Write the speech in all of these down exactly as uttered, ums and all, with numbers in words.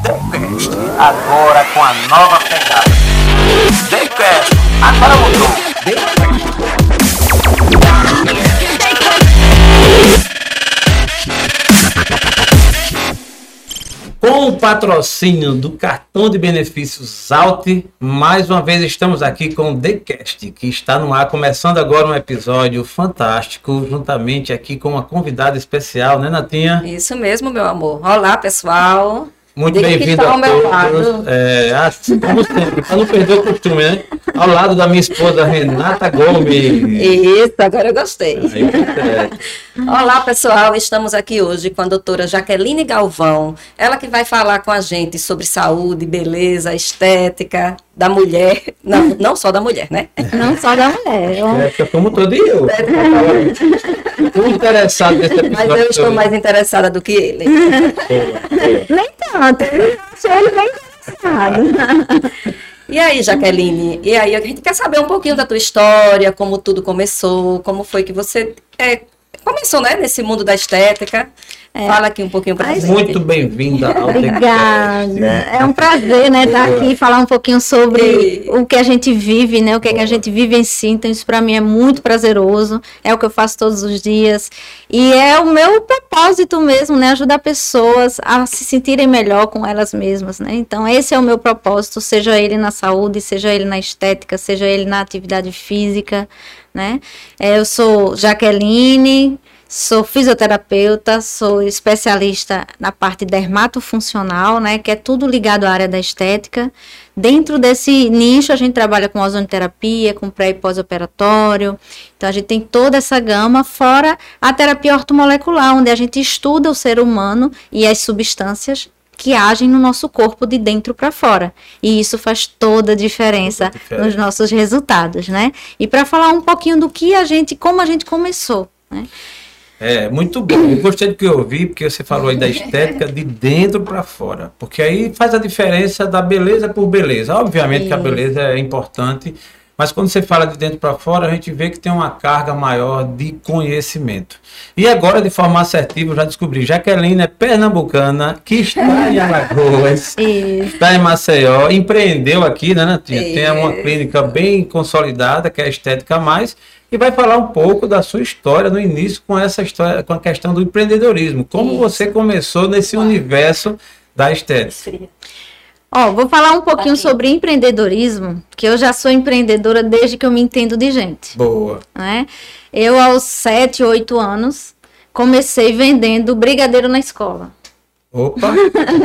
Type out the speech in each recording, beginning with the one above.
TheCast, agora com a nova pegada. TheCast, agora mudou. TheCast. Com o patrocínio do cartão de benefícios Alt, mais uma vez estamos aqui com o TheCast, que está no ar, começando agora um episódio fantástico, juntamente aqui com uma convidada especial, né, Natinha? Isso mesmo, meu amor. Olá, pessoal. Muito bem-vindo a todos. É, assim, como sempre, para não perder o costume, né? Ao lado da minha esposa Renata Gomes. Isso, agora eu gostei. Aí, é. Olá, pessoal. Estamos aqui hoje com a doutora Jaqueline Galvão. Ela que vai falar com a gente sobre saúde, beleza, estética da mulher. Não, não só da mulher, né? Não só da mulher. É, como todo eu. Estou interessado nesse episódio. Mas eu estou mais interessada do que ele. Nem tanto. Eu achei ele bem interessado. E aí, Jaqueline? E aí, a gente quer saber um pouquinho da tua história, como tudo começou, como foi que você é, começou, né, nesse mundo da estética. É. Fala aqui um pouquinho pra gente. Muito bem-vinda ao Obrigada. É um prazer, né, estar aqui e falar um pouquinho sobre e... o que a gente vive, né, o que, é que a gente vive em si. Então, isso para mim é muito prazeroso. É o que eu faço todos os dias. E é o meu propósito mesmo, né, ajudar pessoas a se sentirem melhor com elas mesmas, né. Então, esse é o meu propósito, seja ele na saúde, seja ele na estética, seja ele na atividade física, né. É, eu sou Jaqueline, sou fisioterapeuta, sou especialista na parte dermatofuncional, né, que é tudo ligado à área da estética. Dentro desse nicho, a gente trabalha com ozonoterapia, com pré e pós-operatório. Então, a gente tem toda essa gama, fora a terapia ortomolecular, onde a gente estuda o ser humano e as substâncias que agem no nosso corpo de dentro para fora. E isso faz toda a diferença nos nossos resultados, né? E para falar um pouquinho do que a gente, como a gente começou, né? É, muito bom. Eu gostei do que eu ouvi, porque você falou aí da estética de dentro para fora. Porque aí faz a diferença da beleza por beleza. Obviamente Isso. que a beleza é importante, mas quando você fala de dentro para fora, a gente vê que tem uma carga maior de conhecimento. E agora, de forma assertiva, eu já descobri, Jaqueline é pernambucana, que está em Alagoas, Isso. está em Maceió, empreendeu aqui, né, Natinha? Isso. Tem uma clínica bem consolidada, que é a Estética Mais, e vai falar um pouco da sua história no início com essa história, com a questão do empreendedorismo. Como Isso. você começou nesse Uau. universo da estética? Ó, oh, vou falar um pouquinho Aqui. sobre empreendedorismo, que eu já sou empreendedora desde que eu me entendo de gente. Boa. Né? Eu, aos sete, oito anos, comecei vendendo brigadeiro na escola. Opa!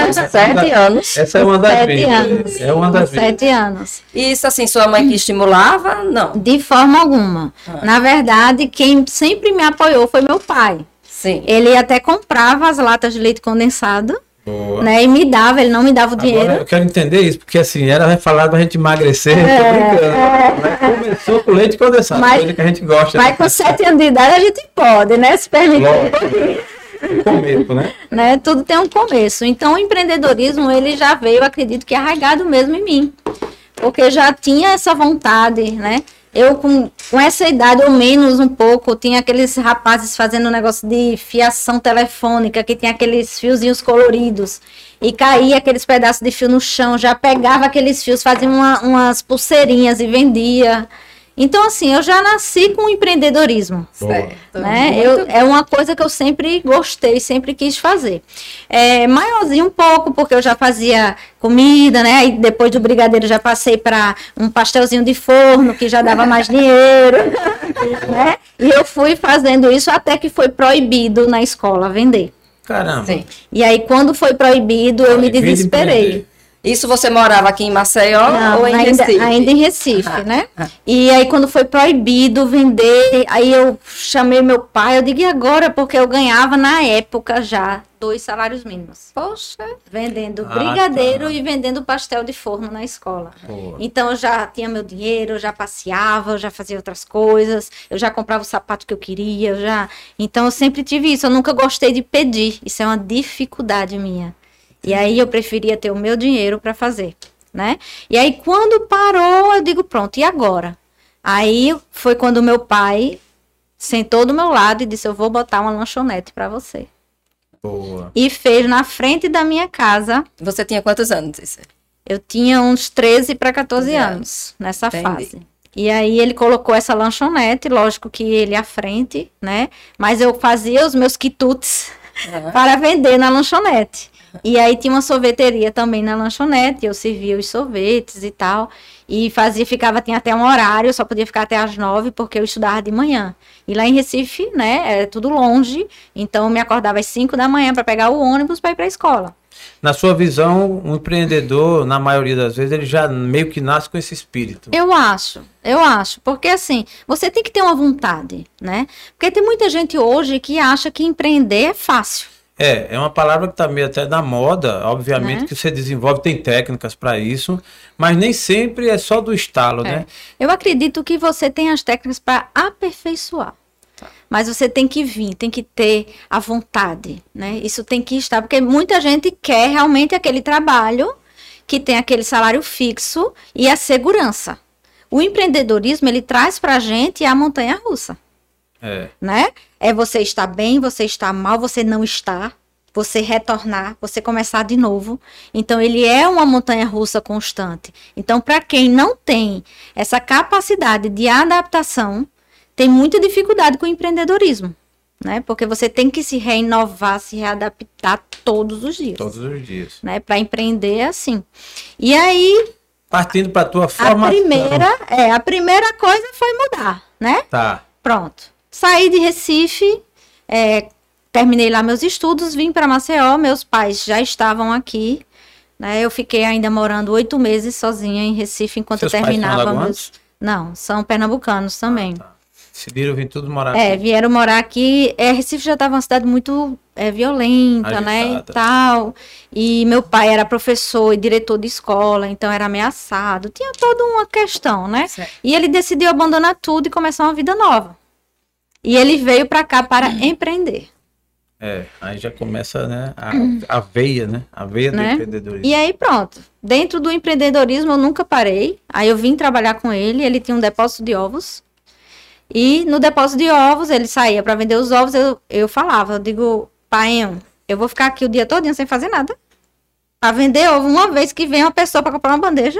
Sete anos. Essa é uma das Sete anos. É uma das Sete anos. E isso, assim, sua mãe que estimulava? Não. De forma alguma. Ah. Na verdade, quem sempre me apoiou foi meu pai. Sim. Ele até comprava as latas de leite condensado. Boa. Né, e me dava, ele não me dava o Agora, dinheiro. Eu quero entender isso, porque assim, era falado pra gente emagrecer, é, tô brincando. É, mas começou com leite condensado, mas, coisa que a gente gosta. Mas com sete anos de idade a gente pode, né? Se permitir. Um começo, né? né? Tudo tem um começo. Então, o empreendedorismo, ele já veio, acredito que arraigado mesmo em mim. Porque eu já tinha essa vontade, né? Eu, com, com essa idade, ou menos um pouco, tinha aqueles rapazes fazendo um negócio de fiação telefônica, que tinha aqueles fiozinhos coloridos, e caía aqueles pedaços de fio no chão, já pegava aqueles fios, fazia uma, umas pulseirinhas e vendia. Então, assim, eu já nasci com empreendedorismo, certo, né? Eu, é uma coisa que eu sempre gostei, sempre quis fazer. É, maiorzinho um pouco, porque eu já fazia comida, né? Aí depois do brigadeiro já passei para um pastelzinho de forno, que já dava mais dinheiro, né? E eu fui fazendo isso até que foi proibido na escola vender. Caramba! Sim. E aí, quando foi proibido, eu me desesperei. Isso você morava aqui em Maceió Não, ou em ainda, Recife? Ainda em Recife, ah, né? Ah. E aí, quando foi proibido vender, aí eu chamei meu pai, eu digo, e agora? Porque eu ganhava, na época, já dois salários mínimos. Poxa! Vendendo ah, brigadeiro tá. e vendendo pastel de forno na escola. Boa. Então, eu já tinha meu dinheiro, eu já passeava, eu já fazia outras coisas, eu já comprava o sapato que eu queria, eu já... Então, eu sempre tive isso, eu nunca gostei de pedir. Isso é uma dificuldade minha. E aí eu preferia ter o meu dinheiro para fazer, né? E aí quando parou, eu digo, pronto, e agora? Aí foi quando meu pai sentou do meu lado e disse, eu vou botar uma lanchonete para você. Boa. E fez na frente da minha casa. Você tinha quantos anos, Cícera? Eu tinha uns treze para quatorze anos. anos nessa Entendi. fase. E aí ele colocou essa lanchonete, lógico que ele à frente, né? Mas eu fazia os meus quitutes Uhum. para vender na lanchonete. E aí tinha uma sorveteria também na lanchonete, eu servia os sorvetes e tal. E fazia, ficava, tinha até um horário, eu só podia ficar até às nove, porque eu estudava de manhã. E lá em Recife, né, é tudo longe, então eu me acordava às cinco da manhã para pegar o ônibus para ir para a escola. Na sua visão, um empreendedor, na maioria das vezes, ele já meio que nasce com esse espírito. Eu acho, eu acho, porque assim, você tem que ter uma vontade, né? Porque tem muita gente hoje que acha que empreender é fácil. É, é uma palavra que está meio até na moda, obviamente, Né? que você desenvolve, tem técnicas para isso, mas nem sempre é só do estalo, É. né? Eu acredito que você tem as técnicas para aperfeiçoar. Mas você tem que vir, tem que ter a vontade, né? Isso tem que estar, porque muita gente quer realmente aquele trabalho que tem aquele salário fixo e a segurança. O empreendedorismo, ele traz pra gente a montanha-russa, É, né? É você estar bem, você estar mal, você não estar, você retornar, você começar de novo. Então, ele é uma montanha-russa constante. Então, para quem não tem essa capacidade de adaptação, tem muita dificuldade com o empreendedorismo, né? Porque você tem que se reinovar, se readaptar todos os dias, todos os dias. né? Para empreender é assim. E aí, Partindo para a tua a formação. primeira, é, a primeira coisa foi mudar, né? Tá. Pronto. Saí de Recife, é, terminei lá meus estudos, vim para Maceió, meus pais já estavam aqui, né? Eu fiquei ainda morando oito meses sozinha em Recife enquanto Seus eu pais são terminava meus... alagoanos? Não, são pernambucanos também. Tá. Decidiram vir tudo morar É, aqui. vieram morar aqui. É, Recife já estava uma cidade muito é, violenta, né, e Agitada. tal. E meu pai era professor e diretor de escola, então era ameaçado. Tinha toda uma questão, né? Certo. E ele decidiu abandonar tudo e começar uma vida nova. E ele veio para cá para empreender. É, aí já começa, né, a, a veia, né? A veia do Né? empreendedorismo. E aí pronto. Dentro do empreendedorismo eu nunca parei. Aí eu vim trabalhar com ele, ele tinha um depósito de ovos. E no depósito de ovos, ele saía para vender os ovos, eu, eu falava, eu digo, pai, eu vou ficar aqui o dia todo sem fazer nada. Para vender ovo, uma vez que vem uma pessoa para comprar uma bandeja.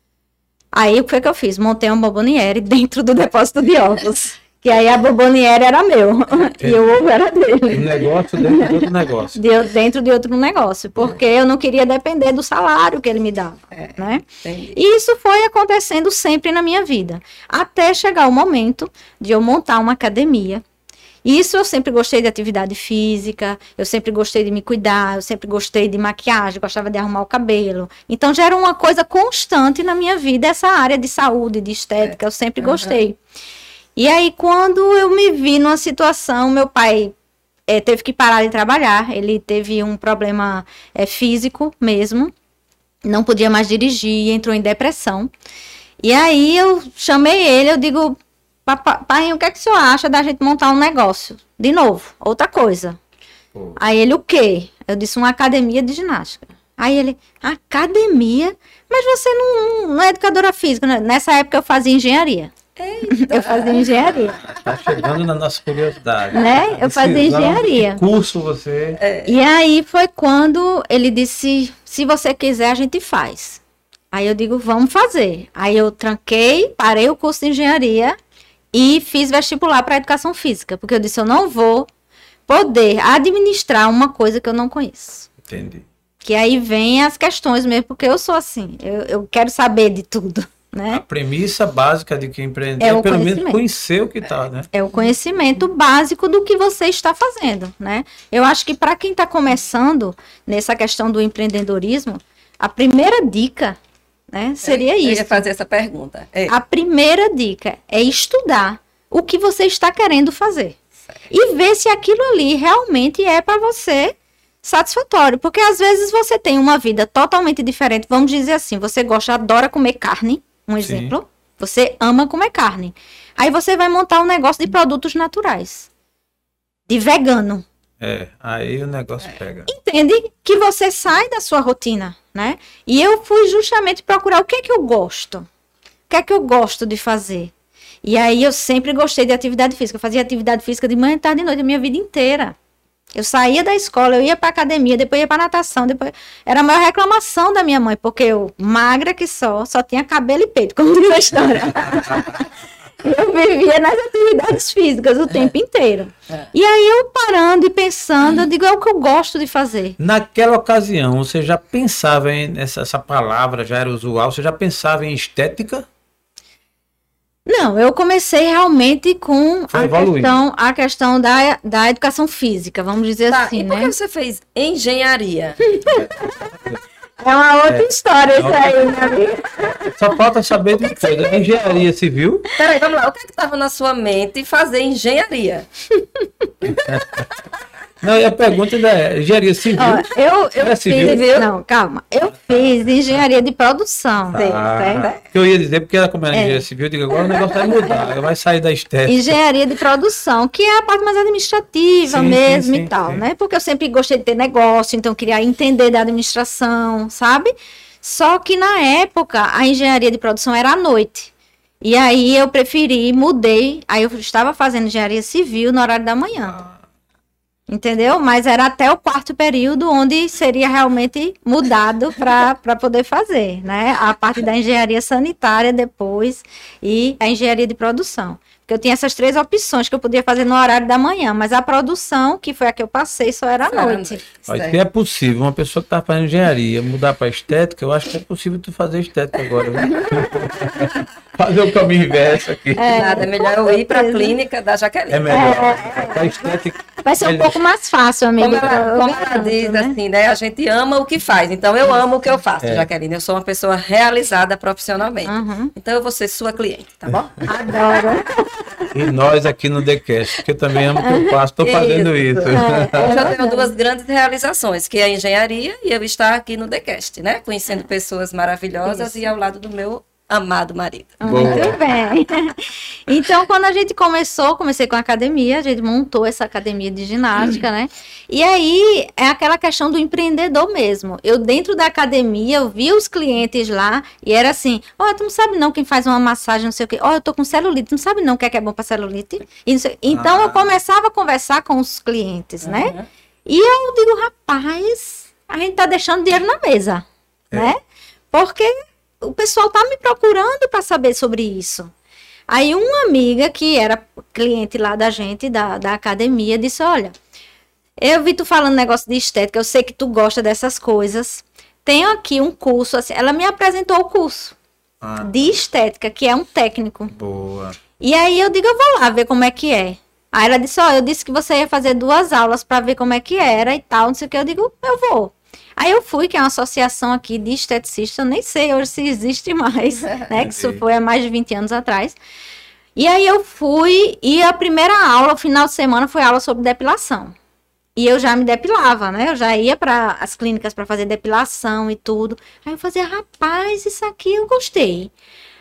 Aí o que foi que eu fiz? Montei uma bomboniere dentro do depósito de ovos. Que aí a bomboniere era meu e o ovo era Um dele. negócio dentro de outro negócio. De- dentro de outro negócio, porque eu não queria depender do salário que ele me dava, É. né? Entendi. E isso foi acontecendo sempre na minha vida, até chegar o momento de eu montar uma academia. Isso eu sempre gostei de atividade física, eu sempre gostei de me cuidar, eu sempre gostei de maquiagem, gostava de arrumar o cabelo. Então já era uma coisa constante na minha vida, essa área de saúde, de estética, eu sempre Aham. gostei. E aí, quando eu me vi numa situação, meu pai eh, teve que parar de trabalhar, ele teve um problema eh, físico mesmo, não podia mais dirigir, entrou em depressão. E aí eu chamei ele, eu digo, "Papa- pai, o que é que o senhor acha da gente montar um negócio? De novo, outra coisa. Pô, Aí ele, o quê? Eu disse, uma academia de ginástica. Aí ele, academia? Mas você não, não é educadora física, né? Nessa época eu fazia engenharia. Eu fazia engenharia, tá chegando na nossa curiosidade. né? Eu fazia Decisão, engenharia. Que curso você... E aí foi quando ele disse, se você quiser, a gente faz. Aí eu digo, vamos fazer. Aí eu tranquei, parei o curso de engenharia e fiz vestibular para educação física, porque eu disse, eu não vou poder administrar uma coisa que eu não conheço. Entendi. Que aí vem as questões mesmo, porque eu sou assim, eu, eu quero saber de tudo, A né? premissa básica de quem empreender É é, o pelo menos conhecimento. conhecer o que tá, né? É o conhecimento básico do que você está fazendo, né? Eu acho que para quem está começando nessa questão do empreendedorismo, a primeira dica, né, seria Eu isso. ia fazer essa pergunta. É. A primeira dica é estudar o que você está querendo fazer. E ver se aquilo ali realmente é para você satisfatório. Porque às vezes você tem uma vida totalmente diferente. Vamos dizer assim, você gosta, adora comer carne, um Sim. exemplo. Você ama comer carne. Aí você vai montar um negócio de produtos naturais. De vegano. É, aí o negócio pega. Entende que você sai da sua rotina, né? E eu fui justamente procurar o que é que eu gosto. O que é que eu gosto de fazer. E aí eu sempre gostei de atividade física. Eu fazia atividade física de manhã, tarde e noite a minha vida inteira. Eu saía da escola, eu ia para academia, depois ia para natação, depois era a maior reclamação da minha mãe, porque eu, magra que só, só tinha cabelo e peito, como diz a história. Eu vivia nas atividades físicas o tempo inteiro. É. E aí eu parando e pensando, eu digo, é o que eu gosto de fazer. Naquela ocasião, você já pensava em, essa, essa palavra já era usual, você já pensava em estética? Não, eu comecei realmente com a questão, a questão da, da educação física, vamos dizer tá, assim, e por né? que você fez engenharia? É uma outra é, história é isso outra... aí, minha amiga. Só falta saber de coisa. Engenharia civil? Peraí, vamos lá. O que estava na sua mente fazer engenharia? Não, e a pergunta ainda é engenharia civil? Ó, eu eu fiz, civil? Não, calma. Eu fiz engenharia de produção. Ah, que eu ia dizer, porque ela como era é. engenharia civil, eu digo, agora o negócio vai mudar, vai sair da estética. Engenharia de produção, que é a parte mais administrativa sim, mesmo sim, sim, e tal, sim. né? Porque eu sempre gostei de ter negócio, então eu queria entender da administração, sabe? Só que na época, a engenharia de produção era à noite. E aí eu preferi, mudei, aí eu estava fazendo engenharia civil no horário da manhã. Ah. Entendeu? Mas era até o quarto período onde seria realmente mudado para poder fazer, né? A parte da engenharia sanitária depois e a engenharia de produção. Porque eu tinha essas três opções que eu podia fazer no horário da manhã, mas a produção, que foi a que eu passei, só era à noite. Olha, se é possível, uma pessoa que está fazendo engenharia mudar para estética, eu acho que é possível tu fazer estética agora. Fazer o caminho inverso aqui. É, Nada, é melhor eu ir para a clínica da Jaqueline. É melhor. É, a estética... Vai ser um melhor. pouco mais fácil, amiga. Como ela, como ela diz, né? assim, né? A gente ama o que faz. Então, eu amo o que eu faço, é. Jaqueline. Eu sou uma pessoa realizada profissionalmente. Uhum. Então, eu vou ser sua cliente, tá bom? Adoro. E nós aqui no TheCast, que eu também amo o que eu faço, estou fazendo isso. É, hoje eu tenho duas grandes realizações, que é a engenharia e eu estar aqui no TheCast, né? Conhecendo pessoas maravilhosas isso. E ao lado do meu amado marido. Muito bem. Então, quando a gente começou, comecei com a academia, a gente montou essa academia de ginástica, né? E aí, é aquela questão do empreendedor mesmo. Eu, dentro da academia, eu via os clientes lá e era assim, ó, oh, tu não sabe não quem faz uma massagem, não sei o quê. Ó, oh, eu tô com celulite, tu não sabe não o que é, que é bom pra celulite? Então, ah. eu começava a conversar com os clientes, uhum. né? E eu digo, rapaz, a gente tá deixando dinheiro na mesa, é. né? Porque... o pessoal tá me procurando para saber sobre isso. Aí uma amiga que era cliente lá da gente, da, da academia, disse, olha, eu vi tu falando negócio de estética, eu sei que tu gosta dessas coisas, tenho aqui um curso, assim, ela me apresentou o curso ah. de estética, que é um técnico. Boa. E aí eu digo, eu vou lá ver como é que é. Aí ela disse, ó, eu disse que você ia fazer duas aulas para ver como é que era e tal, não sei o que, eu digo, eu vou. Aí eu fui, que é uma associação aqui de esteticistas, eu nem sei hoje se existe mais, né, que isso foi há mais de vinte anos atrás. E aí eu fui, e a primeira aula, o final de semana, foi aula sobre depilação. E eu já me depilava, né, eu já ia para as clínicas para fazer depilação e tudo. Aí eu fazia, rapaz, isso aqui eu gostei.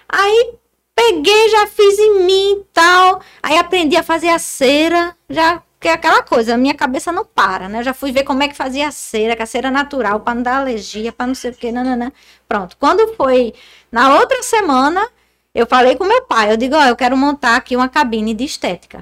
Aí peguei, já fiz em mim e tal, aí aprendi a fazer a cera, já... porque é aquela coisa, a minha cabeça não para, né? Eu já fui ver como é que fazia a cera, que a cera natural, para não dar alergia, para não sei o que, nananã. Pronto. Quando foi na outra semana, eu falei com meu pai, eu digo, ó, oh, eu quero montar aqui uma cabine de estética.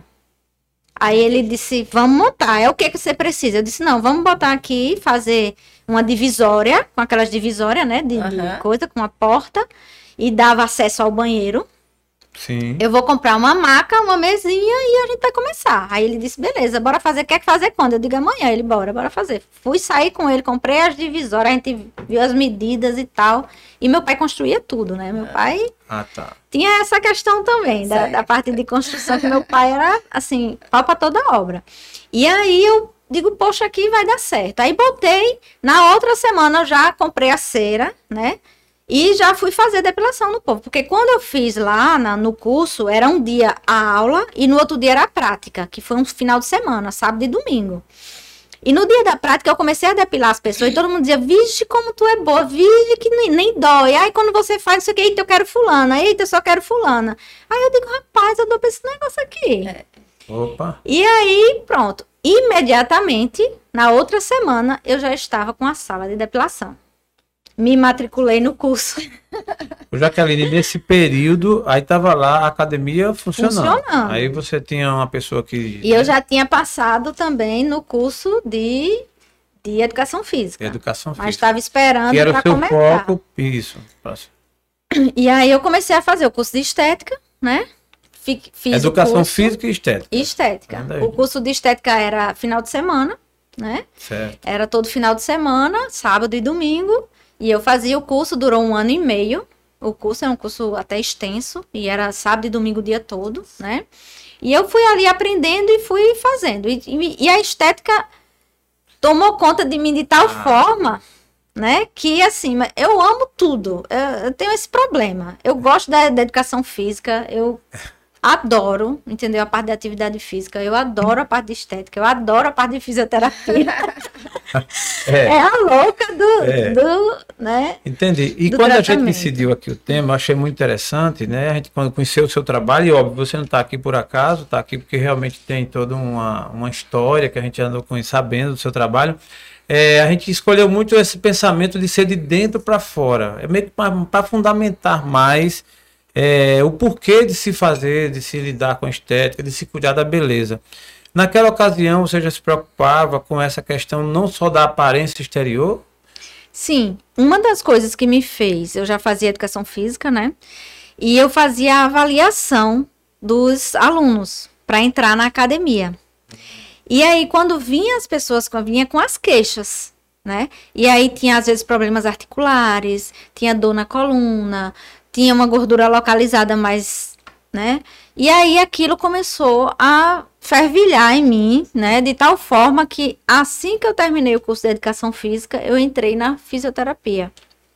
Aí ele disse, vamos montar, é o que que você precisa? Eu disse, não, vamos botar aqui, fazer uma divisória, com aquelas divisórias, né, de, uhum. de coisa, com uma porta, e dava acesso ao banheiro. Sim. Eu vou comprar uma maca, uma mesinha e a gente vai começar. Aí ele disse, beleza, bora fazer. Quer fazer quando? Eu digo, amanhã. Ele, bora, bora fazer. Fui sair com ele, comprei as divisórias, a gente viu as medidas e tal. E meu pai construía tudo, né? Meu pai ah, tá. tinha essa questão também, da, da parte de construção, que meu pai era, assim, pau pra toda obra. E aí eu digo, poxa, aqui vai dar certo. Aí botei, na outra semana eu já comprei a cera, né? E já fui fazer depilação no povo, porque quando eu fiz lá na, no curso, era um dia a aula e no outro dia era a prática, que foi um final de semana, sábado e domingo. E no dia da prática eu comecei a depilar as pessoas e todo mundo dizia, vixe, como tu é boa, vixe, que nem, nem dói. Aí quando você faz isso aqui, eita, eu quero fulana, eita, eu só quero fulana. Aí eu digo, rapaz, eu dou pra esse negócio aqui. É. Opa. E aí, pronto, imediatamente, na outra semana, eu já estava com a sala de depilação. Me matriculei no curso. O Jaqueline, nesse período, aí estava lá a academia funcionando. funcionando. Aí você tinha uma pessoa que... E eu já tinha passado também no curso de, de Educação Física. De Educação Física. Mas estava esperando para começar. Que era o seu começar. foco, isso. Próximo. E aí eu comecei a fazer o curso de Estética, né? Fiz Educação Física e Estética. E Estética. O curso de Estética era final de semana, né? Certo. Era todo final de semana, sábado e domingo. E eu fazia o curso, durou um ano e meio. O curso é um curso até extenso. E era sábado e domingo o dia todo, né? E eu fui ali aprendendo e fui fazendo. E, e, e a estética tomou conta de mim de tal ah. forma, né? Que assim, eu amo tudo. Eu, eu tenho esse problema. Eu gosto da, da educação física. Eu... adoro, entendeu? A parte de atividade física, eu adoro a parte de estética, eu adoro a parte de fisioterapia. É, é a louca do, é. do né? Entendi. E quando a gente decidiu aqui o tema, eu achei muito interessante, né? A gente quando conheceu o seu trabalho, e óbvio, você não está aqui por acaso, está aqui porque realmente tem toda uma, uma história que a gente andou com, sabendo do seu trabalho. É, a gente escolheu muito esse pensamento de ser de dentro para fora. É meio que para fundamentar mais É, o porquê de se fazer, de se lidar com a estética, de se cuidar da beleza. Naquela ocasião, você já se preocupava com essa questão não só da aparência exterior? Sim, uma das coisas que me fez, eu já fazia educação física, né? E eu fazia a avaliação dos alunos para entrar na academia. E aí, quando vinha as pessoas, vinha com as queixas, né? E aí tinha, às vezes, problemas articulares, tinha dor na coluna, tinha uma gordura localizada mais, né? E aí aquilo começou a fervilhar em mim, né? De tal forma que assim que eu terminei o curso de Educação Física, eu entrei na fisioterapia.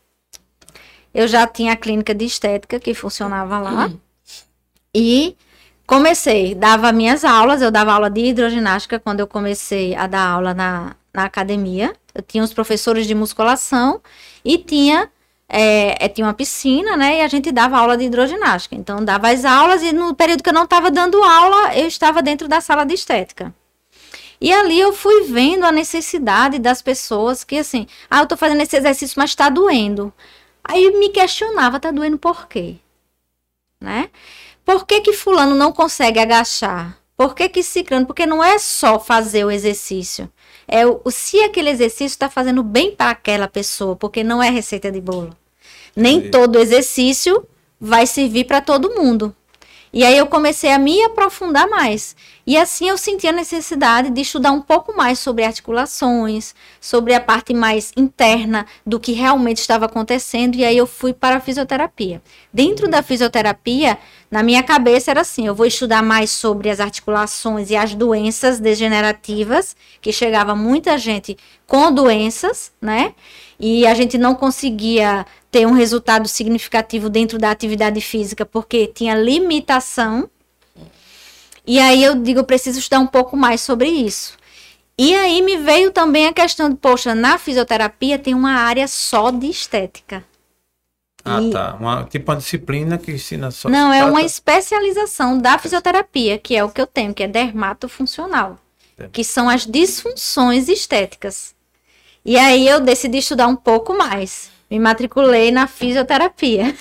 Eu já tinha a clínica de estética que funcionava lá. Uhum. E comecei, dava minhas aulas, eu dava aula de hidroginástica quando eu comecei a dar aula na, na academia. Eu tinha os professores de musculação e tinha... É, é, tinha uma piscina, né, e a gente dava aula de hidroginástica, então dava as aulas e no período que eu não estava dando aula, eu estava dentro da sala de estética. E ali eu fui vendo a necessidade das pessoas que assim, ah, eu tô fazendo esse exercício, mas tá doendo. Aí eu me questionava, tá doendo por quê? Né? Por que que fulano não consegue agachar? Por que que ciclano? Porque não é só fazer o exercício. É o, se aquele exercício está fazendo bem para aquela pessoa, porque não é receita de bolo. Nem Sim. todo exercício vai servir para todo mundo. E aí eu comecei a me aprofundar mais. E assim eu senti a necessidade de estudar um pouco mais sobre articulações, sobre a parte mais interna do que realmente estava acontecendo. E aí eu fui para a fisioterapia. Dentro da fisioterapia, na minha cabeça era assim, eu vou estudar mais sobre as articulações e as doenças degenerativas, que chegava muita gente com doenças, né? E a gente não conseguia ter um resultado significativo dentro da atividade física, porque tinha limitação. E aí eu digo, eu preciso estudar um pouco mais sobre isso. E aí me veio também a questão de, poxa, na fisioterapia tem uma área só de estética. Ah, e... tá. Uma, tipo uma disciplina que ensina só... Não, é uma especialização da fisioterapia, que é o que eu tenho, que é dermatofuncional, é. que são as disfunções estéticas. E aí eu decidi estudar um pouco mais. Me matriculei na fisioterapia.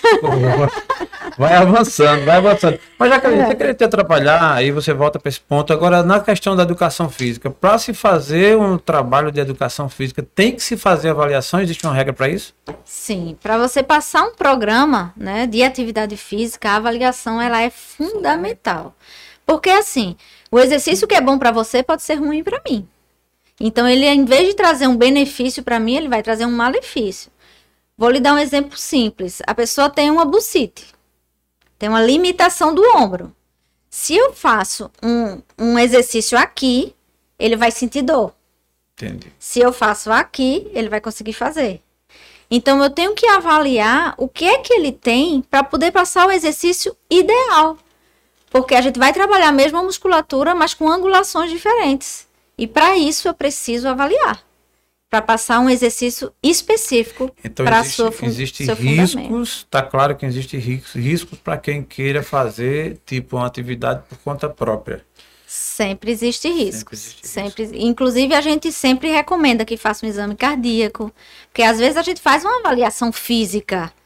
Vai avançando, vai avançando. Mas já que você queria te atrapalhar, aí você volta para esse ponto. Agora, na questão da educação física, para se fazer um trabalho de educação física, tem que se fazer avaliação? Existe uma regra para isso? Sim, para você passar um programa, né, de atividade física, a avaliação ela é fundamental. Porque assim, o exercício que é bom para você pode ser ruim para mim. Então, ele, em vez de trazer um benefício para mim, ele vai trazer um malefício. Vou lhe dar um exemplo simples. A pessoa tem uma bursite, tem uma limitação do ombro. Se eu faço um, um exercício aqui, ele vai sentir dor. Entendi. Se eu faço aqui, ele vai conseguir fazer. Então, eu tenho que avaliar o que é que ele tem para poder passar o exercício ideal. Porque a gente vai trabalhar a mesma musculatura, mas com angulações diferentes. E para isso eu preciso avaliar, para passar um exercício específico então, para existe, sua fun- existe seu riscos, fundamento. Está claro que existe riscos, riscos para quem queira fazer tipo uma atividade por conta própria. Sempre existe risco. Sempre existe sempre, risco. Inclusive, a gente sempre recomenda que faça um exame cardíaco, porque às vezes a gente faz uma avaliação física,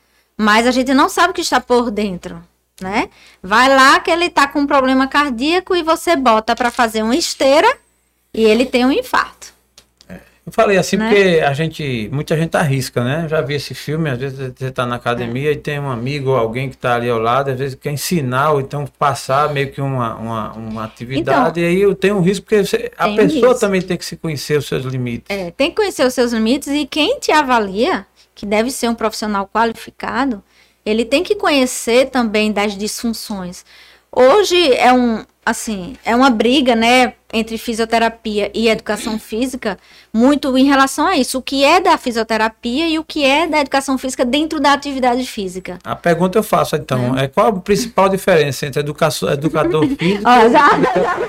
mas a gente não sabe o que está por dentro, né? Vai lá que ele está com um problema cardíaco e você bota para fazer uma esteira e ele tem um infarto. Eu falei assim, né? Porque a gente, muita gente arrisca, né? Eu já vi esse filme, às vezes você está na academia é. e tem um amigo ou alguém que está ali ao lado, às vezes quer ensinar ou então passar meio que uma, uma, uma atividade, então, e aí eu tenho um risco, porque você, a pessoa um também tem que se conhecer os seus limites. É, tem que conhecer os seus limites e quem te avalia, que deve ser um profissional qualificado, ele tem que conhecer também das disfunções. Hoje é um, assim, é uma briga, né, entre fisioterapia e educação física, muito em relação a isso. O que é da fisioterapia e o que é da educação física dentro da atividade física. A pergunta eu faço, então, é, é qual a principal diferença entre educação, educador físico oh, já, já.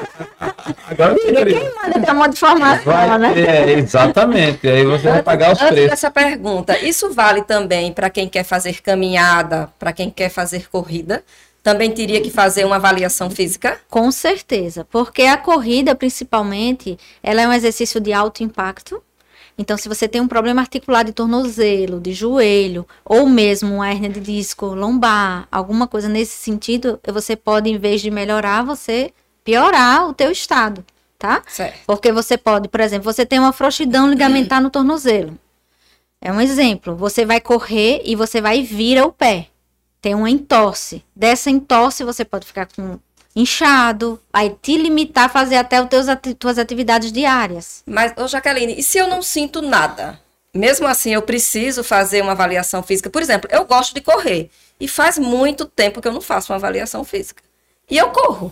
Agora quem manda ter uma de formação, vai, né? É, exatamente. Aí você vai pagar os preços. Antes dessa pergunta, isso vale também para quem quer fazer caminhada, para quem quer fazer corrida? Também teria que fazer uma avaliação física? Com certeza, porque a corrida, principalmente, ela é um exercício de alto impacto. Então, se você tem um problema articular de tornozelo, de joelho, ou mesmo uma hérnia de disco lombar, alguma coisa nesse sentido, você pode, em vez de melhorar, você piorar o teu estado, tá? Certo. Porque você pode, por exemplo, você tem uma frouxidão ligamentar no tornozelo. É um exemplo. Você vai correr e você vai vira o pé. Tem uma entorse. Dessa entorse você pode ficar com inchado, vai te limitar a fazer até as teus, tuas atividades diárias. Mas, ô Jaqueline, e se eu não sinto nada? Mesmo assim, eu preciso fazer uma avaliação física? Por exemplo, eu gosto de correr e faz muito tempo que eu não faço uma avaliação física. E eu corro.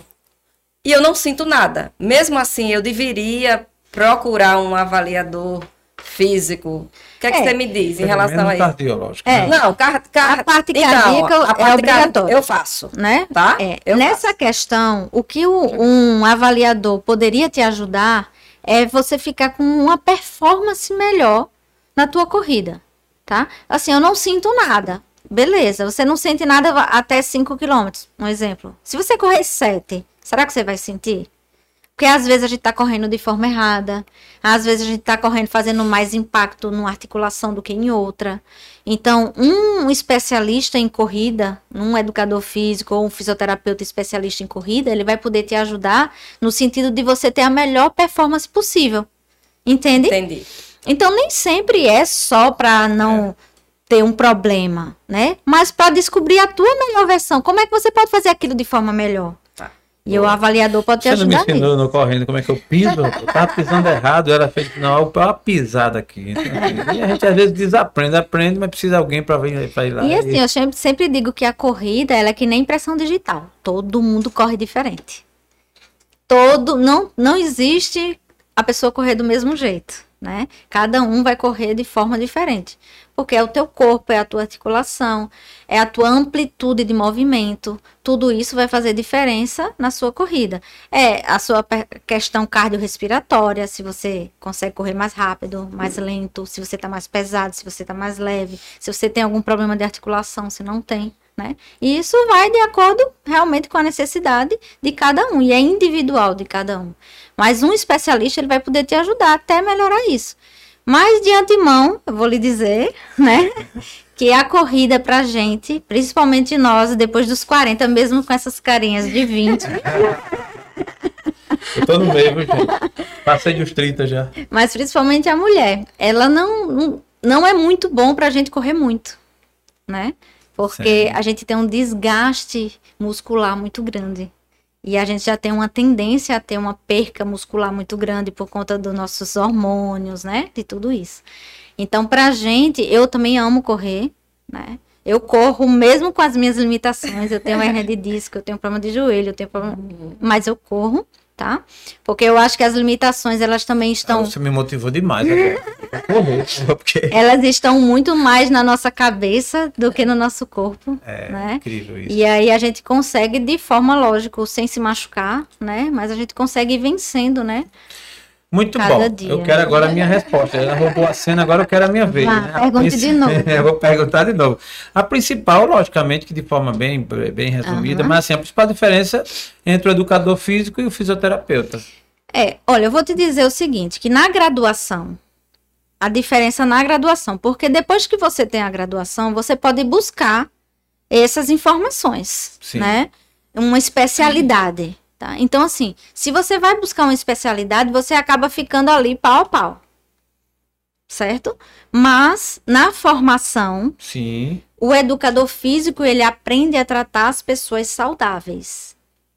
E eu não sinto nada. Mesmo assim, eu deveria procurar um avaliador físico. O que é que é, você me diz em relação a isso? Cardiológico. É. Não, car, car, a parte cardíaca então, a parte é obrigatória. Eu faço, né? Tá? É. Eu Nessa faço. questão, o que o, um avaliador poderia te ajudar é você ficar com uma performance melhor na tua corrida, tá? Assim, eu não sinto nada. Beleza, você não sente nada até cinco quilômetros, um exemplo. Se você correr sete, será que você vai sentir? Porque às vezes a gente está correndo de forma errada, às vezes a gente está correndo fazendo mais impacto numa articulação do que em outra. Então, um especialista em corrida, um educador físico ou um fisioterapeuta especialista em corrida, ele vai poder te ajudar no sentido de você ter a melhor performance possível. Entende? Entendi. Então, nem sempre é só para não... ter um problema, né? Mas para descobrir a tua melhor versão, como é que você pode fazer aquilo de forma melhor? Tá. E Boa. O avaliador pode te você ajudar. Você não me ensinou no correndo como é que eu piso? Eu tava pisando errado, ela fez, não, uma pisada aqui. Então, e a gente às vezes desaprende, aprende, mas precisa de alguém para ir, ir lá. E assim, e... eu sempre, sempre digo que a corrida, ela é que nem impressão digital. Todo mundo corre diferente. Todo, não, não existe a pessoa correr do mesmo jeito. Né? Cada um vai correr de forma diferente, porque é o teu corpo, é a tua articulação, é a tua amplitude de movimento, tudo isso vai fazer diferença na sua corrida. É a sua questão cardiorrespiratória, se você consegue correr mais rápido, mais lento, se você está mais pesado, se você está mais leve, se você tem algum problema de articulação, se não tem, né? E isso vai de acordo realmente com a necessidade de cada um, e é individual de cada um. Mas um especialista, ele vai poder te ajudar até melhorar isso. Mas de antemão, eu vou lhe dizer, né, que a corrida pra gente, principalmente nós, depois dos quarenta, mesmo com essas carinhas de vinte... Eu tô no meio, gente. Passei dos trinta já. Mas principalmente a mulher, ela não, não é muito bom pra gente correr muito, né? Porque Sim. a gente tem um desgaste muscular muito grande. E a gente já tem uma tendência a ter uma perca muscular muito grande por conta dos nossos hormônios, né? De tudo isso. Então, pra gente, eu também amo correr, né? Eu corro mesmo com as minhas limitações. Eu tenho hérnia de disco, eu tenho problema de joelho, eu tenho problema... mas eu corro, tá? Porque eu acho que as limitações, elas também estão... Você me motivou demais agora. Correr, porque... Elas estão muito mais na nossa cabeça do que no nosso corpo, é, né? Incrível isso. E aí a gente consegue, de forma lógica, sem se machucar, né? Mas a gente consegue ir vencendo, né? Muito Cada bom. dia. Eu quero agora a minha resposta. Ela roubou a cena, agora eu quero a minha vez. Vá, né? Pergunte princip... de novo. Eu vou perguntar de novo. A principal, logicamente, que de forma bem, bem resumida, uhum. mas assim, a principal diferença entre o educador físico e o fisioterapeuta. É, olha, eu vou te dizer o seguinte, que na graduação, a diferença na graduação, porque depois que você tem a graduação, você pode buscar essas informações, Sim. né? Uma especialidade, tá? Então, assim, se você vai buscar uma especialidade, você acaba ficando ali pau a pau, certo? Mas, na formação, Sim. o educador físico, ele aprende a tratar as pessoas saudáveis.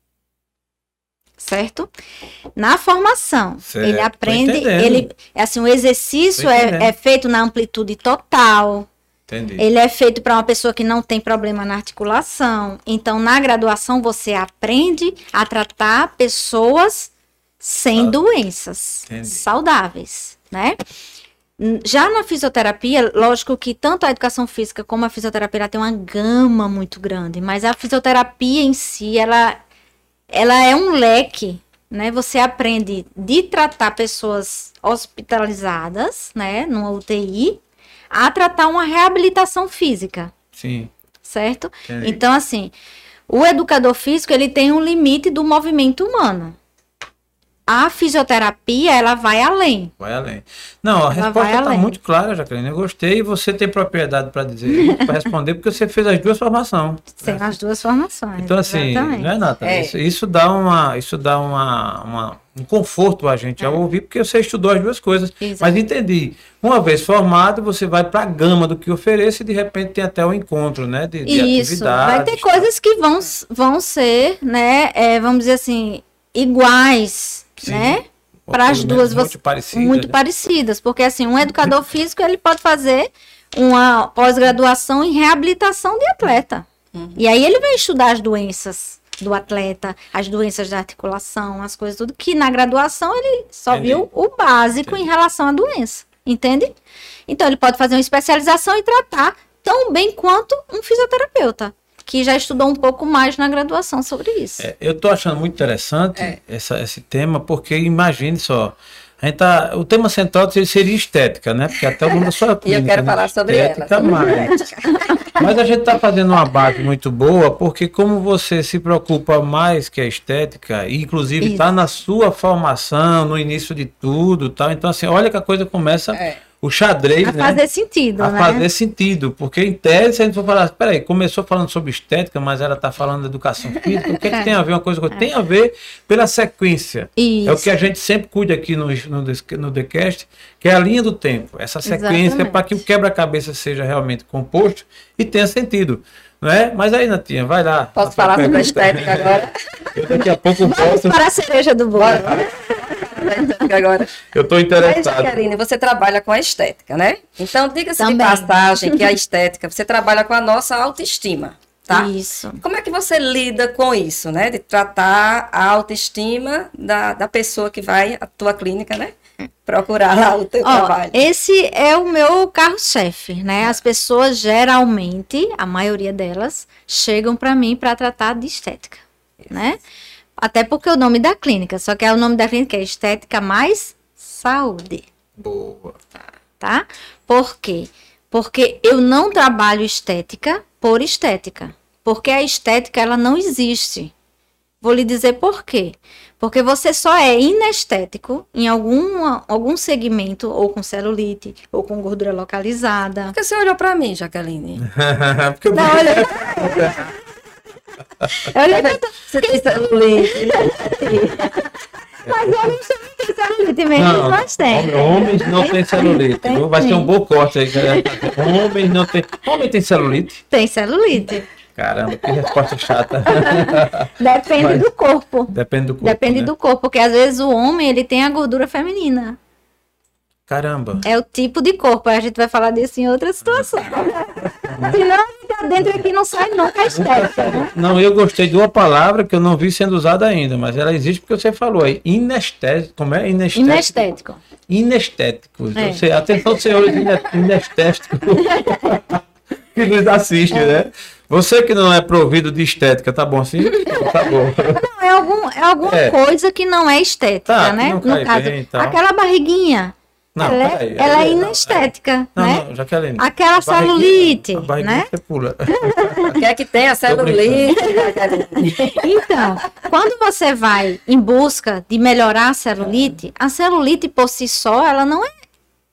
Certo? Na formação, Certo, ele tô aprende, entendendo. ele, assim, o exercício Tô entendendo. é, é feito na amplitude total, Entendi. ele é feito para uma pessoa que não tem problema na articulação. Então, na graduação, você aprende a tratar pessoas sem Ah, doenças, entendi. saudáveis, né? Já na fisioterapia, lógico que tanto a educação física como a fisioterapia ela tem uma gama muito grande, mas a fisioterapia em si, ela, ela é um leque, né? Você aprende de tratar pessoas hospitalizadas, né, numa U T I, a tratar uma reabilitação física, Sim. certo? Entendi. Então, assim, o educador físico, ele tem um limite do movimento humano. A fisioterapia, ela vai além. Vai além. Não, a Ela resposta vai está além. muito clara, Jaqueline. Eu gostei e você tem propriedade para dizer isso, para responder, porque você fez as duas formações. Tem as duas formações. Então, assim, exatamente. não é nada. É. Isso, isso dá, uma, isso dá uma, uma- um conforto a gente ao ouvir, porque você estudou as duas coisas. Exato. Mas entendi. Uma vez formado, você vai para a gama do que oferece e de repente tem até o encontro, né? De, de Isso, vai ter atividades, coisas que vão, vão ser, né, é, vamos dizer assim, iguais, Sim. né? ou Para pelo as menos duas, muito você- parecidas, muito né? parecidas, porque assim, um educador físico, ele pode fazer uma pós-graduação em reabilitação de atleta. E aí ele vai estudar as doenças do atleta, as doenças da articulação, as coisas tudo, que na graduação ele só Entendi. viu o básico Entendi. em relação à doença, entende? Então ele pode fazer uma especialização e tratar tão bem quanto um fisioterapeuta, que já estudou um pouco mais na graduação sobre isso. É, eu estou achando muito interessante É. essa, esse tema, porque imagine só, a gente tá, o tema central seria estética, né? Porque até o nome da sua E eu clínica, quero né? falar sobre ela. Estética, sobre mas, mas a gente está fazendo uma base muito boa, porque como você se preocupa mais que a estética, e inclusive está Isso. na sua formação, no início de tudo, tal, então assim, olha que a coisa começa, É. o xadrez, A né? fazer sentido, a né? fazer sentido, porque em tese, se a gente for falar, peraí, começou falando sobre estética, mas ela está falando de educação física, o que, é que tem a ver uma coisa com outra? Tem a ver pela sequência. Isso. É o que a gente sempre cuida aqui no, no, no TheCast, que é a linha do tempo, essa sequência Exatamente. para que o quebra-cabeça seja realmente composto e tenha sentido. Não é? Mas aí, Natinha, vai lá. Posso falar sobre a estética agora? Eu daqui a pouco volto, Para a cereja do bolo. Sobre a estética agora. eu estou Mas, interessado. Jaqueline, você trabalha com a estética, né? Então, diga-se de Também. passagem que a estética, você trabalha com a nossa autoestima, tá? Isso. Como é que você lida com isso, né? De tratar a autoestima da, da pessoa que vai à tua clínica, né? Procurar lá o teu Ó, trabalho. esse é o meu carro-chefe, né? As pessoas geralmente, a maioria delas, chegam para mim para tratar de estética, né? Até porque o nome da clínica, só que é o nome da clínica é Estética Mais Saúde, Boa. tá? Por quê? Porque eu não trabalho estética por estética, porque a estética ela não existe. Vou lhe dizer por quê. Porque você só é inestético em algum, algum segmento, ou com celulite, ou com gordura localizada. Por que você olhou pra mim, Jaqueline? Porque eu- Não, olha. Olha que eu tô- Você tem celulite. Mas homens também têm celulite mesmo, Não, mas tem. homem- Homens não têm celulite. Tem viu? Vai ser um sim. bom corte aí. galera. Homens não têm. Homem tem celulite? Tem celulite. Caramba, que resposta chata. Depende Mas- do corpo. Depende do corpo. Depende né? do corpo, porque às vezes o homem ele tem a gordura feminina. Caramba. É o tipo de corpo. A gente vai falar disso em outra situação. Senão, tá dentro aqui não sai nunca a estética. Né? Não, eu gostei de uma palavra que eu não vi sendo usada ainda, mas ela existe porque você falou aí. Inestético. Como é? Inestético. Inestético. Inestético. É. Você, atenção, senhores ine- inestéticos que nos assistem, né? Você que não é provido de estética, tá bom assim? Tá bom. Não, é, algum, é alguma É. coisa que não é estética, Tá, que né? não No cai caso, bem e tal. aquela barriguinha. Não, ela é, peraí, ela é aí, não, inestética, Não, né? não, Jaqueline. Aquela a barriguinha- celulite, a barriguinha né? Você pula. Quer que tenha celulite, Jaqueline? Então, quando você vai em busca de melhorar a celulite, a celulite por si só, ela não é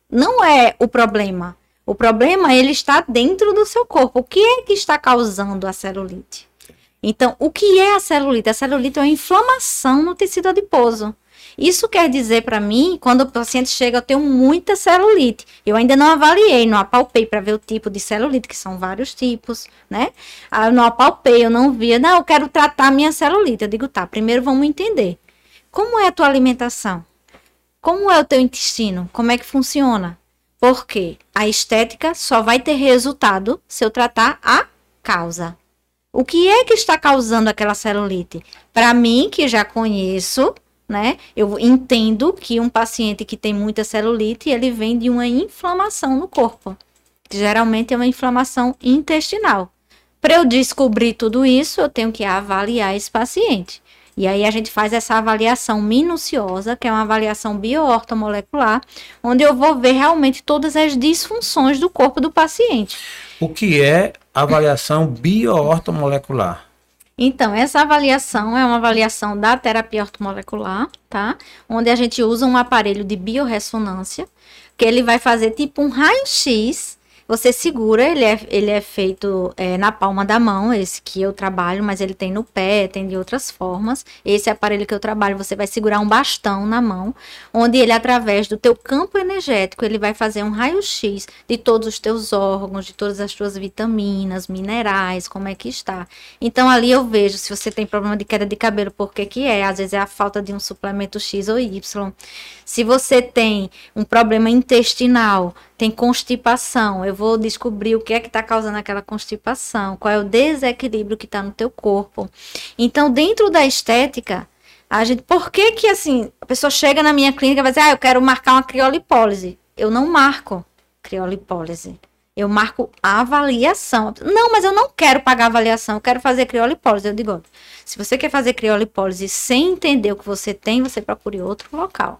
não é o problema. O problema, ele está dentro do seu corpo. O que é que está causando a celulite? Então, o que é a celulite? A celulite é uma inflamação no tecido adiposo. Isso quer dizer para mim, quando o paciente chega, eu tenho muita celulite. Eu ainda não avaliei, não apalpei para ver o tipo de celulite, que são vários tipos, né? Eu não apalpei, eu não via, não, eu quero tratar minha celulite. Eu digo, tá, primeiro vamos entender. Como é a tua alimentação? Como é o teu intestino? Como é que funciona? Porque a estética só vai ter resultado se eu tratar a causa. O que é que está causando aquela celulite? Para mim, que já conheço, né? Eu entendo que um paciente que tem muita celulite, ele vem de uma inflamação no corpo. Que geralmente é uma inflamação intestinal. Para eu descobrir tudo isso, eu tenho que avaliar esse paciente. E aí a gente faz essa avaliação minuciosa, que é uma avaliação bioortomolecular, onde eu vou ver realmente todas as disfunções do corpo do paciente. O que é avaliação bioortomolecular? Então, essa avaliação é uma avaliação da terapia ortomolecular, tá? Onde a gente usa um aparelho de biorressonância, que ele vai fazer tipo um raio-x. Você segura, ele é, ele é feito é, na palma da mão, esse que eu trabalho, mas ele tem no pé, tem de outras formas. Esse aparelho que eu trabalho, você vai segurar um bastão na mão, onde ele, através do teu campo energético, ele vai fazer um raio-x de todos os teus órgãos, de todas as tuas vitaminas, minerais, como é que está. Então, ali eu vejo se você tem problema de queda de cabelo, por que que é? Às vezes é a falta de um suplemento X ou Y. Se você tem um problema intestinal, tem constipação, eu vou descobrir o que é que está causando aquela constipação, qual é o desequilíbrio que está no teu corpo. Então, dentro da estética, a gente, por que que assim, a pessoa chega na minha clínica e vai dizer, ah, eu quero marcar uma criolipólise. Eu não marco criolipólise. Eu marco a avaliação. Não, mas eu não quero pagar avaliação, eu quero fazer criolipólise. Eu digo, ó, se você quer fazer criolipólise sem entender o que você tem, você procure outro local.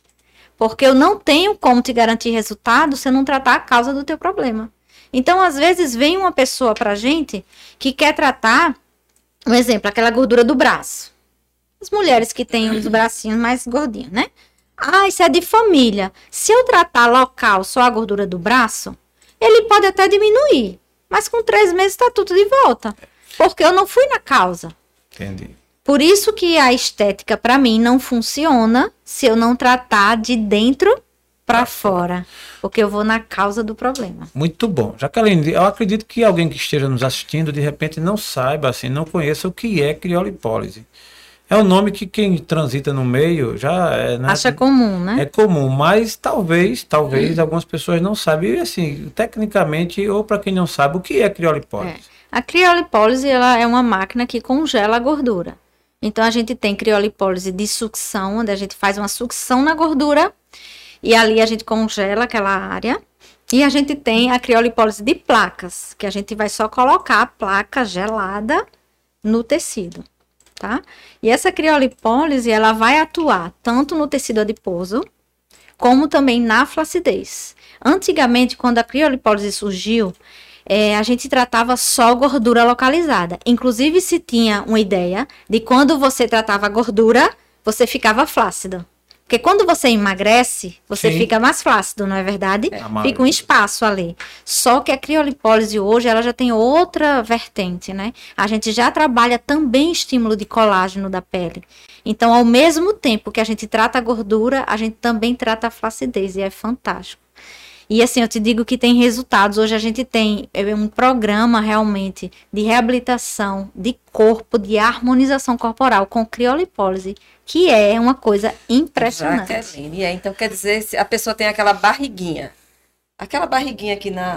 Porque eu não tenho como te garantir resultado se eu não tratar a causa do teu problema. Então, às vezes, vem uma pessoa pra gente que quer tratar, um exemplo, aquela gordura do braço. As mulheres que têm os bracinhos mais gordinhos, né? Ah, isso é de família. Se eu tratar local só a gordura do braço, ele pode até diminuir. Mas com três meses tá tudo de volta. Porque eu não fui na causa. Entendi. Por isso que a estética, para mim, não funciona se eu não tratar de dentro para fora. Porque eu vou na causa do problema. Muito bom. Jaqueline, eu acredito que alguém que esteja nos assistindo, de repente, não saiba, assim, não conheça o que é criolipólise. É um nome que quem transita no meio já é... Né, acha comum, né? É comum, mas talvez, talvez, hum. algumas pessoas não saibam. E, assim, tecnicamente, ou para quem não sabe, o que é criolipólise? É. A criolipólise, ela é uma máquina que congela a gordura. Então, a gente tem criolipólise de sucção, onde a gente faz uma sucção na gordura e ali a gente congela aquela área. E a gente tem a criolipólise de placas, que a gente vai só colocar a placa gelada no tecido, tá? E essa criolipólise, ela vai atuar tanto no tecido adiposo, como também na flacidez. Antigamente, quando a criolipólise surgiu, É, a gente tratava só gordura localizada. Inclusive, se tinha uma ideia de quando você tratava gordura, você ficava flácido. Porque quando você emagrece, você Sim. fica mais flácido, não é verdade? É, fica um espaço ali. Só que a criolipólise hoje, ela já tem outra vertente, né? A gente já trabalha também estímulo de colágeno da pele. Então, ao mesmo tempo que a gente trata a gordura, a gente também trata a flacidez. E é fantástico. E assim, eu te digo que tem resultados. Hoje a gente tem um programa realmente de reabilitação de corpo, de harmonização corporal com criolipólise, que é uma coisa impressionante. Jaqueline, é, então quer dizer, se a pessoa tem aquela barriguinha, aquela barriguinha aqui na...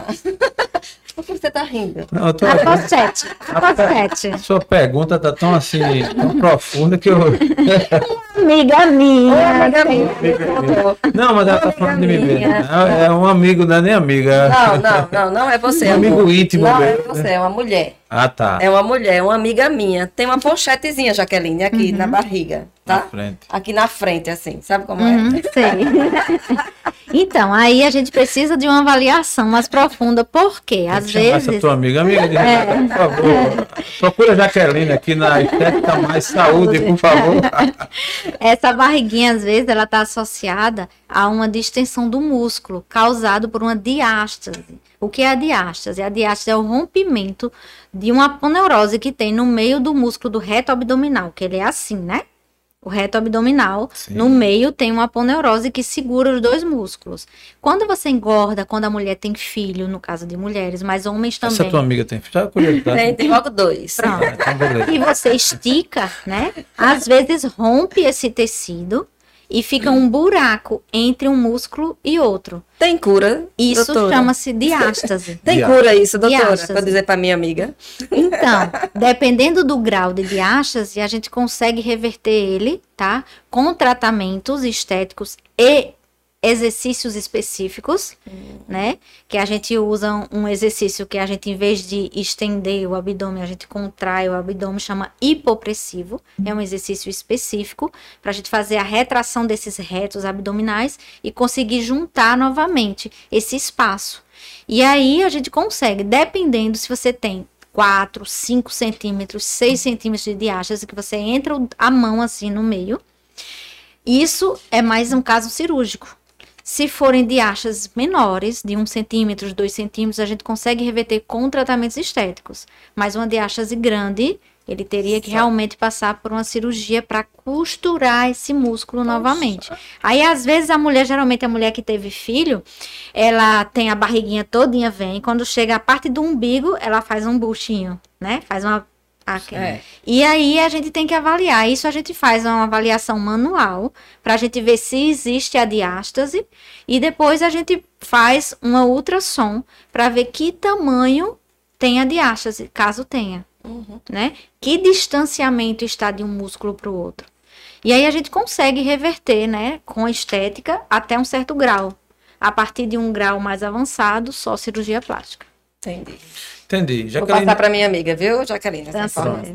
Por que você tá rindo? Não, eu tô... A pochete, a pochete. A sua pergunta tá tão assim, tão profunda que eu... Amiga minha. Ô, amiga minha. Não, mas ela tá falando de mim mesmo. É um amigo, não é nem amiga. Não, não, não, não é você. Um amigo amor. íntimo não mesmo. Não é você, é uma mulher. Ah, tá. É uma mulher, uma amiga minha. Tem uma pochetezinha, Jaqueline, aqui uhum. na barriga, tá? Na frente. Aqui na frente, assim. Sabe como uhum, é? Sei. Então, aí a gente precisa de uma avaliação mais profunda, porque às vezes... Essa tua amiga, amiga de é. por favor, procura a Jaqueline aqui na Estética Mais Saúde, por favor. Essa barriguinha, às vezes, ela está associada a uma distensão do músculo, causado por uma diástase. O que é a diástase? A diástase é o rompimento de uma aponeurose que tem no meio do músculo do reto abdominal, que ele é assim, né? O reto abdominal, Sim. no meio tem uma aponeurose que segura os dois músculos. Quando você engorda, quando a mulher tem filho, no caso de mulheres, mas homens também. Essa tua amiga tem filho? Tem, tem logo dois. Pronto. É, e você estica, né? Às vezes rompe esse tecido e fica um buraco entre um músculo e outro. Tem cura, Isso chama-se diástase. Tem diástase. cura isso, doutora, para dizer para minha amiga. Então, dependendo do grau de diástase, a gente consegue reverter ele, tá? Com tratamentos estéticos e exercícios específicos, hum. né? Que a gente usa um exercício que a gente, em vez de estender o abdômen, a gente contrai o abdômen, chama hipopressivo. É um exercício específico para a gente fazer a retração desses retos abdominais e conseguir juntar novamente esse espaço. E aí a gente consegue, dependendo se você tem quatro, cinco centímetros, seis centímetros de diástase, que você entra a mão assim no meio. Isso é mais um caso cirúrgico. Se forem diástases menores, de um centímetro, dois centímetros, a gente consegue reverter com tratamentos estéticos. Mas uma diástase grande, ele teria que realmente passar por uma cirurgia para costurar esse músculo Nossa. novamente. Aí, às vezes, a mulher, geralmente a mulher que teve filho, ela tem a barriguinha todinha, vem, quando chega a parte do umbigo, ela faz um buchinho, né? Faz uma... Okay. É. E aí a gente tem que avaliar. Isso a gente faz uma avaliação manual para a gente ver se existe a diástase e depois a gente faz uma ultrassom para ver que tamanho tem a diástase, caso tenha, uhum. né? Que distanciamento está de um músculo para o outro. E aí a gente consegue reverter, né, com estética até um certo grau. A partir de um grau mais avançado, só cirurgia plástica. Entendi. Entendi. Jaqueline... Vou passar para minha amiga, viu, Jaqueline? Tá Pronto,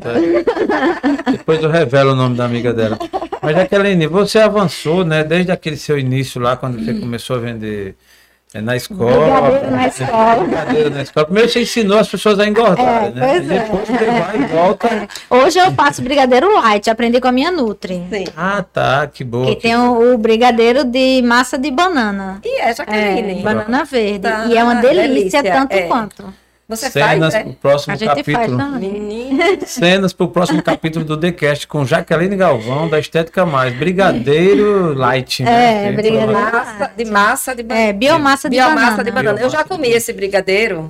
é. Depois eu revelo o nome da amiga dela. Mas, Jaqueline, você avançou, né? Desde aquele seu início lá, quando você começou a vender é, na escola. Brigadeiro na escola. Brigadeiro na escola. Primeiro você ensinou as pessoas a engordarem, é, né? E depois é. você vai e volta. É. Hoje eu faço brigadeiro light, aprendi com a minha Nutri. Sim. Ah, tá, que boa. Que, que tem o, o brigadeiro de massa de banana. E é, Jaqueline. É, banana verde. Tá. E é uma delícia, delícia tanto é. quanto. Você Cenas faz, pro próximo a gente capítulo. Faz Cenas pro próximo capítulo do TheCast com Jaqueline Galvão, da Estética Mais. Brigadeiro light, né? É, brigadeiro massa, de massa de banana. É, biomassa de biomassa banana. de banana. Eu já comi esse brigadeiro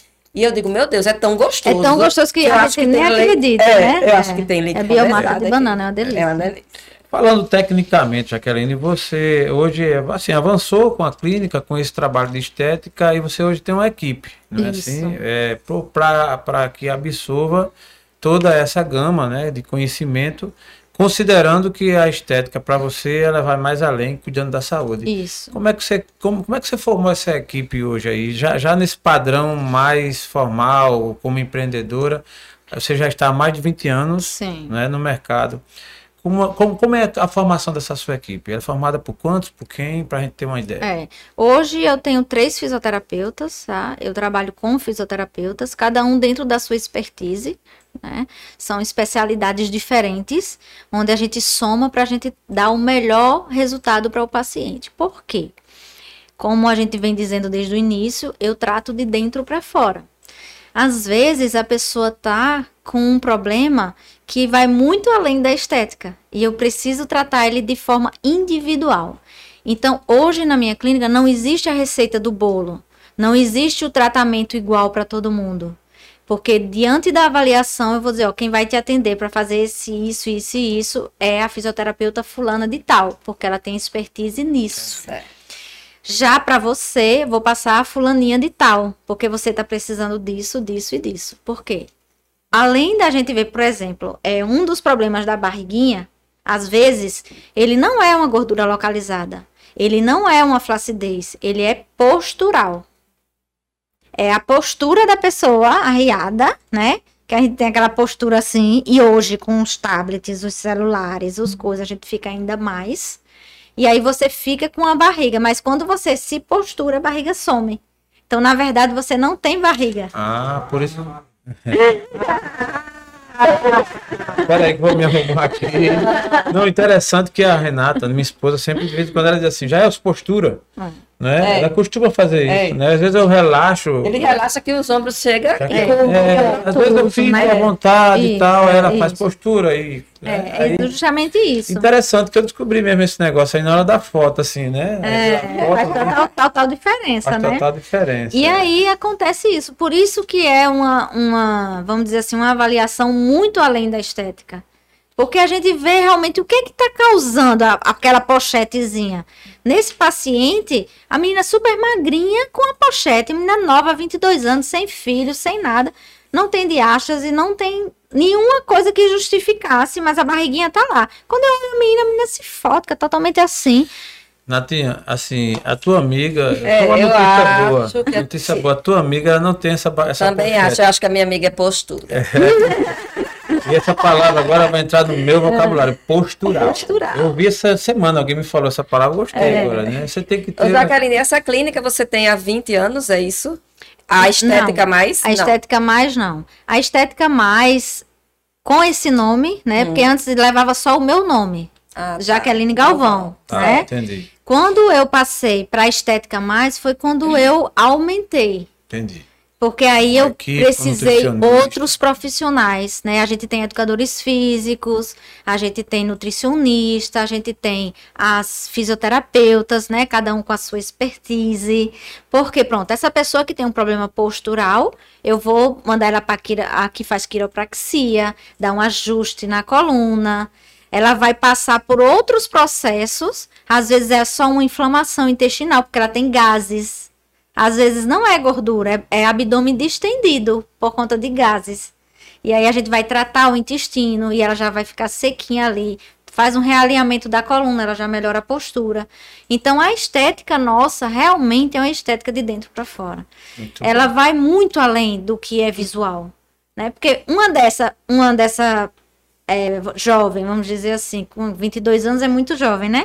e eu digo, meu Deus, é tão gostoso. É tão gostoso que eu a acho gente que nem acredita, é, né? Eu é. acho que tem leite É biomassa de aqui. banana, é uma delícia. É uma delícia. Falando tecnicamente, Jaqueline, você hoje assim, avançou com a clínica, com esse trabalho de estética, e você hoje tem uma equipe, não é assim? É, para que absorva toda essa gama, né, de conhecimento, considerando que a estética para você ela vai mais além, cuidando da saúde. Isso. Como é que você, como, como é que você formou essa equipe hoje aí? Já, já nesse padrão mais formal, como empreendedora, você já está há mais de vinte anos Sim. né, no mercado. Como, como, como é a formação dessa sua equipe? Ela é formada por quantos, por quem, para a gente ter uma ideia? É. Hoje eu tenho três fisioterapeutas, tá? Eu trabalho com fisioterapeutas, cada um dentro da sua expertise, né? São especialidades diferentes, onde a gente soma para a gente dar o melhor resultado para o paciente. Por quê? Como a gente vem dizendo desde o início, eu trato de dentro para fora. Às vezes a pessoa tá com um problema que vai muito além da estética e eu preciso tratar ele de forma individual. Então, hoje na minha clínica não existe a receita do bolo, não existe o tratamento igual para todo mundo. Porque diante da avaliação eu vou dizer, ó, quem vai te atender para fazer esse, isso, isso e isso é a fisioterapeuta fulana de tal, porque ela tem expertise nisso. É. Já para você, vou passar a fulaninha de tal, porque você está precisando disso, disso e disso. Por quê? Além da gente ver, por exemplo, é um dos problemas da barriguinha, às vezes, ele não é uma gordura localizada, ele não é uma flacidez, ele é postural. É a postura da pessoa arriada, né? Que a gente tem aquela postura assim, e hoje com os tablets, os celulares, as coisas, a gente fica ainda mais. E aí você fica com a barriga, mas quando você se postura, a barriga some. Então, na verdade, você não tem barriga. Ah, por isso... Espera aí que eu vou me arrumar aqui. Não, interessante que a Renata, minha esposa, sempre de vez em quando ela diz assim, já é as posturas, né? É. Ela costuma fazer É. isso, né? Às vezes eu relaxo. Ele relaxa que os ombros chegam aqui. É, com- é, às vezes eu fico né? à vontade e Isso, tal, aí ela isso. faz postura e... É, aí- é justamente isso. Interessante que eu descobri mesmo esse negócio aí na hora da foto, assim, né? É, A foto faz total, total diferença, faz né? total diferença. E é. aí acontece isso. Por isso que é uma, uma, vamos dizer assim, uma avaliação muito além da estética. Porque a gente vê realmente o que é que está causando a- aquela pochetezinha. Nesse paciente, a menina super magrinha com a pochete, menina nova, vinte e dois anos, sem filho, sem nada, não tem diastase, não tem nenhuma coisa que justificasse, mas a barriguinha tá lá. Quando eu olho a menina, a menina se foca totalmente assim. Natinha, assim, a tua amiga, É, uma eu notícia boa, acho que é notícia sim. boa, a tua amiga ela não tem essa ba- essa Também pochete. acho, eu acho que a minha amiga é postura. E essa palavra agora vai entrar no meu vocabulário, postural. Postural. Eu ouvi essa semana, alguém me falou essa palavra, eu gostei agora, né? Você tem que Ô, ter... Jaqueline, essa clínica você tem há vinte anos, é isso? A estética Não, mais? A Não. estética mais não. A estética mais com esse nome, né? Porque antes levava só o meu nome, Ah, tá. Jaqueline Galvão, Tá, né? entendi, Quando eu passei para a estética mais foi quando eu aumentei. entendi. Porque aí Uma eu equipe, precisei nutricionista. outros profissionais, né? A gente tem educadores físicos, a gente tem nutricionista, a gente tem as fisioterapeutas, né? Cada um com a sua expertise. Porque, pronto, essa pessoa que tem um problema postural, eu vou mandar ela para a que faz quiropraxia, dar um ajuste na coluna. Ela vai passar por outros processos, às vezes é só uma inflamação intestinal, porque ela tem gases. Às vezes não é gordura, é, é abdômen distendido por conta de gases. E aí a gente vai tratar o intestino e ela já vai ficar sequinha ali. Faz um realinhamento da coluna, ela já melhora a postura. Então a estética nossa realmente é uma estética de dentro para fora. Muito Ela bom. vai muito além do que é visual, né? Porque uma dessa, uma dessa é, jovem, vamos dizer assim, com vinte e dois anos é muito jovem, né?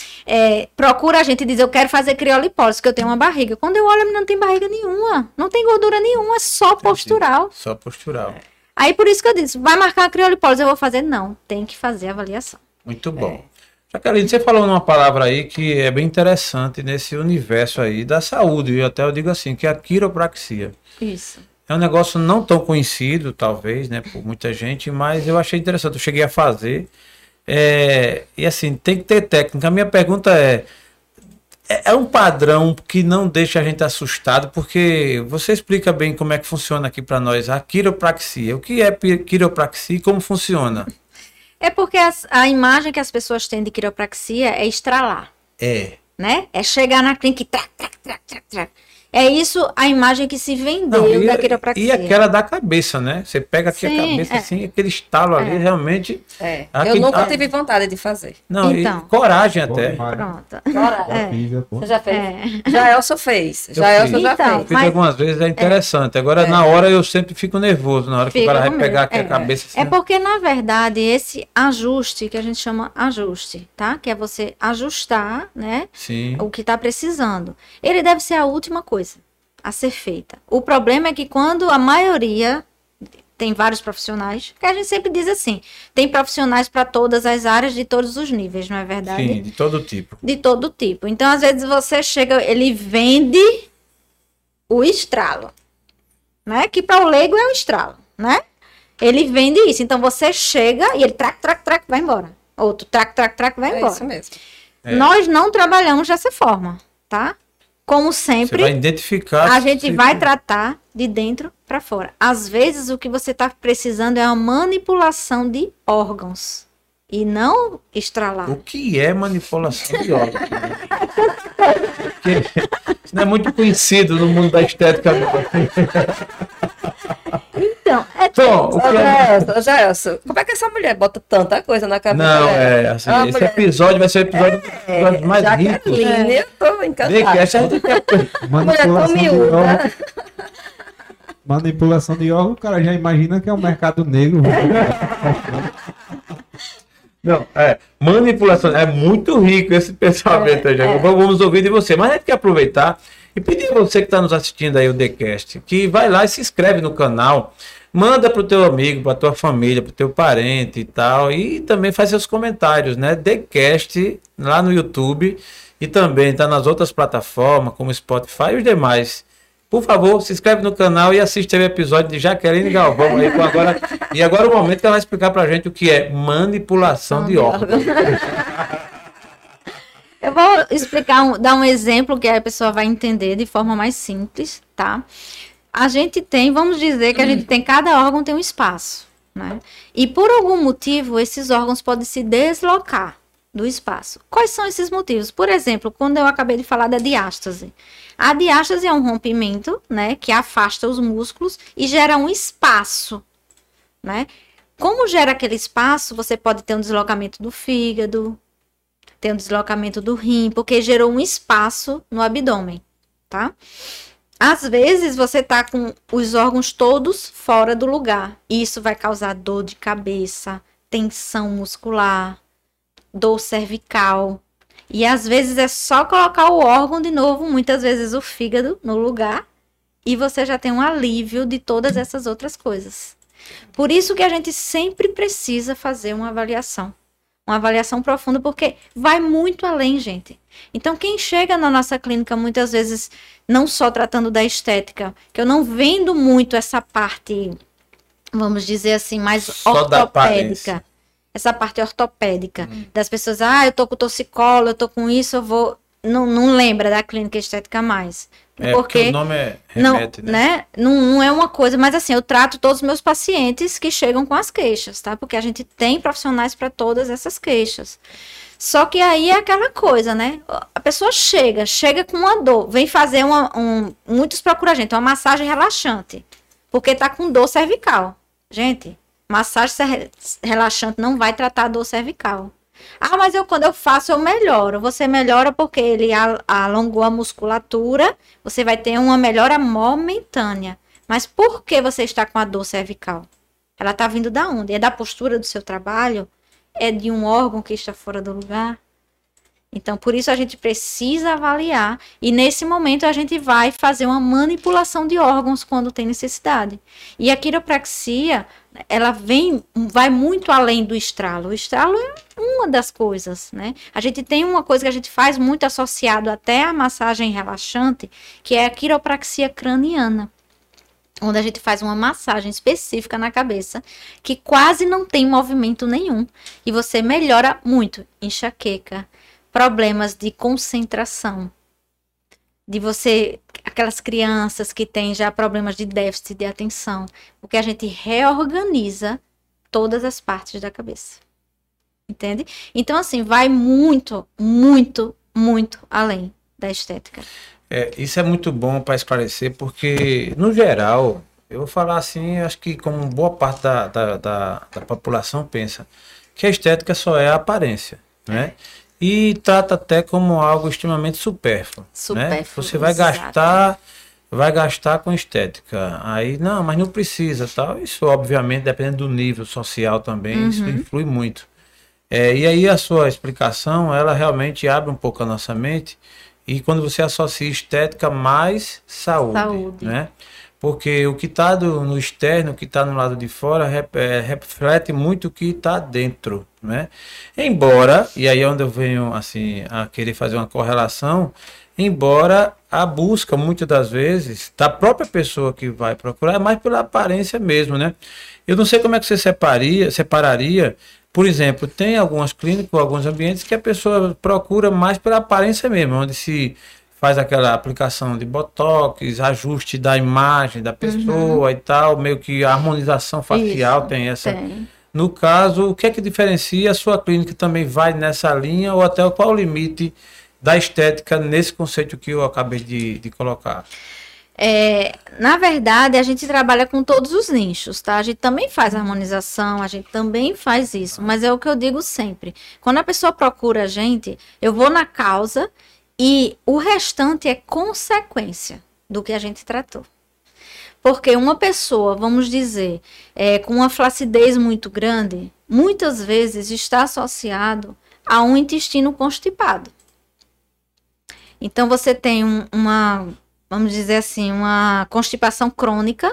É, procura a gente e diz, eu quero fazer criolipólise, porque eu tenho uma barriga. Quando eu olho, a menina não tem barriga nenhuma, não tem gordura nenhuma, é só postural. Só postural. Aí por isso que eu disse, vai marcar a criolipólise, eu vou fazer? Não, tem que fazer a avaliação. Muito bom. Jaqueline, você falou numa palavra aí que é bem interessante nesse universo aí da saúde, e até eu digo assim, que é a quiropraxia. Isso. É um negócio não tão conhecido, talvez, né, por muita gente, mas eu achei interessante, eu cheguei a fazer. É, e assim, tem que ter técnica. A minha pergunta é, é, é um padrão que não deixa a gente assustado, porque você explica bem como é que funciona aqui para nós a quiropraxia. O que é pi- quiropraxia e como funciona? É porque as- a imagem que as pessoas têm de quiropraxia é estralar, É. né? É chegar na clínica e trac, trac, trac, trac, trac. É isso a imagem que se vendeu Não, e, da quiropraxia. e aquela da cabeça, né? Você pega aqui Sim, a cabeça é. assim, aquele estalo ali, realmente. É. Aqui- Eu nunca ah, tive vontade de fazer. Não, Então. e coragem até. Pronto. Coragem. Você já fez? É. Já Elson fez. Eu Já fiz. Elson já Então, Eu fez. fiz Mas- algumas vezes, é interessante. Agora, na hora, eu sempre fico nervoso, na hora que o Fica cara vai comigo, pegar aqui é. a cabeça assim. É porque, na verdade, esse ajuste, que a gente chama ajuste, tá? Que é você ajustar, né? Sim. O que está precisando. Ele deve ser a última coisa a ser feita. O problema é que quando a maioria, tem vários profissionais, que a gente sempre diz assim, tem profissionais para todas as áreas, de todos os níveis, não é verdade? Sim, de todo tipo. De todo tipo. Então, às vezes, você chega, ele vende o estralo, né? Que para o leigo é o estralo, né? Ele vende isso. Então, você chega e ele trac, trac, trac, vai embora. Outro trac, trac, trac, vai É embora. isso mesmo. É. Nós não trabalhamos dessa forma, tá? Como Você sempre, vai identificar. a gente se- vai tratar de dentro para fora. Às vezes, o que você está precisando é uma manipulação de órgãos e não estralar. O que é manipulação de órgãos? Porque isso não é muito conhecido no mundo da estética. Então, é Então, o Ô, que é... Jaelson, ô, Jaelson, como é que essa mulher bota tanta coisa na cabeça Não, dela? é assim, Ah, esse mulher, episódio vai ser o episódio, episódio mais rico. Jaqueline, eu tô encantada. Vê que essa a gente quer- Mulher tão Manipulação de miúda. órgão. Manipulação de órgão, o cara já imagina que é um mercado negro. Não, é, manipulação, é muito rico esse pensamento, é, é. Vamos ouvir de você, mas a gente quer aproveitar e pedir a você que está nos assistindo aí o TheCast, que vai lá e se inscreve no canal, manda para o teu amigo, para tua família, para o teu parente e tal, e também faz seus comentários, né? TheCast lá no YouTube e também está nas outras plataformas como Spotify e os demais. Por favor, se inscreve no canal e assiste o episódio de Jaqueline Galvão. Aí, agora, e agora o momento que ela vai explicar pra gente o que é manipulação de órgãos. Eu vou explicar, um, dar um exemplo que a pessoa vai entender de forma mais simples, tá? A gente tem, vamos dizer que a gente tem, cada órgão tem um espaço, né? E por algum motivo, esses órgãos podem se deslocar do espaço. Quais são esses motivos? Por exemplo, quando eu acabei de falar da diástase. A diástase é um rompimento, né, que afasta os músculos e gera um espaço, né? Como gera aquele espaço, você pode ter um deslocamento do fígado, ter um deslocamento do rim, porque gerou um espaço no abdômen, tá? Às vezes você tá com os órgãos todos fora do lugar. Isso vai causar dor de cabeça, tensão muscular, dor cervical. E às vezes é só colocar o órgão de novo, muitas vezes o fígado, no lugar, e você já tem um alívio de todas essas outras coisas. Por isso que a gente sempre precisa fazer uma avaliação. Uma avaliação profunda, porque vai muito além, gente. Então, quem chega na nossa clínica, muitas vezes, não só tratando da estética, que eu não vendo muito essa parte, vamos dizer assim, mais só ortopédica. Essa parte ortopédica, hum. das pessoas, ah, eu tô com torcicolo, eu tô com isso, eu vou... Não, não lembra da clínica estética mais. É, porque, porque o nome é remete, não, né? né? Não, não é uma coisa, mas assim, eu trato todos os meus pacientes que chegam com as queixas, tá? Porque a gente tem profissionais para todas essas queixas. Só que aí é aquela coisa, né? A pessoa chega, chega com uma dor, vem fazer uma... Um, muitos procuram a gente, uma massagem relaxante, porque tá com dor cervical. Gente... Massagem relaxante não vai tratar a dor cervical. Ah, mas eu, quando eu faço, eu melhoro. Você melhora porque ele alongou a musculatura, você vai ter uma melhora momentânea. Mas por que você está com a dor cervical? Ela está vindo da onde? É da postura do seu trabalho? É de um órgão que está fora do lugar? Então, por isso a gente precisa avaliar, e nesse momento a gente vai fazer uma manipulação de órgãos quando tem necessidade. E a quiropraxia, ela vem, vai muito além do estralo. O estralo é uma das coisas, né? A gente tem uma coisa que a gente faz muito associado até à massagem relaxante, que é a quiropraxia craniana, onde a gente faz uma massagem específica na cabeça, que quase não tem movimento nenhum, e você melhora muito enxaqueca, problemas de concentração, de você, aquelas crianças que têm já problemas de déficit de atenção, porque a gente reorganiza todas as partes da cabeça, entende? Então, assim, vai muito, muito, muito além da estética. É, isso é muito bom para esclarecer, porque, no geral, eu vou falar assim, acho que como boa parte da, da, da, da população pensa, que a estética só é a aparência, né? E trata até como algo extremamente supérfluo, supérfluo, né? Você vai exato. gastar, vai gastar com estética. Aí, não, mas não precisa, tal. Isso, obviamente, dependendo do nível social também, uhum. isso influi muito. É, e aí a sua explicação, ela realmente abre um pouco a nossa mente, e quando você associa estética mais saúde, saúde. né? Porque o que está no externo, o que está no lado de fora, rep, é, reflete muito o que está dentro, né? Embora, e aí é onde eu venho assim, a querer fazer uma correlação, embora a busca, muitas das vezes, da própria pessoa que vai procurar, é mais pela aparência mesmo, né? Eu não sei como é que você separia, separaria, por exemplo, tem algumas clínicas, alguns ambientes que a pessoa procura mais pela aparência mesmo, onde se faz aquela aplicação de botox, ajuste da imagem da pessoa uhum. e tal, meio que a harmonização facial. Isso, tem essa. Tem. No caso, o que é que diferencia? A sua clínica também vai nessa linha, ou até qual o limite da estética nesse conceito que eu acabei de, de colocar? É, na verdade, a gente trabalha com todos os nichos, tá? A gente também faz harmonização, a gente também faz isso, mas é o que eu digo sempre. Quando a pessoa procura a gente, eu vou na causa e o restante é consequência do que a gente tratou. Porque uma pessoa, vamos dizer, é, com uma flacidez muito grande, muitas vezes está associado a um intestino constipado. Então, você tem um, uma, vamos dizer assim, uma constipação crônica,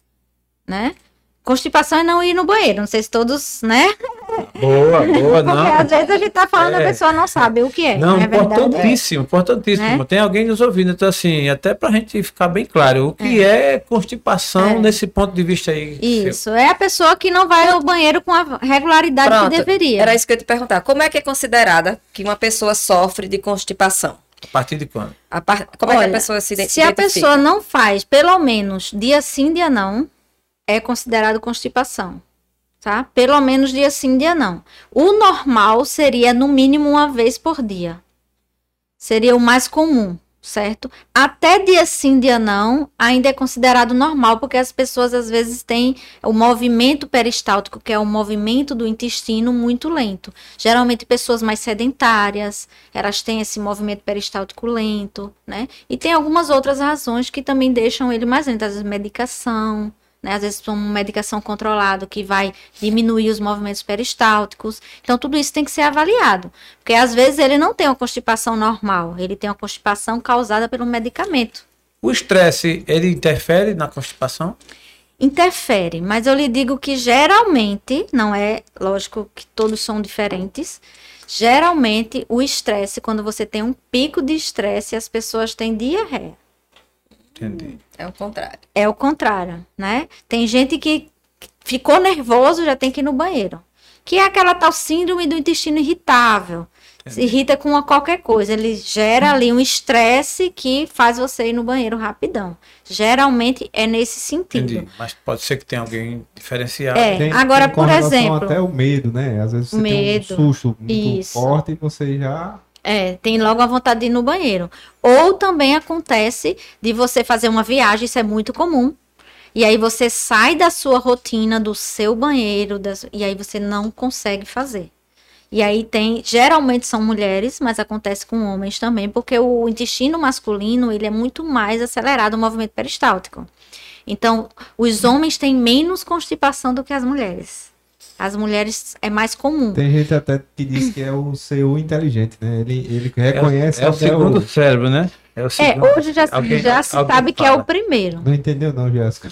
né? Constipação é não ir no banheiro, não sei se todos, né? Boa, boa, não. Porque às vezes a gente tá falando, É. a pessoa não sabe o que é. Não, é verdade? importantíssimo, importantíssimo. Né? Tem alguém nos ouvindo, então assim, até pra gente ficar bem claro, o que é, constipação É. nesse ponto de vista aí? seu? Isso, é a pessoa que não vai ao banheiro com a regularidade Pronto, que deveria. era isso que eu ia te perguntar. Como é que é considerada que uma pessoa sofre de constipação? A partir de quando? A par... Como é Olha, que a pessoa se ident- se a identifica? pessoa não faz pelo menos dia sim, dia não, é considerado constipação, tá? Pelo menos dia sim, dia não. O normal seria no mínimo uma vez por dia. Seria o mais comum, certo? Até dia sim, dia não, ainda é considerado normal, porque as pessoas às vezes têm o movimento peristáltico, que é o movimento do intestino, muito lento. Geralmente pessoas mais sedentárias, elas têm esse movimento peristáltico lento, né? E tem algumas outras razões que também deixam ele mais lento, às vezes medicação, né? Às vezes uma medicação controlada que vai diminuir os movimentos peristálticos. Então, tudo isso tem que ser avaliado. Porque, às vezes, ele não tem uma constipação normal. Ele tem uma constipação causada pelo medicamento. O estresse, ele interfere na constipação? Interfere, mas eu lhe digo que geralmente, não é lógico que todos são diferentes, geralmente o estresse, quando você tem um pico de estresse, as pessoas têm diarreia. Entendi. É o contrário. É o contrário, né? Tem gente que ficou nervoso, já tem que ir no banheiro. Que é aquela tal síndrome do intestino irritável. Se irrita com uma qualquer coisa. Ele gera ali um estresse que faz você ir no banheiro rapidão. Geralmente é nesse sentido. Entendi. Mas pode ser que tenha alguém diferenciado. É. Tem, Agora, tem com por relação exemplo- até o medo, né? Às vezes você Medo. tem um susto muito Isso. forte e você já... É, tem logo a vontade de ir no banheiro. Ou também acontece de você fazer uma viagem, isso é muito comum. E aí você sai da sua rotina, do seu banheiro, das- e aí você não consegue fazer. E aí tem, geralmente são mulheres, mas acontece com homens também, porque o intestino masculino, ele é muito mais acelerado o movimento peristáltico. Então, os homens têm menos constipação do que as mulheres. As mulheres é mais comum. Tem gente até que diz que é o C U inteligente, né? Ele, ele reconhece É, o- é o até segundo o... cérebro, né? É, o É, segundo. hoje já, Alguém- já se alguém sabe que é fala. o primeiro. Não entendeu não, Jéssica.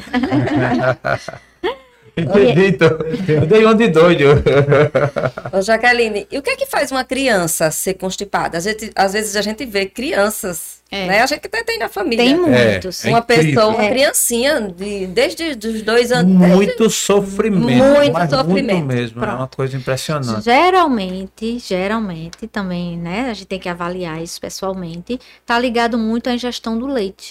Entendi, então. Eu dei um de doido. Ô, Jaqueline, e o que é que faz uma criança ser constipada? A gente, às vezes a gente vê crianças, É. né? A gente até tem na família. Tem muitos. É Uma incrível. pessoa, uma É. criancinha, de, desde os dois anos. Muito sofrimento. Muito mas sofrimento. Muito mesmo. É Pronto. uma coisa impressionante. Geralmente, geralmente também, né? A gente tem que avaliar isso pessoalmente. Tá ligado muito à ingestão do leite.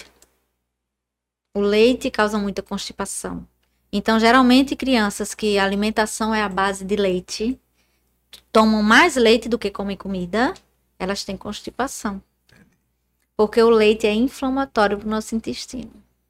O leite causa muita constipação. Então, geralmente, crianças que a alimentação é a base de leite, tomam mais leite do que comem comida, elas têm constipação. Porque o leite é inflamatório para o nosso intestino.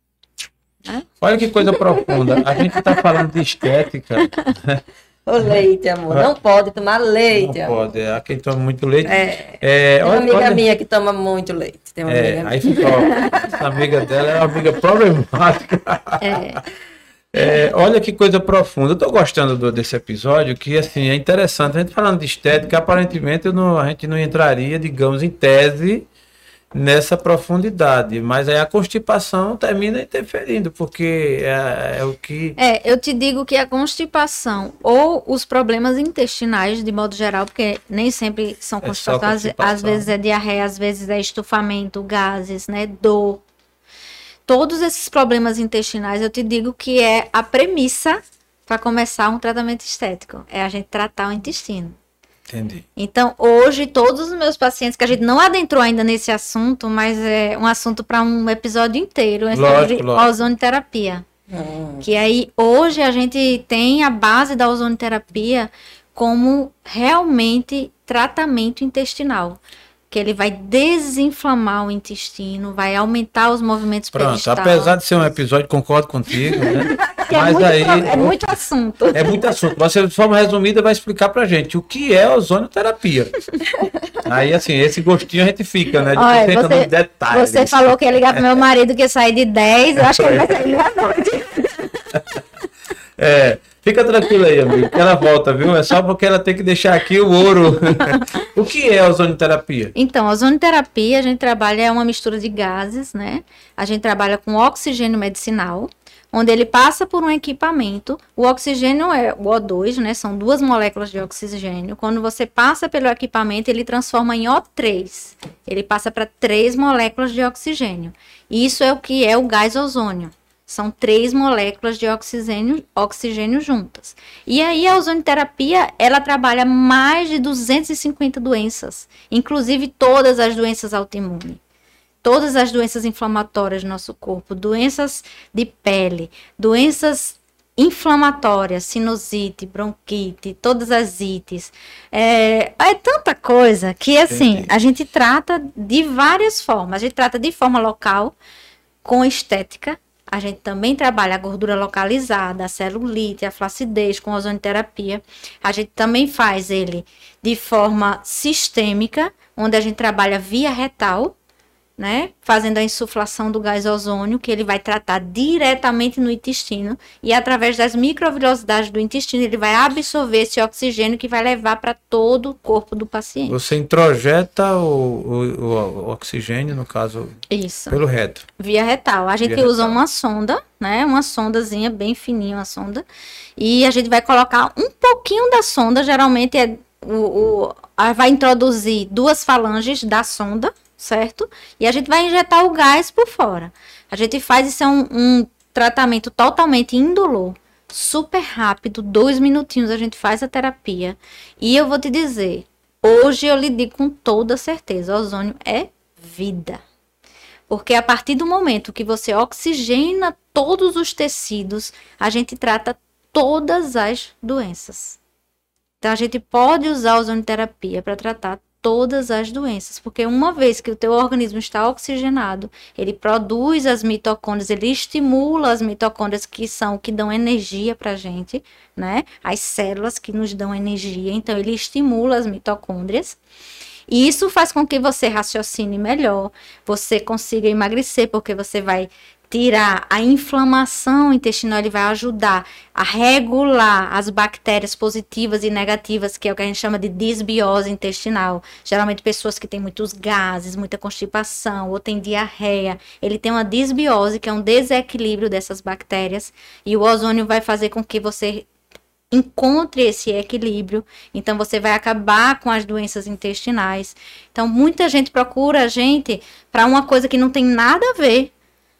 Olha que coisa profunda. A gente está falando de estética. O leite, amor. Não pode tomar leite, Não amor. pode. Há quem toma muito leite. É. É, Tem uma olha- amiga olha- minha que toma muito leite. Tem uma É, amiga aí ficou. Essa amiga dela é uma amiga problemática. É, É, olha que coisa profunda. Eu tô gostando do- desse episódio, que assim, é interessante. A gente falando de estética, aparentemente eu não- a gente não entraria, digamos, em tese nessa profundidade. Mas aí a constipação termina interferindo, porque é, é o que. É, eu te digo que a constipação ou os problemas intestinais, de modo geral, porque nem sempre são É só constipação, às, constipação. às vezes é diarreia, às vezes é estufamento, gases, né, dor. Todos esses problemas intestinais, eu te digo que é a premissa para começar um tratamento estético, é a gente tratar o intestino. Entendi. Então, hoje, todos os meus pacientes, que a gente não adentrou ainda nesse assunto, mas é um assunto para um episódio inteiro, é Lógico, sobre lógico. ozonoterapia. Hum. Que aí, hoje, a gente tem a base da ozonoterapia como realmente tratamento intestinal. Que ele vai desinflamar o intestino, vai aumentar os movimentos Pronto, peristálticos. apesar de ser um episódio, concordo contigo, né? porque é muito, aí, é muito assunto. É muito assunto. Você, de forma resumida, vai explicar pra gente o que é ozonioterapia. Aí, assim, esse gostinho a gente fica, né? De Olha, você, você, detalhes. você falou que ia ligar pro meu marido que ia sair de dez, eu acho que ele vai sair meia-noite. É, fica tranquilo aí, amigo, que ela volta, viu? É só porque ela tem que deixar aqui o ouro. O que é ozonioterapia? Então, a ozonioterapia, a gente trabalha, é uma mistura de gases, né? A gente trabalha com oxigênio medicinal, onde ele passa por um equipamento. O oxigênio é o O dois, né? São duas moléculas de oxigênio. Quando você passa pelo equipamento, ele transforma em O três. Ele passa para três moléculas de oxigênio. Isso é o que é o gás ozônio. São três moléculas de oxigênio, oxigênio juntas. E aí a ozonioterapia, ela trabalha mais de duzentas e cinquenta doenças, inclusive todas as doenças autoimunes, todas as doenças inflamatórias do nosso corpo, doenças de pele, doenças inflamatórias, sinusite, bronquite, todas as ites. É, é tanta coisa que, assim, Entendi. A gente trata de várias formas. A gente trata de forma local, com estética. A gente também trabalha a gordura localizada, a celulite, a flacidez com ozonioterapia. A gente também faz ele de forma sistêmica, onde a gente trabalha via retal, né? Fazendo a insuflação do gás ozônio, que ele vai tratar diretamente no intestino. E através das microvilosidades do intestino, ele vai absorver esse oxigênio que vai levar para todo o corpo do paciente. Você introjeta o, o, o oxigênio, no caso, Isso. pelo reto. Via retal. A gente Via usa retal. uma sonda, né? Uma sondazinha bem fininha, uma sonda. E a gente vai colocar um pouquinho da sonda, geralmente é o, o, a, vai introduzir duas falanges da sonda, certo? E a gente vai injetar o gás por fora. A gente faz isso é um, um tratamento totalmente indolor, super rápido, dois minutinhos a gente faz a terapia. E eu vou te dizer, hoje eu lhe digo com toda certeza, o ozônio é vida. Porque a partir do momento que você oxigena todos os tecidos, a gente trata todas as doenças. Então, a gente pode usar a ozonioterapia para tratar todas as doenças, porque uma vez que o teu organismo está oxigenado, ele produz as mitocôndrias, ele estimula as mitocôndrias que são o que dão energia para a gente, né? As células que nos dão energia, então ele estimula as mitocôndrias. E isso faz com que você raciocine melhor, você consiga emagrecer, porque você vai tirar a inflamação intestinal, ele vai ajudar a regular as bactérias positivas e negativas, que é o que a gente chama de disbiose intestinal. Geralmente pessoas que têm muitos gases, muita constipação ou têm diarreia, ele tem uma disbiose, que é um desequilíbrio dessas bactérias, e o ozônio vai fazer com que você encontre esse equilíbrio, então você vai acabar com as doenças intestinais. Então muita gente procura a gente para uma coisa que não tem nada a ver.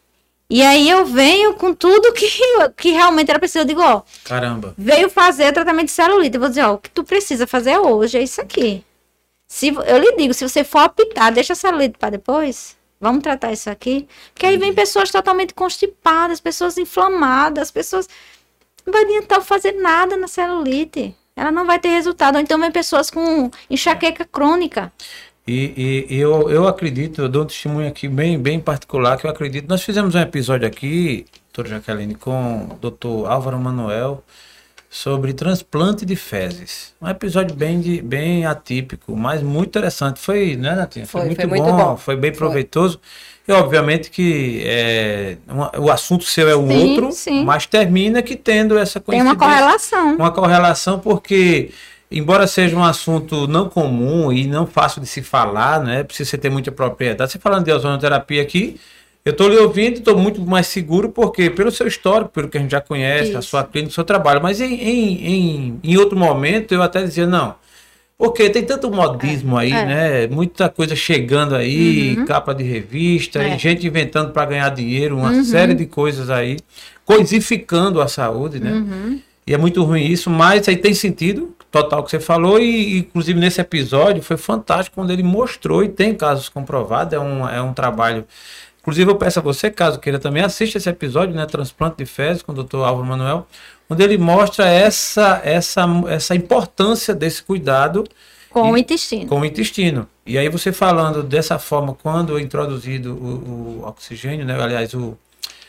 E aí eu venho com tudo que, que realmente era preciso. Eu digo, ó, caramba, veio fazer tratamento de celulite. Eu vou dizer, ó, o que tu precisa fazer hoje é isso aqui. Se, eu lhe digo, se você for optar, deixa a celulite para depois, vamos tratar isso aqui. Porque aí vem pessoas totalmente constipadas, pessoas inflamadas, pessoas... Não vai adiantar fazer nada na celulite. Ela não vai ter resultado. Ou então vem pessoas com enxaqueca crônica. E, e, e eu, eu acredito, eu dou um testemunho aqui bem, bem particular, que eu acredito. Nós fizemos um episódio aqui, doutora Jaqueline, com o doutor Álvaro Manuel, sobre transplante de fezes. Um episódio bem, de, bem atípico, mas muito interessante. Foi, né, Natinha? Foi, foi, muito, foi muito bom, bom, foi bem proveitoso. Foi. E obviamente que é, uma, o assunto seu é o sim, outro, sim. Mas termina que tendo essa coincidência. Tem uma correlação. Uma correlação porque... Embora seja um assunto não comum e não fácil de se falar, né? Precisa você ter muita propriedade. Você falando de ozonioterapia aqui, eu estou lhe ouvindo e estou muito mais seguro, porque pelo seu histórico, pelo que a gente já conhece, isso. A sua clínica, o seu trabalho. Mas em, em, em, em outro momento eu até dizia, não, porque tem tanto modismo é, aí, é. né? Muita coisa chegando aí, uhum. Capa de revista, é. Gente inventando para ganhar dinheiro, uma uhum. série de coisas aí, coisificando a saúde, né? Uhum. E é muito ruim isso, mas aí tem sentido total que você falou, e inclusive nesse episódio foi fantástico quando ele mostrou, e tem casos comprovados, é um, é um trabalho. Inclusive eu peço a você, caso queira também, assista esse episódio, né, Transplante de Fezes, com o doutor Álvaro Manuel, onde ele mostra essa, essa, essa importância desse cuidado com e, o intestino. Com o intestino. E aí você falando dessa forma, quando é introduzido o, o oxigênio, né, aliás, o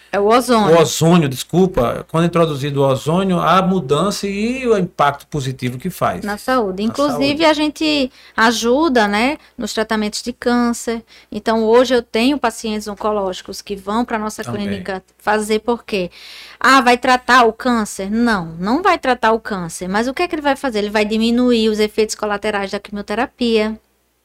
É o ozônio. O ozônio, desculpa, quando é introduzido o ozônio, há mudança e o impacto positivo que faz. Na saúde. Na Inclusive, saúde. a gente ajuda, né, nos tratamentos de câncer. Então, hoje eu tenho pacientes oncológicos que vão para a nossa Também. clínica fazer por quê? Ah, vai tratar o câncer? Não, não vai tratar o câncer. Mas o que é que ele vai fazer? Ele vai diminuir os efeitos colaterais da quimioterapia.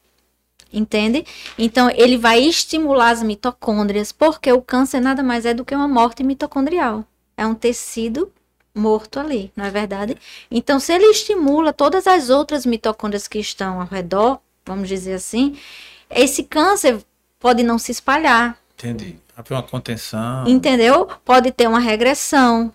Entende? Então, ele vai estimular as mitocôndrias, porque o câncer nada mais é do que uma morte mitocondrial. É um tecido morto ali, não é verdade? Então, se ele estimula todas as outras mitocôndrias que estão ao redor, vamos dizer assim, esse câncer pode não se espalhar. Entendi. Haver uma contenção. Entendeu? Pode ter uma regressão,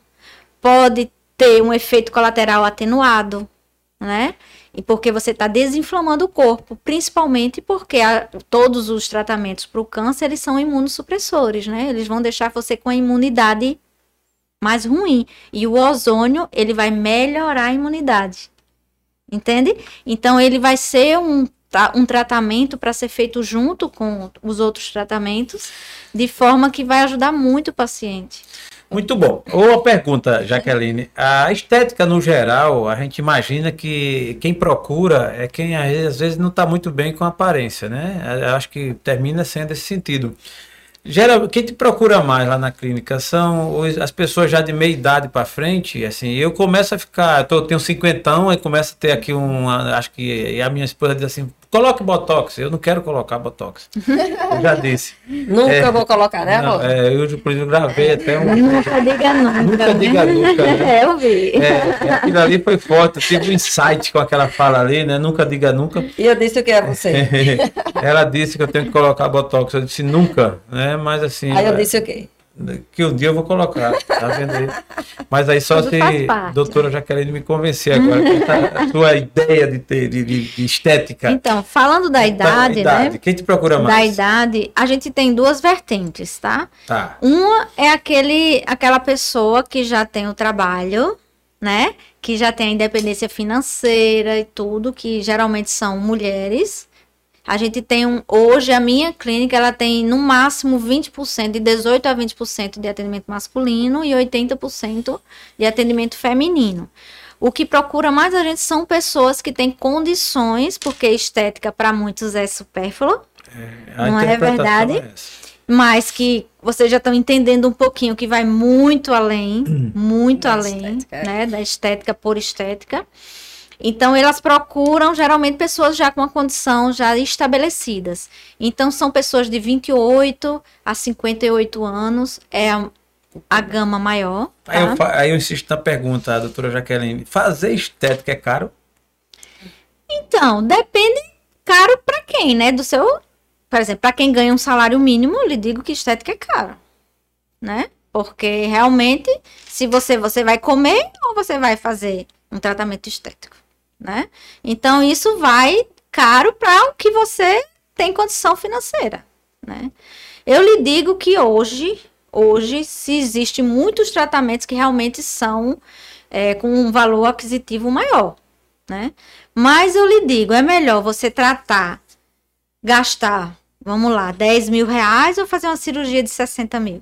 pode ter um efeito colateral atenuado, né? E porque você está desinflamando o corpo, principalmente porque a, todos os tratamentos para o câncer, eles são imunossupressores, né? Eles vão deixar você com a imunidade mais ruim. E o ozônio, ele vai melhorar a imunidade. Entende? Então, ele vai ser um, um tratamento para ser feito junto com os outros tratamentos, de forma que vai ajudar muito o paciente. Muito bom. Uma pergunta, Jaqueline. A estética, no geral, a gente imagina que quem procura é quem às vezes não está muito bem com a aparência, né? Eu acho que termina sendo esse sentido. Geral, quem te procura mais lá na clínica são os, as pessoas já de meia idade para frente. Assim, eu começo a ficar, eu tô, tenho cinquentão, e começo a ter aqui um, acho que a minha esposa diz assim, coloque botox. Eu não quero colocar botox. Eu já disse. Nunca é, vou colocar, né, amor? não, é, eu, por exemplo, gravei até um. Nunca diga nunca. Nunca né? diga nunca. Né? É, eu vi. É, e aquilo ali foi forte. Eu tive um insight com aquela fala ali, né? Nunca diga nunca. E eu disse o que é você. Ela disse que eu tenho que colocar botox. Eu disse nunca, né? Mas assim. Aí eu disse o quê? Que um dia eu vou colocar, tá vendo aí? Mas aí só Tudo se faz parte. doutora Jaqueline me convencer agora com essa sua ideia de, ter, de, de, de estética. Então, falando da idade, Da idade. né? Quem te procura Da mais? idade, a gente tem duas vertentes, tá? Tá. Uma é aquele, aquela pessoa que já tem o trabalho, né? Que já tem a independência financeira e tudo, que geralmente são mulheres. A gente tem um, hoje a minha clínica, ela tem no máximo vinte por cento, de dezoito a vinte por cento de atendimento masculino e oitenta por cento de atendimento feminino. O que procura mais a gente são pessoas que têm condições, porque estética para muitos é supérfluo, A não é interpretação verdade? é essa. Mas que vocês já estão entendendo um pouquinho que vai muito além, muito Da além, estética, é. né, da estética por estética. Então, elas procuram, geralmente, pessoas já com uma condição já estabelecidas. Então, são pessoas de vinte e oito a cinquenta e oito anos, é a, a gama maior. Tá? Aí, eu, fa- aí eu insisto na pergunta, doutora Jaqueline. Fazer estética é caro? Então, depende caro para quem, né? Do seu, por exemplo, para quem ganha um salário mínimo, eu lhe digo que estética é caro, né? Porque realmente, se você, você vai comer ou você vai fazer um tratamento estético, né? Então, isso vai caro para o que você tem condição financeira, né? Eu lhe digo que hoje, hoje, se existe muitos tratamentos que realmente são é, com um valor aquisitivo maior, né? Mas eu lhe digo, é melhor você tratar, gastar, vamos lá, dez mil reais ou fazer uma cirurgia de sessenta mil,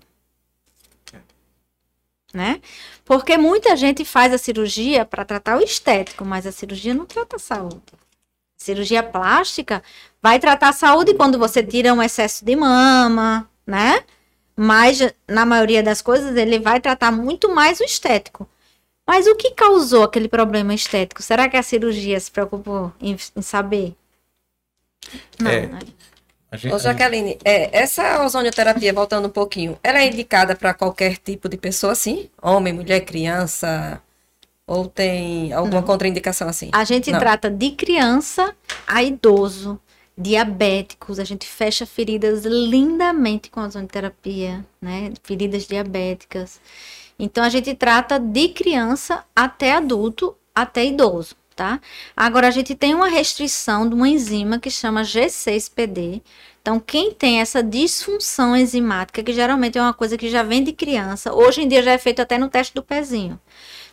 né? Porque muita gente faz a cirurgia para tratar o estético, mas a cirurgia não trata a saúde. Cirurgia plástica vai tratar a saúde quando você tira um excesso de mama, né? Mas, na maioria das coisas, ele vai tratar muito mais o estético. Mas o que causou aquele problema estético? Será que a cirurgia se preocupou em, em saber? Não, É. né? A gente, Ô, Jaqueline, é, essa ozonioterapia, voltando um pouquinho, ela é indicada para qualquer tipo de pessoa, sim? Homem, mulher, criança? Ou tem alguma contraindicação assim? A gente Não. trata de criança a idoso, diabéticos, a gente fecha feridas lindamente com a ozonioterapia, né? Feridas diabéticas. Então, a gente trata de criança até adulto, até idoso, tá? Agora, a gente tem uma restrição de uma enzima que chama G seis P D. Então, quem tem essa disfunção enzimática, que geralmente é uma coisa que já vem de criança, hoje em dia já é feito até no teste do pezinho.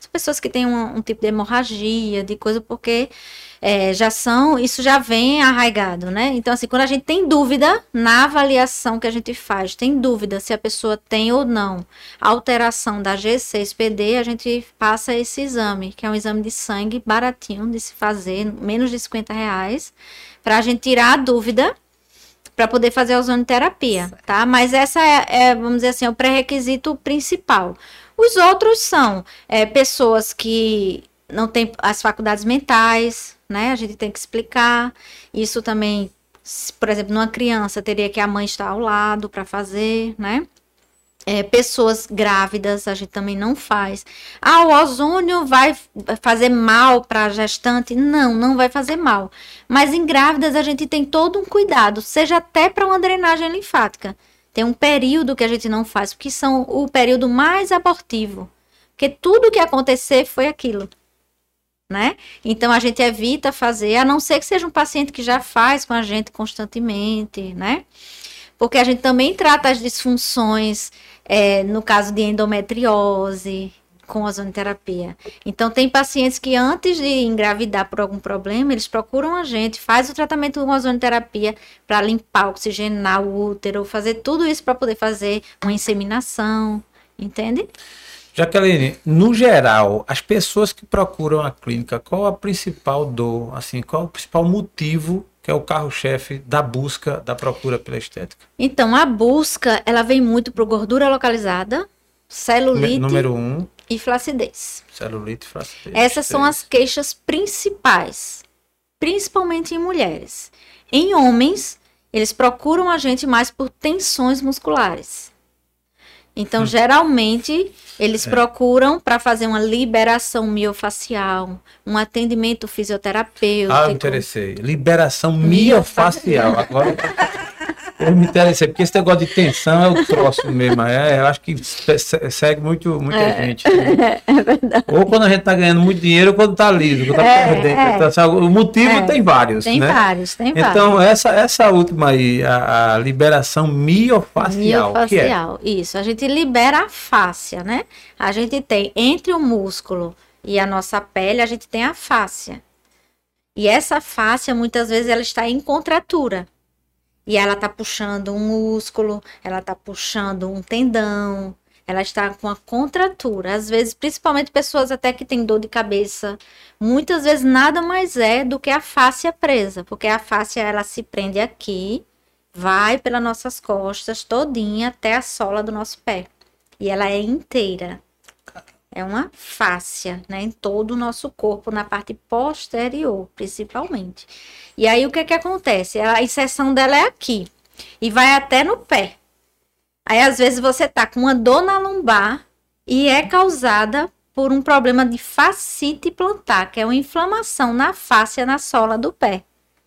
pessoas que têm um, um tipo de hemorragia, de coisa, porque é, já são, isso já vem arraigado, né? Então, assim, quando a gente tem dúvida na avaliação que a gente faz, tem dúvida se a pessoa tem ou não alteração da G seis P D, a gente passa esse exame, que é um exame de sangue baratinho de se fazer, menos de cinquenta reais, para a gente tirar a dúvida para poder fazer a ozonoterapia, tá? Mas essa é, é, vamos dizer assim, é o pré-requisito principal. Os outros são é, pessoas que não têm as faculdades mentais, né? A gente tem que explicar. Isso também, se, por exemplo, numa criança, teria que a mãe estar ao lado para fazer, né? É, pessoas grávidas, a gente também não faz. Ah, o ozônio vai fazer mal para a gestante? Não, não vai fazer mal. Mas em grávidas a gente tem todo um cuidado, seja até para uma drenagem linfática. Tem um período que a gente não faz, porque são o período mais abortivo. Porque tudo que acontecer foi aquilo, né? Então a gente evita fazer, a não ser que seja um paciente que já faz com a gente constantemente, né? Porque a gente também trata as disfunções, é, no caso de endometriose, com ozonoterapia. Então, tem pacientes que antes de engravidar por algum problema, eles procuram a gente, faz o tratamento com ozonoterapia para limpar, oxigenar o útero, fazer tudo isso para poder fazer uma inseminação, entende? Jaqueline, no geral, as pessoas que procuram a clínica, qual a principal dor, assim, qual o principal motivo que é o carro-chefe da busca, da procura pela estética? Então, a busca, ela vem muito por gordura localizada, celulite Número um, e flacidez. Celulite e flacidez. Essas são as queixas principais, principalmente em mulheres. Em homens, eles procuram a gente mais por tensões musculares. Então, hum. geralmente, eles é. procuram para fazer uma liberação miofacial, um atendimento fisioterapêutico. Ah, eu me interessei. Liberação miofacial. Agora eu me interessei, porque esse negócio de tensão é o troço mesmo. É, eu acho que segue muito, muita é. gente. Né? É verdade. Ou quando a gente está ganhando muito dinheiro, ou quando está liso, quando está é, perdendo. É. Então, assim, o motivo é. tem vários. Tem né? vários, tem vários. Então, essa, essa última aí, a, a liberação miofacial. Miofacial, que é? Isso. A gente libera a fáscia, né? A gente tem entre o músculo e a nossa pele, a gente tem a fáscia. E essa fáscia, muitas vezes, ela está em contratura. E ela está puxando um músculo, ela está puxando um tendão, ela está com a contratura. Às vezes, principalmente pessoas até que têm dor de cabeça, muitas vezes nada mais é do que a fáscia presa, porque a fáscia ela se prende aqui, vai pelas nossas costas todinha até a sola do nosso pé. E ela é inteira. É uma fáscia, né, em todo o nosso corpo, na parte posterior, principalmente. E aí, o que que acontece? A inserção dela é aqui, e vai até no pé. Aí, às vezes, você tá com uma dor na lombar, e é causada por um problema de fascite plantar, que é uma inflamação na fáscia, na sola do pé.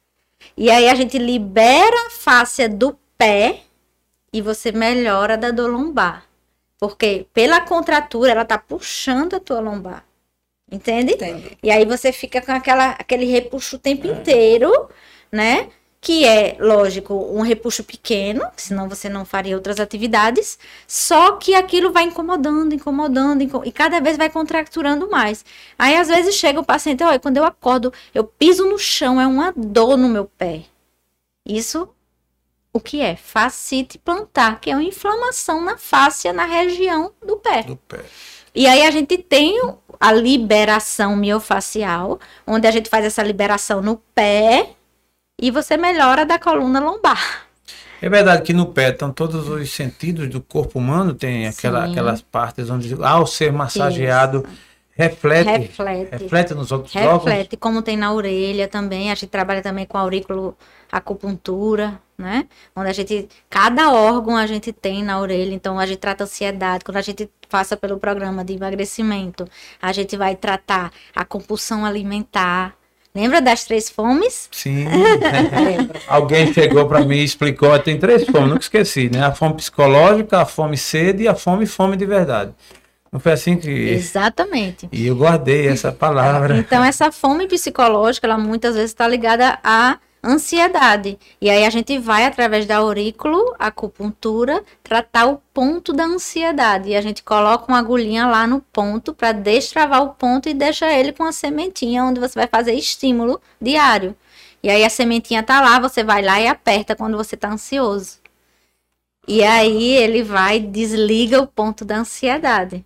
E aí, a gente libera a fáscia do pé, e você melhora da dor lombar. Porque pela contratura, ela tá puxando a tua lombar. Entende? Entendi. E aí você fica com aquela, aquele repuxo o tempo é. inteiro, né? Que é, lógico, um repuxo pequeno, senão você não faria outras atividades. Só que aquilo vai incomodando, incomodando, incom... e cada vez vai contraturando mais. Aí, às vezes, chega o paciente, olha, quando eu acordo, eu piso no chão, é uma dor no meu pé. Isso... O que é? Fascite plantar, que é uma inflamação na fáscia, na região do pé. do pé. E aí a gente tem a liberação miofacial, onde a gente faz essa liberação no pé e você melhora da coluna lombar. É verdade que no pé estão todos os sentidos do corpo humano, tem aquela, aquelas partes onde, ao ser massageado, Isso. Reflete, reflete, reflete nos outros órgãos? Reflete, como tem na orelha também. A gente trabalha também com aurículo acupuntura, né? Onde a gente, cada órgão a gente tem na orelha. Então, a gente trata ansiedade. Quando a gente passa pelo programa de emagrecimento, a gente vai tratar a compulsão alimentar. Lembra das três fomes? Sim. Alguém chegou para mim e explicou. Tem três fomes, nunca esqueci, né? A fome psicológica, a fome sede e a fome fome de verdade. Não foi assim que... Exatamente. E eu guardei essa palavra. Então, essa fome psicológica, ela muitas vezes está ligada à ansiedade. E aí a gente vai, através da aurículo, acupuntura, tratar o ponto da ansiedade. E a gente coloca uma agulhinha lá no ponto para destravar o ponto e deixa ele com a sementinha, onde você vai fazer estímulo diário. E aí a sementinha tá lá, você vai lá e aperta quando você tá ansioso. E aí ele vai, desliga o ponto da ansiedade.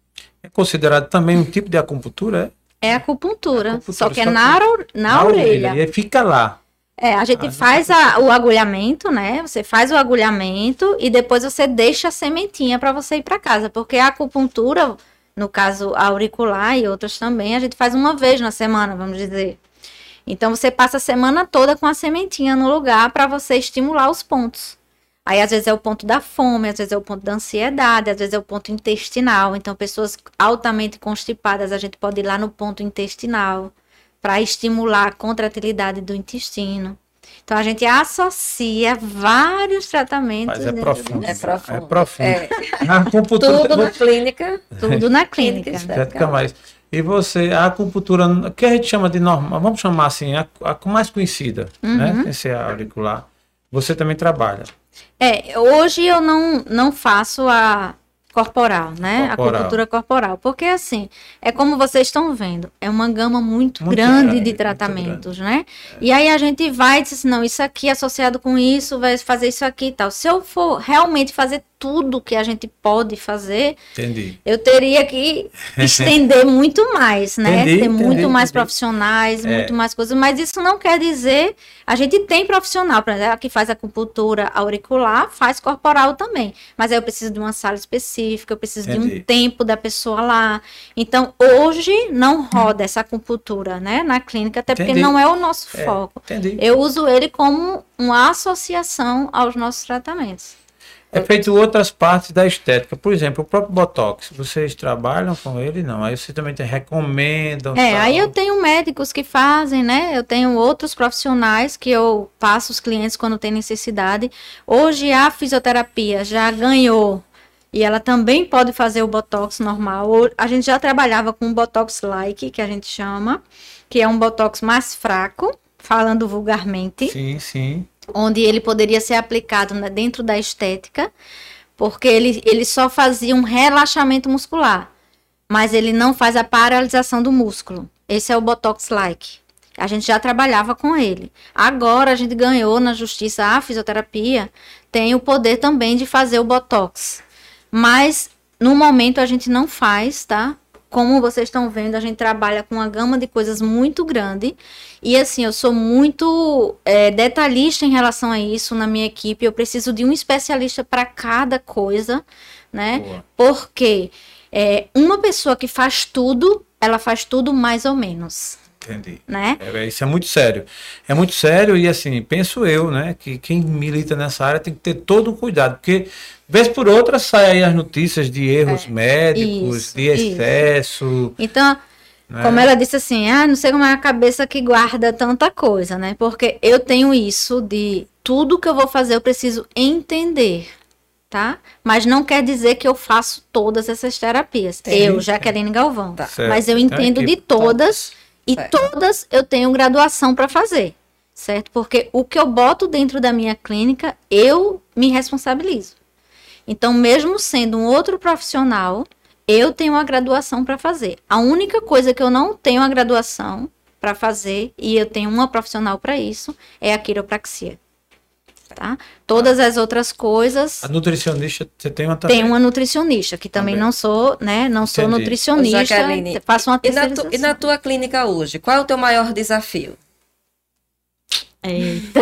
É considerado também um tipo de acupuntura, é? É acupuntura, Acupuntura, só que é só na, que- or- na, Na orelha. E aí fica lá. É, a gente Ah, faz a- o agulhamento, né? Você faz o agulhamento e depois você deixa a sementinha para você ir para casa. Porque a acupuntura, no caso auricular e outras também, a gente faz uma vez na semana, vamos dizer. Então você passa a semana toda com a sementinha no lugar para você estimular os pontos. Aí às vezes é o ponto da fome, às vezes é o ponto da ansiedade, às vezes é o ponto intestinal. Então pessoas altamente constipadas, a gente pode ir lá no ponto intestinal para estimular a contratilidade do intestino. Então a gente associa vários tratamentos. Mas é dentro profundo. do- É profundo. É profundo. É. A acupuntura. Tudo na clínica. Tudo na clínica. Clínica Estética mais. E você, a acupuntura, o que a gente chama de normal, vamos chamar assim, a, a mais conhecida, né? Uhum. Sem ser a auricular. Você também trabalha. É, hoje eu não, não faço a corporal, né? Corporal. A acupuntura corporal. Porque assim, é como vocês estão vendo, é uma gama muito, Muito grande, grande, de muito tratamentos, né? E aí a gente vai e diz assim, não, isso aqui associado com isso, vai fazer isso aqui e tal. Se eu for realmente fazer tudo que a gente pode fazer, Entendi. eu teria que estender muito mais, né? Entendi, Ter muito entendi, mais entendi. profissionais, É. muito mais coisas. Mas isso não quer dizer... A gente tem profissional, por exemplo, que faz acupuntura auricular, faz corporal também. Mas aí eu preciso de uma sala específica, eu preciso de Entendi. um tempo da pessoa lá. Então, hoje não roda essa acupuntura, né? Na clínica, até porque Entendi. não é o nosso É, foco. entendi. Eu uso ele como uma associação aos nossos tratamentos. É feito outras partes da estética. Por exemplo, o próprio Botox. Vocês trabalham com ele? Não. Aí vocês também te recomendam. É, tal. aí eu tenho médicos que fazem, né? Eu tenho outros profissionais que eu passo os clientes quando tem necessidade. Hoje a fisioterapia já ganhou e ela também pode fazer o Botox normal. Ho- A gente já trabalhava com o Botox Like, que a gente chama, que é um Botox mais fraco, falando vulgarmente, Sim, sim. onde ele poderia ser aplicado né, dentro da estética, porque ele, ele só fazia um relaxamento muscular, mas ele não faz a paralisação do músculo. Esse é o Botox Like. A gente já trabalhava com ele. Agora a gente ganhou na justiça a fisioterapia, tem o poder também de fazer o Botox. Mas no momento a gente não faz, tá? Como vocês estão vendo, a gente trabalha com uma gama de coisas muito grande. E assim, eu sou muito é, detalhista em relação a isso na minha equipe. Eu preciso de um especialista para cada coisa, né? Boa. Porque é, uma pessoa que faz tudo, ela faz tudo mais ou menos, Entendi. né? É, isso é muito sério. É muito sério e assim, penso eu, né, que quem milita nessa área tem que ter todo um cuidado, porque vez por outra sai aí as notícias de erros médicos, isso, de excesso. Então, né? como ela disse assim, ah, não sei como é a cabeça que guarda tanta coisa, né? Porque eu tenho isso de tudo que eu vou fazer eu preciso entender, tá? Mas não quer dizer que eu faço todas essas terapias. Tem, eu, tem. Jaqueline Galvão. Tá. Certo. Mas eu Tem entendo de equipe. todas e Certo. todas eu tenho graduação para fazer, certo? Porque o que eu boto dentro da minha clínica, eu me responsabilizo. Então, mesmo sendo um outro profissional, eu tenho uma graduação para fazer. A única coisa que eu não tenho a graduação para fazer, e eu tenho uma profissional para isso, é a quiropraxia. Tá? Todas as outras coisas, A nutricionista, você tem uma também. tem uma nutricionista, que também Também. não sou, né? Não sou Entendi. nutricionista, Jaqueline, faço uma E na, tu- terceirização. e na tua clínica hoje, qual é o teu maior desafio? Eita.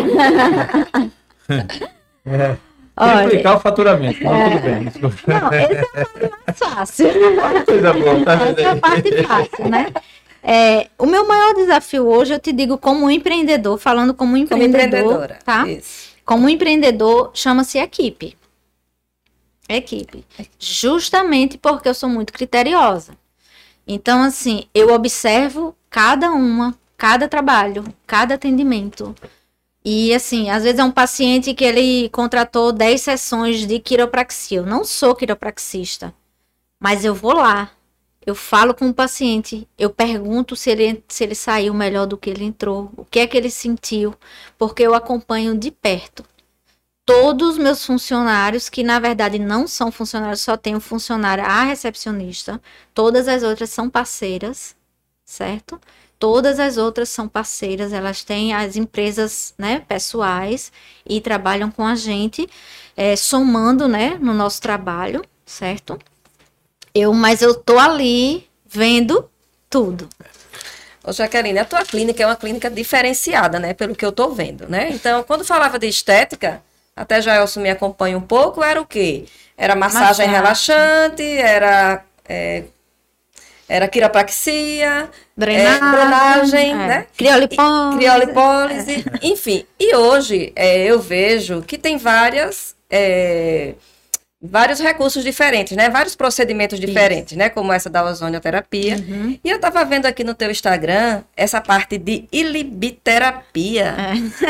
É. Olha, Triplicar o faturamento. Mas tudo bem. desculpa. não, esse é a parte mais fácil. Coisa boa, tá vendo Essa é a aí? parte fácil, né? É, o meu maior desafio hoje, eu te digo como empreendedor, falando como Como empreendedor, empreendedora. tá? Isso. Como empreendedor, chama-se equipe. Equipe. Justamente porque eu sou muito criteriosa. Então, assim, eu observo cada uma, cada trabalho, cada atendimento. E, assim, às vezes é um paciente que ele contratou dez sessões de quiropraxia. Eu não sou quiropraxista, mas eu vou lá. Eu falo com o paciente, eu pergunto se ele, se ele saiu melhor do que ele entrou, o que é que ele sentiu, porque eu acompanho de perto todos os meus funcionários, que na verdade não são funcionários, só tenho funcionária a recepcionista, todas as outras são parceiras, certo? Todas as outras são parceiras, elas têm as empresas, né, pessoais e trabalham com a gente, é, somando, né, no nosso trabalho, certo? Eu, mas eu tô ali vendo tudo. Ô, Jaqueline, a tua clínica é uma clínica diferenciada, né? Pelo que eu tô vendo, né? Então, quando falava de estética, até Jaelson me acompanha um pouco, era o quê? Era massagem, massagem. relaxante, era, é, era quiropraxia, drenagem, é, drenagem é. né? Criolipólise. Criolipólise, é. Enfim. E hoje é, eu vejo que tem várias... É, vários recursos diferentes, né? Vários procedimentos diferentes, Isso. né? Como essa da ozonioterapia. Uhum. E eu tava vendo aqui no teu Instagram essa parte de ilibiterapia.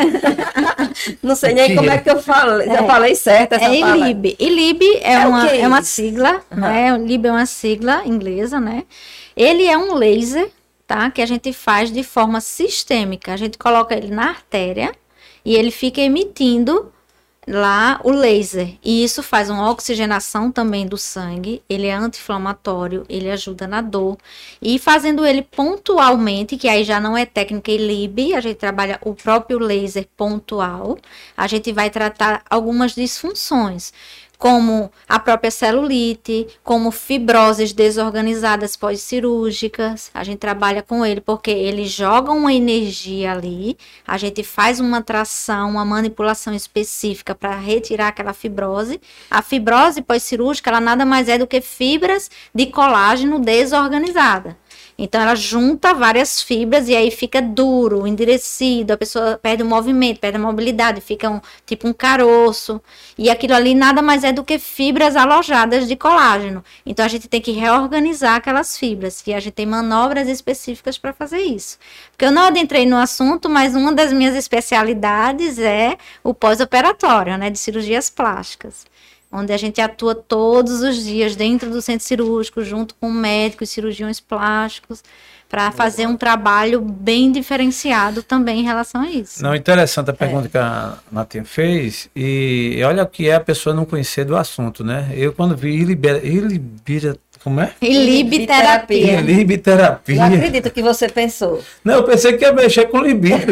É. Não sei nem como é que eu falei. É. Eu falei certo essa é palavra. Ilib. Ilib é, é, uma, é uma sigla, uhum. né? O Ilib é uma sigla inglesa, né? Ele é um laser, tá? Que a gente faz de forma sistêmica. A gente coloca ele na artéria e ele fica emitindo lá o laser, e isso faz uma oxigenação também do sangue, ele é anti-inflamatório, ele ajuda na dor, e fazendo ele pontualmente, que aí já não é técnica Ilib, a gente trabalha o próprio laser pontual, a gente vai tratar algumas disfunções, como a própria celulite, como fibroses desorganizadas pós-cirúrgicas. A gente trabalha com ele porque ele joga uma energia ali, a gente faz uma tração, uma manipulação específica para retirar aquela fibrose. A fibrose pós-cirúrgica, ela nada mais é do que fibras de colágeno desorganizada. Então, ela junta várias fibras e aí fica duro, endurecido, a pessoa perde o movimento, perde a mobilidade, fica um, tipo um caroço. E aquilo ali nada mais é do que fibras alojadas de colágeno. Então, a gente tem que reorganizar aquelas fibras e a gente tem manobras específicas para fazer isso. Porque eu não adentrei no assunto, mas uma das minhas especialidades é o pós-operatório, né, de cirurgias plásticas, onde a gente atua todos os dias dentro do centro cirúrgico, junto com médicos, cirurgiões plásticos, para fazer um trabalho bem diferenciado também em relação a isso. Não, interessante a pergunta é. que a Natinha fez, e olha o que é a pessoa não conhecer do assunto, né? Eu quando vi ilibera, ilibera, como é? Ilibiterapia. Ilibiterapia. Eu acredito que você pensou. Não, eu pensei que ia mexer com libido.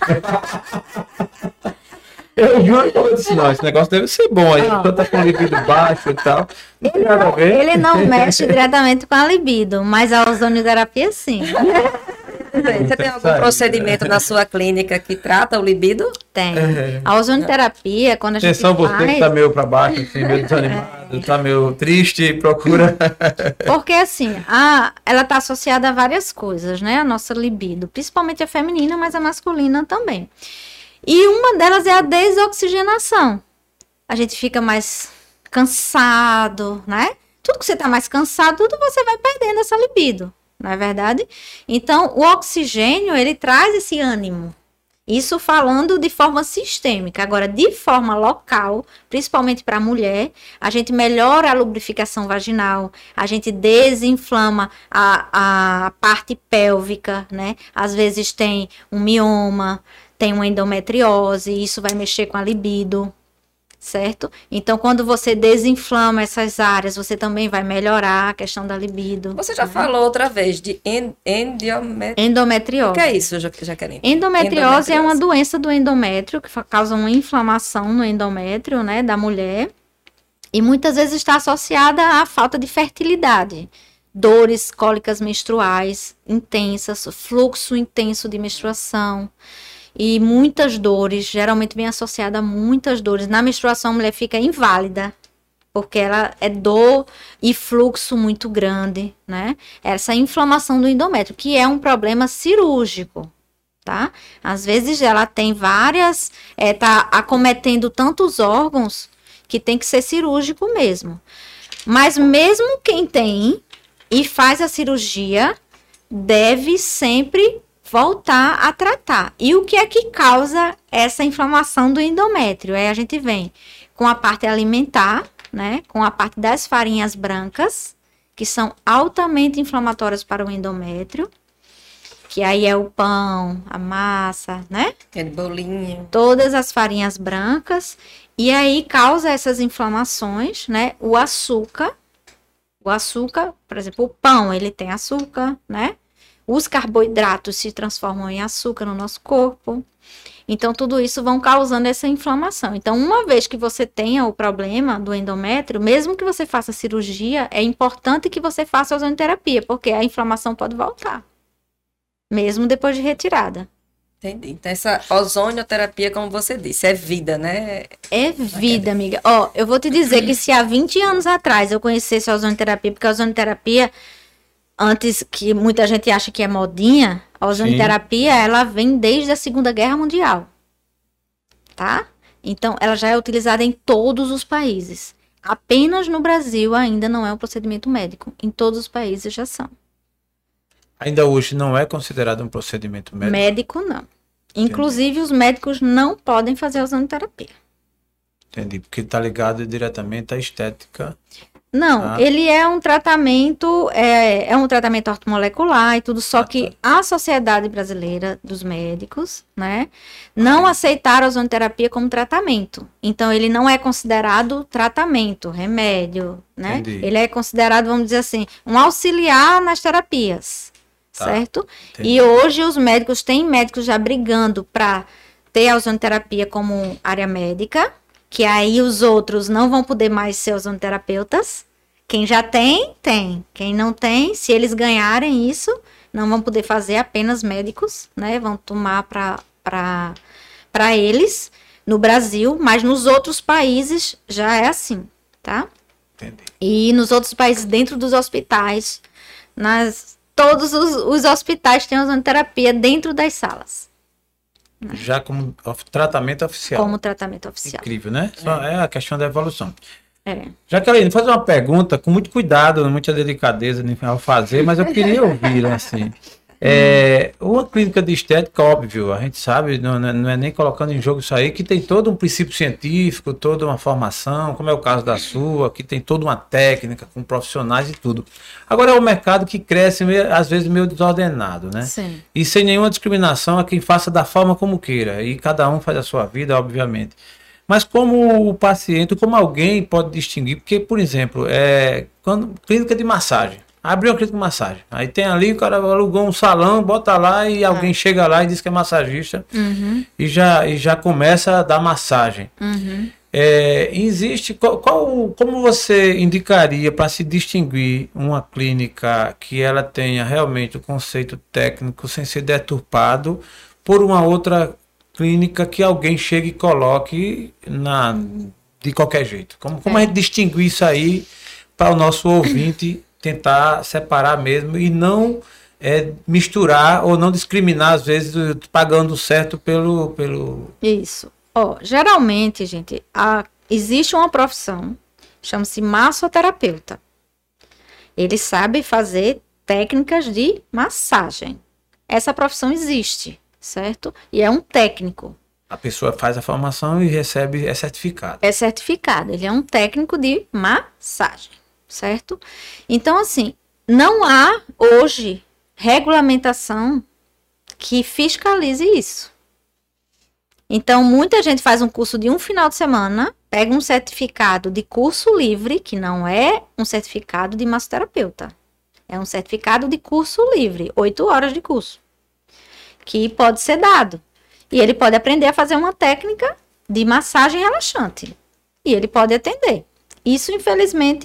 Eu juro que eu disse, não, esse negócio deve ser bom, aí a tá com libido baixo e tal. Não ele, nada a ver. Ele não mexe diretamente com a libido, mas a ozonioterapia sim. Você tem algum procedimento na sua clínica que trata o libido? Tem. A ozonioterapia, quando a gente Atenção, faz... você que tá meio para baixo, assim, meio desanimado, tá meio triste, procura... Porque assim, a, ela tá associada a várias coisas, né? A nossa libido, principalmente a feminina, mas a masculina também. E uma delas é a desoxigenação. A gente fica mais cansado, né? Tudo que você tá mais cansado, tudo você vai perdendo essa libido, não é verdade? Então, o oxigênio, ele traz esse ânimo. Isso falando de forma sistêmica. Agora, de forma local, principalmente para a mulher, a gente melhora a lubrificação vaginal, a gente desinflama a, a parte pélvica, né? Às vezes tem um mioma, tem uma endometriose, e isso vai mexer com a libido, certo? Então, quando você desinflama essas áreas, você também vai melhorar a questão da libido. Você já né? falou outra vez de end endomet... endometriose. O que é isso, Jaqueline? Endometriose, endometriose é uma doença do endométrio, que causa uma inflamação no endométrio, né, da mulher, e muitas vezes está associada à falta de fertilidade. Dores, cólicas menstruais intensas, fluxo intenso de menstruação, e muitas dores, geralmente vem associada a muitas dores. Na menstruação a mulher fica inválida, porque ela é dor e fluxo muito grande, né? Essa inflamação do endométrio, que é um problema cirúrgico, tá? Às vezes ela tem várias, é, tá acometendo tantos órgãos que tem que ser cirúrgico mesmo. Mas mesmo quem tem e faz a cirurgia, deve sempre voltar a tratar. E o que é que causa essa inflamação do endométrio? É, a gente vem com a parte alimentar, né, com a parte das farinhas brancas que são altamente inflamatórias para o endométrio, que aí é o pão, a massa, né? Aquele bolinho. Todas as farinhas brancas, e aí causa essas inflamações, né? O açúcar, o açúcar, por exemplo, o pão, ele tem açúcar, né? Os carboidratos se transformam em açúcar no nosso corpo. Então, tudo isso vão causando essa inflamação. Então, uma vez que você tenha o problema do endométrio, mesmo que você faça cirurgia, é importante que você faça ozonioterapia, porque a inflamação pode voltar, mesmo depois de retirada. Entendi. Então, essa ozonioterapia, como você disse, é vida, né? É vida, amiga. Ó, eu vou te dizer que se há vinte anos atrás eu conhecesse a ozonioterapia, porque a ozonioterapia, antes que muita gente acha que é modinha, a ozonioterapia, ela vem desde a Segunda Guerra Mundial, tá? Então, ela já é utilizada em todos os países. Apenas no Brasil ainda não é um procedimento médico. Em todos os países já são. Ainda hoje não é considerado um procedimento médico? Médico, não. Inclusive, os médicos não podem fazer a ozonioterapia. Entendi, porque está ligado diretamente à estética. Não, ah. ele é um tratamento, é, é um tratamento ortomolecular e tudo, só ah, que tá. A Sociedade Brasileira dos Médicos, né, não aceitaram a ozonioterapia como tratamento. Então, ele não é considerado tratamento, remédio, né? Entendi. Ele é considerado, vamos dizer assim, um auxiliar nas terapias, tá. Certo? Entendi. E hoje os médicos, têm médicos já brigando para ter a ozonioterapia como área médica, que aí os outros não vão poder mais ser ozonoterapeutas. Quem já tem, tem. Quem não tem, se eles ganharem isso, não vão poder fazer, apenas médicos, né? Vão tomar para eles no Brasil, mas nos outros países já é assim, tá? Entendi. E nos outros países, dentro dos hospitais, nas, todos os, os hospitais têm ozonoterapia dentro das salas. Já como tratamento oficial. Como tratamento oficial. Incrível, né? Só é. é a questão da evolução. É. Jaqueline, vou fazer uma pergunta com muito cuidado, muita delicadeza ao fazer, mas eu queria ouvir, assim. É, uma clínica de estética, óbvio, a gente sabe, não, não é nem colocando em jogo isso aí, que tem todo um princípio científico, toda uma formação, como é o caso da sua, que tem toda uma técnica, com profissionais e tudo. Agora é um mercado que cresce, meio, às vezes, meio desordenado, né? Sim. E sem nenhuma discriminação a quem faça da forma como queira, e cada um faz a sua vida, obviamente. Mas como o paciente, como alguém pode distinguir, porque, por exemplo, é, quando, clínica de massagem, abriu uma clínica de massagem. Aí tem ali, o cara alugou um salão, bota lá e alguém ah. chega lá e diz que é massagista uhum. e, já, e já começa a dar massagem. Uhum. É, existe, qual, qual, como você indicaria para se distinguir uma clínica que ela tenha realmente o conceito técnico sem ser deturpado por uma outra clínica que alguém chegue e coloque na, de qualquer jeito? Como, como é. a gente distinguir isso aí para o nosso ouvinte tentar separar mesmo e não é, misturar ou não discriminar, às vezes, pagando certo pelo... pelo... Isso. Ó, geralmente, gente, a, existe uma profissão, chama-se massoterapeuta. Ele sabe fazer técnicas de massagem. Essa profissão existe, certo? E é um técnico. A pessoa faz a formação e recebe, é certificado. É certificado, ele é um técnico de massagem. Certo? Então, assim, não há hoje regulamentação que fiscalize isso. Então, muita gente faz um curso de um final de semana, pega um certificado de curso livre, que não é um certificado de massoterapeuta. É um certificado de curso livre, oito horas de curso, que pode ser dado. E ele pode aprender a fazer uma técnica de massagem relaxante. E ele pode atender. Isso, infelizmente...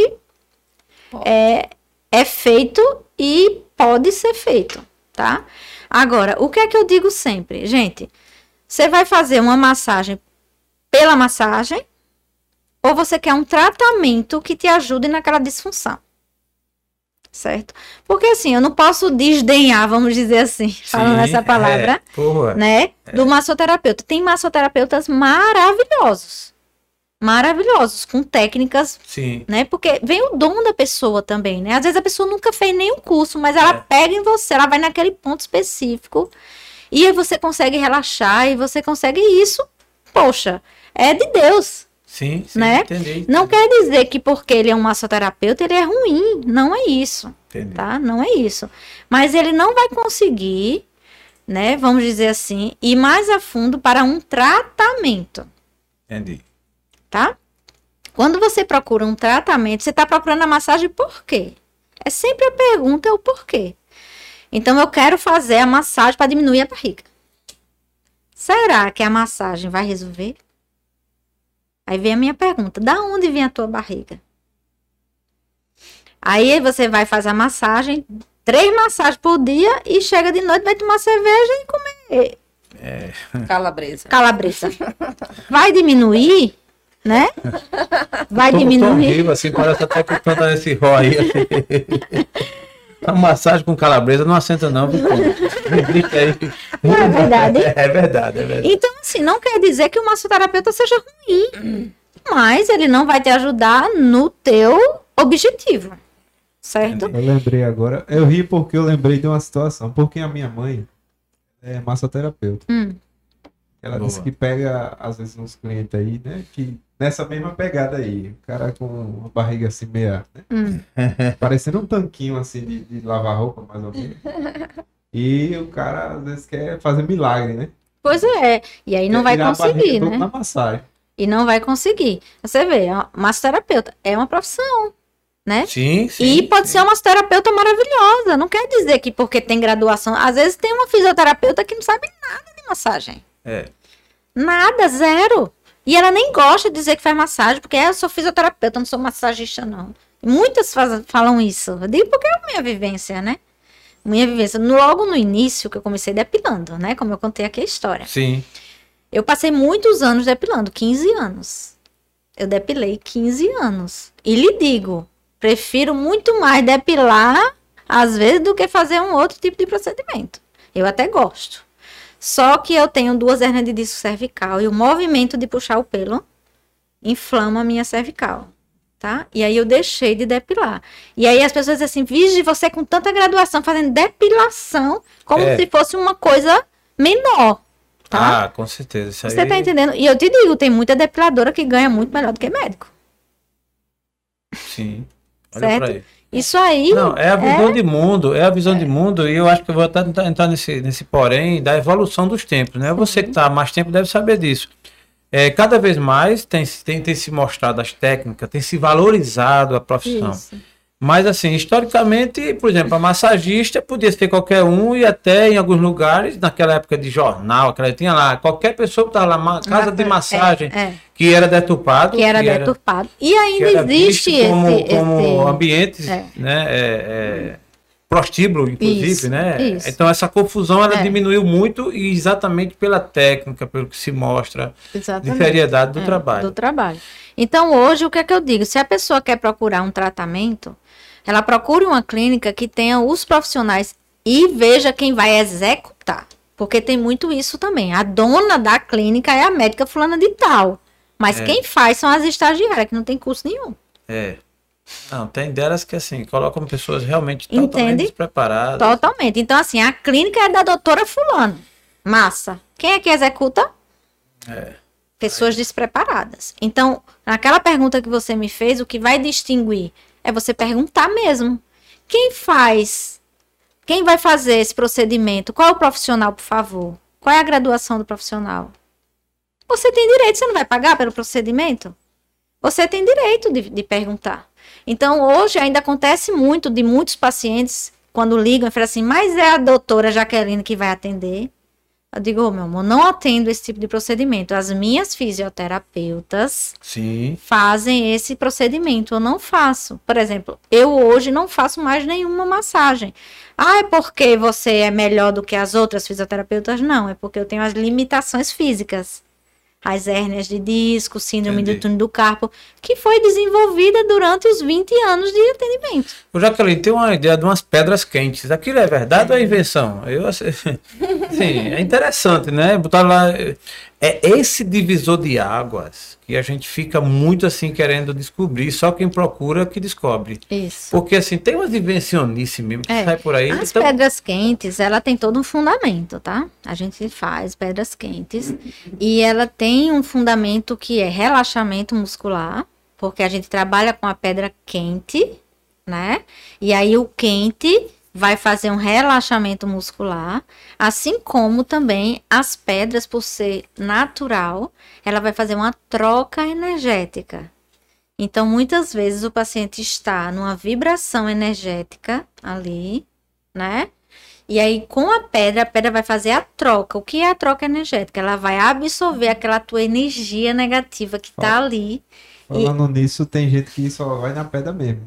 É, é feito e pode ser feito, tá? Agora, o que é que eu digo sempre? Gente, você vai fazer uma massagem pela massagem ou você quer um tratamento que te ajude naquela disfunção? Certo? Porque assim, eu não posso desdenhar, vamos dizer assim, Sim, falando essa palavra, é, né? É. Do massoterapeuta. Tem massoterapeutas maravilhosos. Maravilhosos, com técnicas, Sim. né? Porque vem o dom da pessoa também, né? Às vezes a pessoa nunca fez nenhum curso, mas ela é. pega em você, ela vai naquele ponto específico e aí você consegue relaxar e você consegue isso, poxa, é de Deus, Sim, sim, né? entendi, entendi. Não quer dizer que porque ele é um massoterapeuta, ele é ruim. Não é isso, Entendi. tá? Não é isso. Mas ele não vai conseguir, né? Vamos dizer assim, ir mais a fundo para um tratamento, Entendi. tá? Quando você procura um tratamento, você está procurando a massagem por quê? É sempre a pergunta é o porquê. Então, eu quero fazer a massagem para diminuir a barriga. Será que a massagem vai resolver? Aí vem a minha pergunta, da onde vem a tua barriga? Aí você vai fazer a massagem, três massagens por dia e chega de noite, vai tomar cerveja e comer É. Calabresa. calabresa. Vai diminuir, né? Vai Tô- Tô diminuir. horrível, assim, parece até que canta esse ró aí. A massagem com calabresa não assenta não, viu? Existe aí. Não é verdade? É verdade, é verdade. Então, assim, não quer dizer que o massoterapeuta seja ruim, mas ele não vai te ajudar no teu objetivo, certo? Eu lembrei agora, eu ri porque eu lembrei de uma situação, porque a minha mãe é massoterapeuta. Hum. Ela Boa. disse que pega, às vezes, uns clientes aí, né, que nessa mesma pegada aí, o cara com uma barriga assim meia, né, Hum. parecendo um tanquinho assim de, de lavar roupa, mais ou menos. E o cara, às vezes, quer fazer milagre, né? Pois é, e aí não Quer vai tirar a barriga conseguir, toda né? na massagem. E não vai conseguir. Você vê, ó, massoterapeuta é uma profissão, né? Sim, sim. E pode sim. ser uma massoterapeuta maravilhosa. Não quer dizer que porque tem graduação. Às vezes tem uma fisioterapeuta que não sabe nada de massagem. É. Nada, zero. E ela nem gosta de dizer que faz massagem, porque "Ah, eu sou fisioterapeuta, não sou massagista, não. Muitas faz- falam isso. Eu digo porque é a minha vivência, né? Minha vivência. No- Logo no início, que eu comecei depilando, né? Como eu contei aqui a história. Sim. Eu passei muitos anos depilando, quinze anos. Eu depilei quinze anos. E lhe digo, prefiro muito mais depilar, às vezes, do que fazer um outro tipo de procedimento. Eu até gosto. Só que eu tenho duas hérnias de disco cervical e o movimento de puxar o pelo inflama a minha cervical, tá? E aí eu deixei de depilar. E aí as pessoas dizem assim, vige você com tanta graduação fazendo depilação como É. se fosse uma coisa menor, tá? Ah, com certeza. Isso aí... Você tá entendendo? E eu te digo, tem muita depiladora que ganha muito melhor do que médico. Sim. Olha Certo? pra aí. Isso aí Não, é a visão de mundo, é a visão de mundo, e eu acho que eu vou até tentar entrar nesse, nesse porém da evolução dos tempos, né? Você que está há mais tempo deve saber disso. É, cada vez mais tem, tem, tem se mostrado as técnicas, tem se valorizado a profissão. Isso. Mas, assim, historicamente, por exemplo, a massagista podia ser qualquer um e até em alguns lugares, naquela época de jornal, aquela, tinha lá, qualquer pessoa que estava lá, ma- casa de massagem, É, é. que era deturpado. Que era deturpado. E que ainda era existe visto como, esse, como esse- ambientes, é. né, é, é, prostíbulo, inclusive, Isso, né? isso. Então essa confusão ela É. diminuiu muito e exatamente pela técnica, pelo que se mostra de Exatamente. seriedade do É, trabalho. do trabalho. Então, hoje, o que é que eu digo? Se a pessoa quer procurar um tratamento, ela procure uma clínica que tenha os profissionais e veja quem vai executar. Porque tem muito isso também. A dona da clínica é a médica fulana de tal. Mas É. quem faz são as estagiárias, que não tem curso nenhum. É. Não, tem delas que assim, colocam pessoas realmente Entende? totalmente despreparadas. Totalmente. Então, assim, a clínica é da doutora fulano. Massa. Quem é que executa? É. Pessoas despreparadas. Então, naquela pergunta que você me fez, o que vai distinguir é você perguntar mesmo. Quem faz? Quem vai fazer esse procedimento? Qual é o profissional, por favor? Qual é a graduação do profissional? Você tem direito, você não vai pagar pelo procedimento? Você tem direito de, de perguntar. Então, hoje ainda acontece muito de muitos pacientes, quando ligam e falam assim, mas é a doutora Jaqueline que vai atender? Eu digo, ô, meu amor, não atendo esse tipo de procedimento. As minhas fisioterapeutas Sim. fazem esse procedimento, eu não faço. Por exemplo, eu hoje não faço mais nenhuma massagem. Ah, é porque você é melhor do que as outras fisioterapeutas? Não, é porque eu tenho as limitações físicas. As hérnias de disco, síndrome Entendi. do túnel do carpo, que foi desenvolvida durante os vinte anos de atendimento. O Jaqueline tem uma ideia de umas pedras quentes. Aquilo é verdade ou é invenção? Eu, assim, sim, é interessante, né? Botar lá. É esse divisor de águas E a gente fica muito assim querendo descobrir, só quem procura que descobre. Isso. Porque assim, tem umas invencionices mesmo que É. sai por aí. As então- pedras quentes, ela tem todo um fundamento, tá? A gente faz pedras quentes e ela tem um fundamento que é relaxamento muscular, porque a gente trabalha com a pedra quente, né? E aí o quente vai fazer um relaxamento muscular, assim como também as pedras, por ser natural, ela vai fazer uma troca energética. Então, muitas vezes o paciente está numa vibração energética ali, né? E aí, com a pedra, a pedra vai fazer a troca. O que é a troca energética? Ela vai absorver aquela tua energia negativa que tá ali. Falando nisso, tem gente que só vai na pedra mesmo.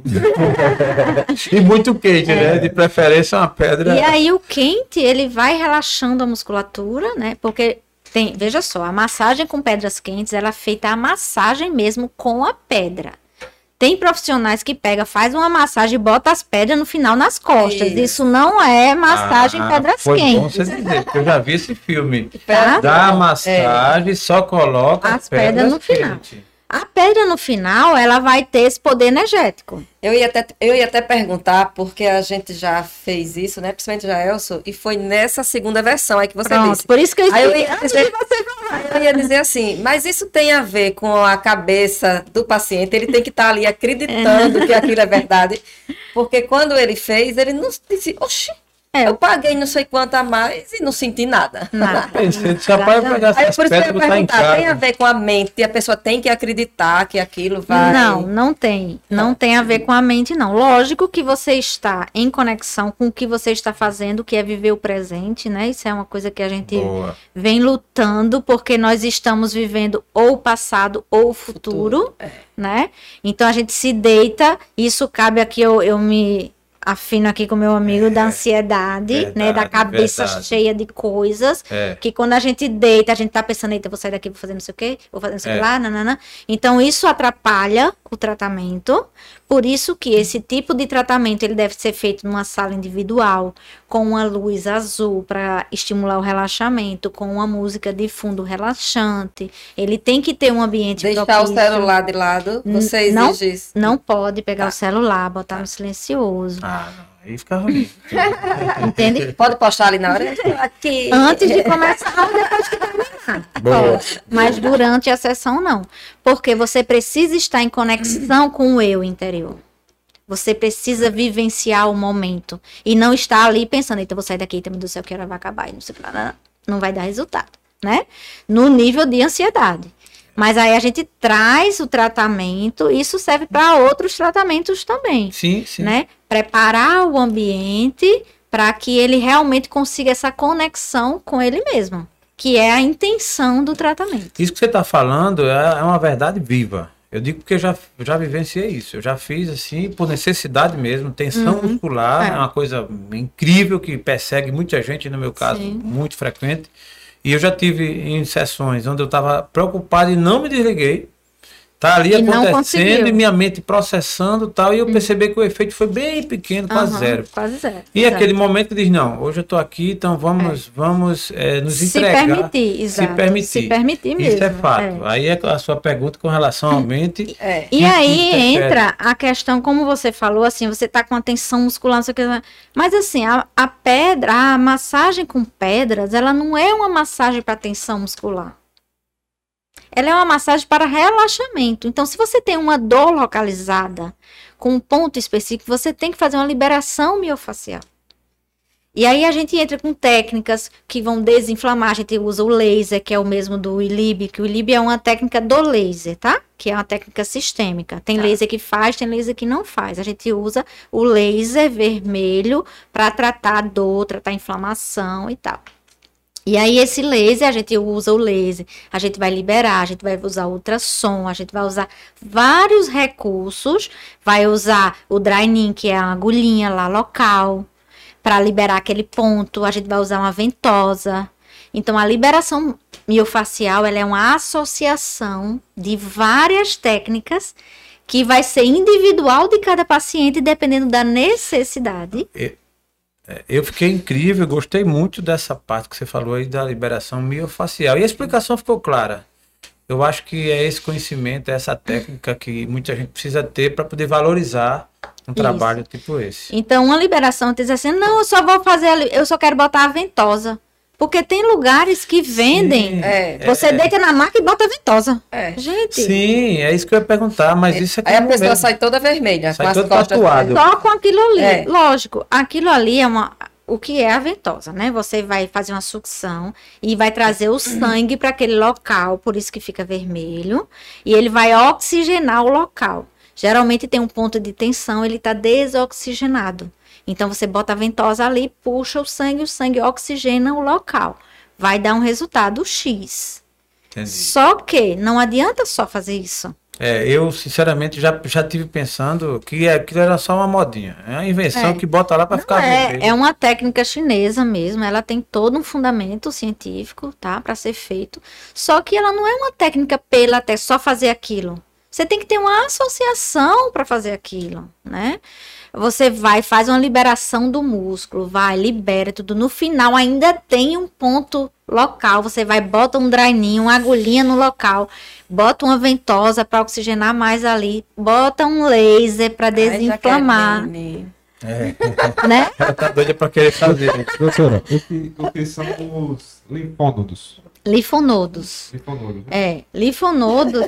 E muito quente, né? De preferência uma pedra. E aí, o quente, ele vai relaxando a musculatura, né? Porque tem, veja só, a massagem com pedras quentes, ela é feita a massagem mesmo com a pedra. Tem profissionais que pega, faz uma massagem e bota as pedras no final nas costas. Isso. Isso não é massagem Ah, em pedras foi bom quentes. você dizer, porque eu já vi esse filme. Tá? Dá a massagem, só coloca As pedras no final. quentes. A pedra no final, ela vai ter esse poder energético. Eu ia, até, eu ia até perguntar, porque a gente já fez isso, né? Principalmente já Elson, e foi nessa segunda versão aí que você Pronto, disse. por isso que eu Aí eu expliquei ia antes dizer- de você falar. Eu ia dizer assim, mas isso tem a ver com a cabeça do paciente, ele tem que estar ali acreditando que aquilo é verdade, porque quando ele fez, ele não disse, oxi, É, eu paguei não sei quanto a mais e não senti nada. Nada. Pensei, já pode pegar Aí essas por isso que eu ia pedras e botar em perguntar, tem a casa. ver com a mente, e a pessoa tem que acreditar que aquilo vai... Não, não tem. Não tem a ver com a mente, não. Lógico que você está em conexão com o que você está fazendo, que é viver o presente, né? Isso é uma coisa que a gente Boa. vem lutando, porque nós estamos vivendo ou o passado ou o futuro, né? Então a gente se deita, isso cabe aqui, eu, eu me afino aqui com meu amigo da ansiedade, verdade, né? Da cabeça verdade. cheia de coisas. É. Que quando a gente deita, a gente tá pensando, eita, vou sair daqui, vou fazer não sei o quê, vou fazer não sei o É. que lá, nanana. Então, isso atrapalha o tratamento. Por isso que esse tipo de tratamento, ele deve ser feito numa sala individual, com uma luz azul para estimular o relaxamento, com uma música de fundo relaxante. Ele tem que ter um ambiente Deixar o propício. celular de lado, você Não, exige isso. não pode pegar Tá. o celular, botar no silencioso. Ah, não. Aí fica ruim. Entende? Pode postar ali na hora? Aqui. Antes de começar ou depois que terminar. Boa. Pode. Mas durante a sessão, não. Porque você precisa estar em conexão com o eu interior. Você precisa vivenciar o momento. E não estar ali pensando, eita, vou sair daqui, eita, meu Deus do céu, que hora vai acabar. E não sei o que lá, não, não vai dar resultado, né? No nível de ansiedade. Mas aí a gente traz o tratamento, isso serve para outros tratamentos também, Sim, sim. né? Preparar o ambiente para que ele realmente consiga essa conexão com ele mesmo, que é a intenção do tratamento. Isso que você está falando é é uma verdade viva. Eu digo porque eu já, eu já vivenciei isso. Eu já fiz assim, por necessidade mesmo. Tensão muscular é. é uma coisa incrível que persegue muita gente, no meu caso, Sim. muito frequente. E eu já tive em sessões onde eu estava preocupado e não me desliguei. Tá ali E não acontecendo conseguiu. e minha mente processando e tal. E eu percebi que o efeito foi bem pequeno, quase Aham, zero. Quase zero. E exato. aquele momento que diz, não, hoje eu estou aqui, então vamos, vamos é, nos Se entregar. permitir, exato. Se permitir. Se permitir mesmo. Isso é fato. é. Aí é a sua pergunta com relação à mente. É. E que aí interfere. entra a questão, como você falou, assim, você tá com a tensão muscular, não sei o que. Mas assim, a, a pedra, a massagem com pedras, ela não é uma massagem para tensão muscular. Ela é uma massagem para relaxamento. Então, se você tem uma dor localizada com um ponto específico, você tem que fazer uma liberação miofacial. E aí a gente entra com técnicas que vão desinflamar. A gente usa o laser, que é o mesmo do I L I B, que o I L I B é uma técnica do laser, tá? Que é uma técnica sistêmica. Tem Tá. laser que faz, tem laser que não faz. A gente usa o laser vermelho para tratar dor, tratar inflamação e tal. E aí esse laser, a gente usa o laser, a gente vai liberar, a gente vai usar ultrassom, a gente vai usar vários recursos, vai usar o Drainin, que é a agulhinha lá local, para liberar aquele ponto, a gente vai usar uma ventosa. Então a liberação miofacial, ela é uma associação de várias técnicas que vai ser individual de cada paciente, dependendo da necessidade. Eu fiquei incrível, gostei muito dessa parte que você falou aí da liberação miofacial. E a explicação ficou clara. Eu acho que é esse conhecimento, é essa técnica que muita gente precisa ter para poder valorizar um trabalho tipo esse. Então, uma liberação diz assim, não, eu só vou fazer, ali, eu só quero botar a ventosa. Porque tem lugares que vendem, Sim, É. você é. deita na maca e bota a ventosa. É. Gente, Sim, é isso que eu ia perguntar, mas isso é Aí a como pessoa mesmo. sai toda vermelha, Sai com as todo costas. tatuado. só com aquilo ali. É. Lógico, aquilo ali é uma... O que é a ventosa, né? Você vai fazer uma sucção e vai trazer o sangue para aquele local, por isso que fica vermelho, e ele vai oxigenar o local. Geralmente tem um ponto de tensão, ele está desoxigenado. Então você bota a ventosa ali, puxa o sangue, o sangue oxigena o local. Vai dar um resultado X. Entendi. Só que não adianta só fazer isso. É, eu, sinceramente, já, já tive pensando que aquilo era só uma modinha. É uma invenção É. que bota lá para Não ficar é, vermelho. é uma técnica chinesa mesmo, ela tem todo um fundamento científico, tá, para ser feito. Só que ela não é uma técnica pela até só fazer aquilo. Você tem que ter uma associação para fazer aquilo, né? Você vai, faz uma liberação do músculo, vai, libera tudo. No final ainda tem um ponto local, você vai, bota um draininho, uma agulhinha no local, bota uma ventosa para oxigenar mais ali, bota um laser para desinflamar, É. né? Ela tá doida para querer fazer. Doutora, o que, o que são os linfônodos? Linfonodos. Linfonodos. né? É, linfonodos,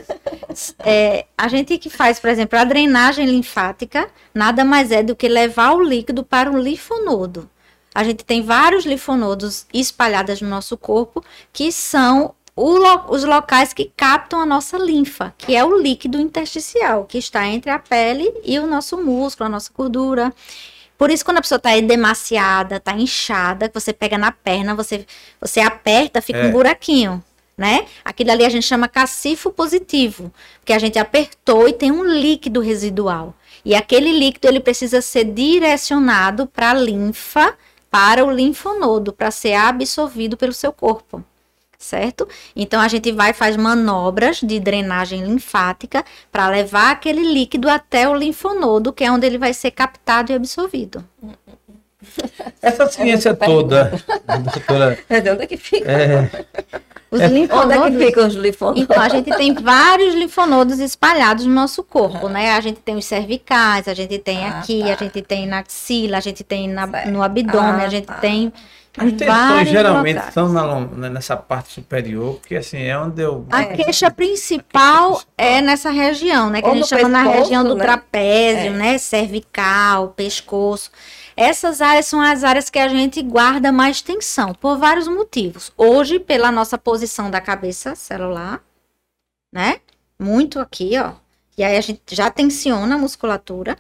é, a gente que faz, por exemplo, a drenagem linfática, nada mais é do que levar o líquido para um linfonodo. A gente tem vários linfonodos espalhados no nosso corpo, que são o lo- os locais que captam a nossa linfa, que é o líquido intersticial, que está entre a pele e o nosso músculo, a nossa gordura. Por isso, quando a pessoa está demasiada, está inchada, que você pega na perna, você, você aperta, fica É. um buraquinho, né? Aquilo ali a gente chama cacifo positivo, porque a gente apertou e tem um líquido residual. E aquele líquido, ele precisa ser direcionado para a linfa, para o linfonodo, para ser absorvido pelo seu corpo. Certo? Então a gente vai faz manobras de drenagem linfática para levar aquele líquido até o linfonodo, que é onde ele vai ser captado e absorvido. Essa ciência toda, doutora, É de onde é que fica? é, Os Onde é que linfonodos. ficam os linfonodos? Então, a gente tem vários linfonodos espalhados no nosso corpo, né? A gente tem os cervicais, a gente tem Ah, aqui, tá. a gente tem na axila, a gente tem na- Certo. no abdômen, Ah, a gente tá. tem as em tensões vários geralmente locais. são na lom- na- nessa parte superior, porque assim, é onde eu... A É. queixa principal é nessa região, né? Que Ou a gente no chama na pescoço, região do né? trapézio, É. né? Cervical, pescoço. Essas áreas são as áreas que a gente guarda mais tensão, por vários motivos. Hoje, pela nossa posição da cabeça celular, né? Muito aqui, ó. E aí a gente já tensiona a musculatura.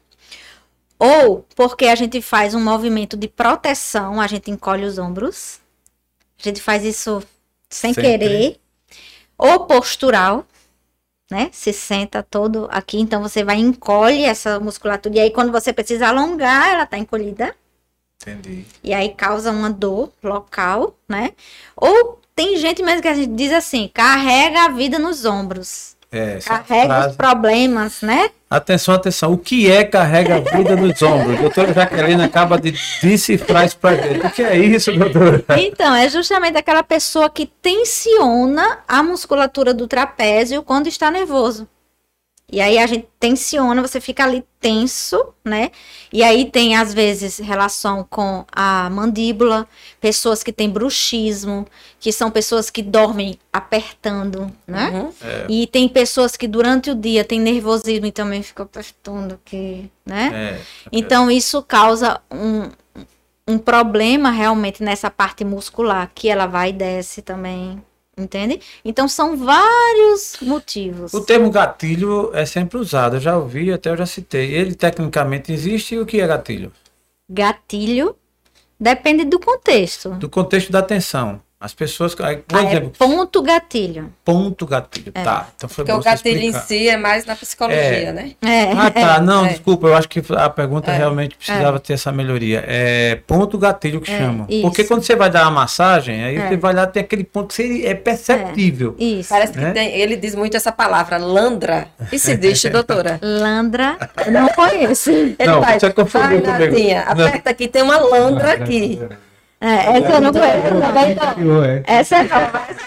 Ou porque a gente faz um movimento de proteção, a gente encolhe os ombros. A gente faz isso sem Sempre. querer. Ou postural, né? Se senta todo aqui, então você vai encolhe essa musculatura. E aí, quando você precisa alongar, ela tá encolhida. Entendi. E aí causa uma dor local, né? Ou tem gente mesmo que a gente diz assim, carrega a vida nos ombros. É, essa Carrega frase. os problemas, né? Atenção, atenção. O que é carrega a vida nos ombros? Doutora Jaqueline acaba de decifrar isso pra gente. O que é isso, doutora? Então, é justamente aquela pessoa que tensiona a musculatura do trapézio quando está nervoso. E aí a gente tensiona, você fica ali tenso, né? E aí tem, às vezes, relação com a mandíbula, pessoas que têm bruxismo, que são pessoas que dormem apertando, né? Uhum. E tem pessoas que durante o dia têm nervosismo e também ficam apertando aqui, né? É, Então, isso causa um, um problema realmente nessa parte muscular, que ela vai e desce também, entende? Então, são vários motivos. o termo gatilho é sempre usado. Eu já ouvi, até eu já citei. Ele tecnicamente existe. E o que é gatilho? Gatilho depende do contexto. Do contexto da atenção. As pessoas, por Ah, exemplo, é ponto gatilho. ponto gatilho. Tá, então foi Porque bom o você gatilho em explicar. si é mais na psicologia, É. né? É. Ah, tá. Não, É. desculpa. Eu acho que a pergunta É. realmente precisava ter essa melhoria. É ponto gatilho que É, chamam. isso. Porque quando você vai dar uma massagem, aí É. você vai lá, tem aquele ponto que você- é perceptível. Isso. Parece que Né? tem, ele diz muito essa palavra, landra. E se diz, doutora? Landra, eu não conheço. Ele Não, vai, você confundiu vai, comigo. Natinha, Não. aperta aqui, tem uma landra aqui. É, essa eu não conheço. Também não. Aquilo é. Essa é nova.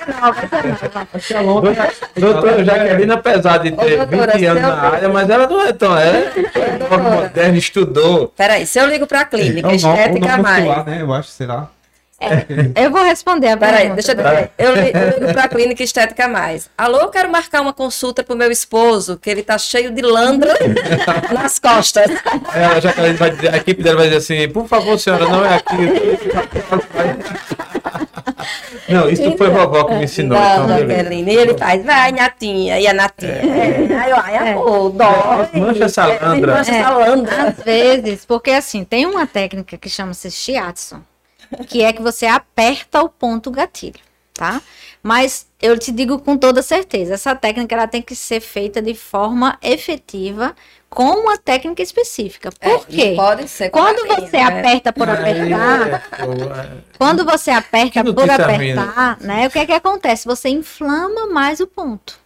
nova, essa é nova. Acho que a Londra... Doutora Jaqueline, apesar de ter Ô, doutora, vinte anos se eu- na área, mas ela não é tão... É, é moderna, estudou. Peraí, se eu ligo pra clínica, É o nome- o estética nome mais. muscular, né? Eu acho, sei lá. Eu vou responder a Peraí, pergunta. deixa eu ver. Eu li- eu ligo pra clínica estética mais. Alô, eu quero marcar uma consulta pro meu esposo, que ele tá cheio de landra nas costas. Aí a Jaqueline vai dizer, a equipe dela vai dizer assim, por favor, senhora, não é aqui. Não, isso foi vovó que me ensinou. Não, Então, beleza. Jaqueline. E ele faz, vai, Natinha, e a Natinha. É. Aí, ai, amor, dói. Mancha essa landra. Mancha É. essa landra. Às vezes, porque assim, tem uma técnica que chama-se shiatsu, que é que você aperta o ponto gatilho, tá? Mas eu te digo com toda certeza, essa técnica ela tem que ser feita de forma efetiva, com uma técnica específica. Por É, quê? não pode ser com Quando a minha, você né? aperta por apertar, É, quando você aperta Que por notícia apertar, né? O que é que acontece? Você inflama mais o ponto.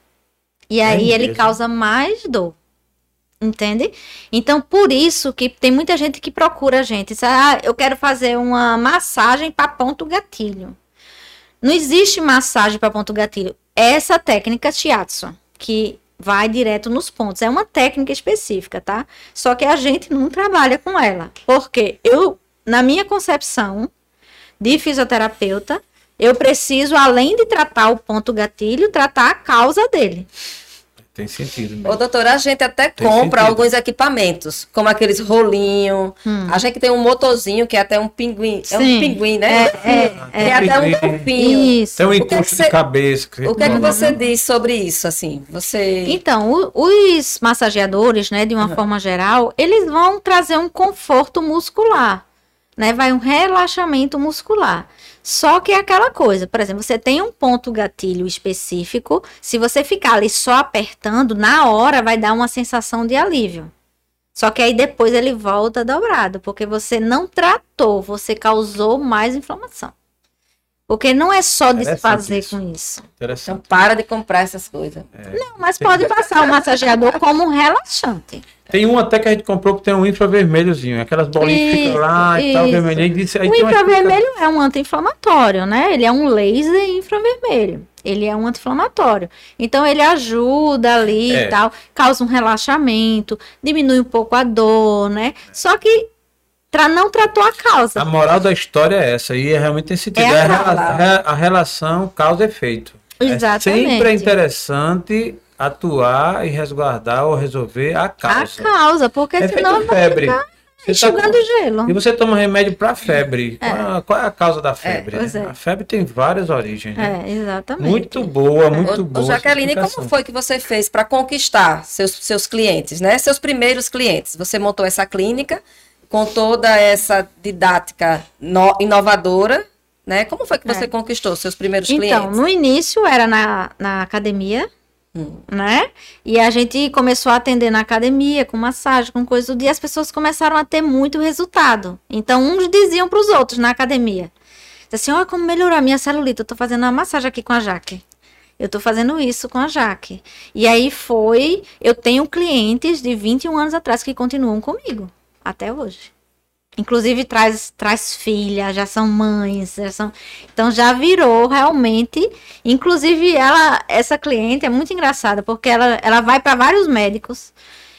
E aí É ele mesmo? causa mais dor. Entende? Então, por isso que tem muita gente que procura a gente. Diz, ah, eu quero fazer uma massagem para ponto gatilho. Não existe massagem para ponto gatilho. Essa técnica shiatsu, que vai direto nos pontos. É uma técnica específica, tá? Só que a gente não trabalha com ela. Porque eu, na minha concepção de fisioterapeuta, eu preciso, além de tratar o ponto gatilho, tratar a causa dele. tem sentido. Ô, doutora, a gente até Tem compra sentido. alguns equipamentos, como aqueles rolinhos. A gente tem um motorzinho que é até um pinguim. É um Sim. pinguim, né? É, Tem até um pinguim. golfinho. Isso. Tem um O que é que encosto você- de cabeça. que- O que é que você diz sobre isso, assim? Você... Então, o- os massageadores, né, de uma forma geral, eles vão trazer um conforto muscular, né? Vai um relaxamento muscular. Só que é aquela coisa, por exemplo, você tem um ponto gatilho específico, se você ficar ali só apertando, na hora vai dar uma sensação de alívio. Só que aí depois ele volta dobrado, porque você não tratou, você causou mais inflamação. Porque não é só Interessante desfazer isso. com isso. Interessante. Então para de comprar essas coisas. Não, mas pode passar o massageador como um relaxante. Tem um até que a gente comprou que tem um infravermelhozinho. Aquelas bolinhas que ficam lá e tal, Isso. vermelhinho. E disse, aí O tem uma infravermelho é um anti-inflamatório, né? Ele é um laser infravermelho. Ele é um anti-inflamatório. Então, ele ajuda ali É. e tal, causa um relaxamento, diminui um pouco a dor, né? Só que tra não tratou a causa. A moral da história é essa, e é realmente tem sentido. É É a, aquela. rela- a relação causa-efeito. Exatamente. É sempre interessante atuar e resguardar ou resolver a A causa. causa, porque É senão feito vai febre. ficar Você tá enxugando com- gelo. E você toma remédio para febre. Qual, a- qual é a causa da febre? pois né? é. A febre tem várias origens. Né? É, exatamente. Muito boa, muito Ô, boa. ô, Jaqueline, essa como explicação. foi que você fez para conquistar seus, seus clientes, né? Seus primeiros clientes? Você montou essa clínica com toda essa didática no- inovadora, né? Como foi que você É. conquistou seus primeiros Então, clientes? no início era na, na academia, Hum. né? E a gente começou a atender na academia, com massagem, com coisa do dia, as pessoas começaram a ter muito resultado. Então, uns diziam para os outros na academia. Assim, olha como melhorou a minha celulite, eu tô fazendo uma massagem aqui com a Jaque. Eu tô fazendo isso com a Jaque. E aí foi, eu tenho clientes de vinte e um anos atrás que continuam comigo, até hoje. Inclusive traz, traz filha, já são mães, já são... Então já virou realmente. Inclusive, ela, essa cliente é muito engraçada, porque ela, ela vai para vários médicos.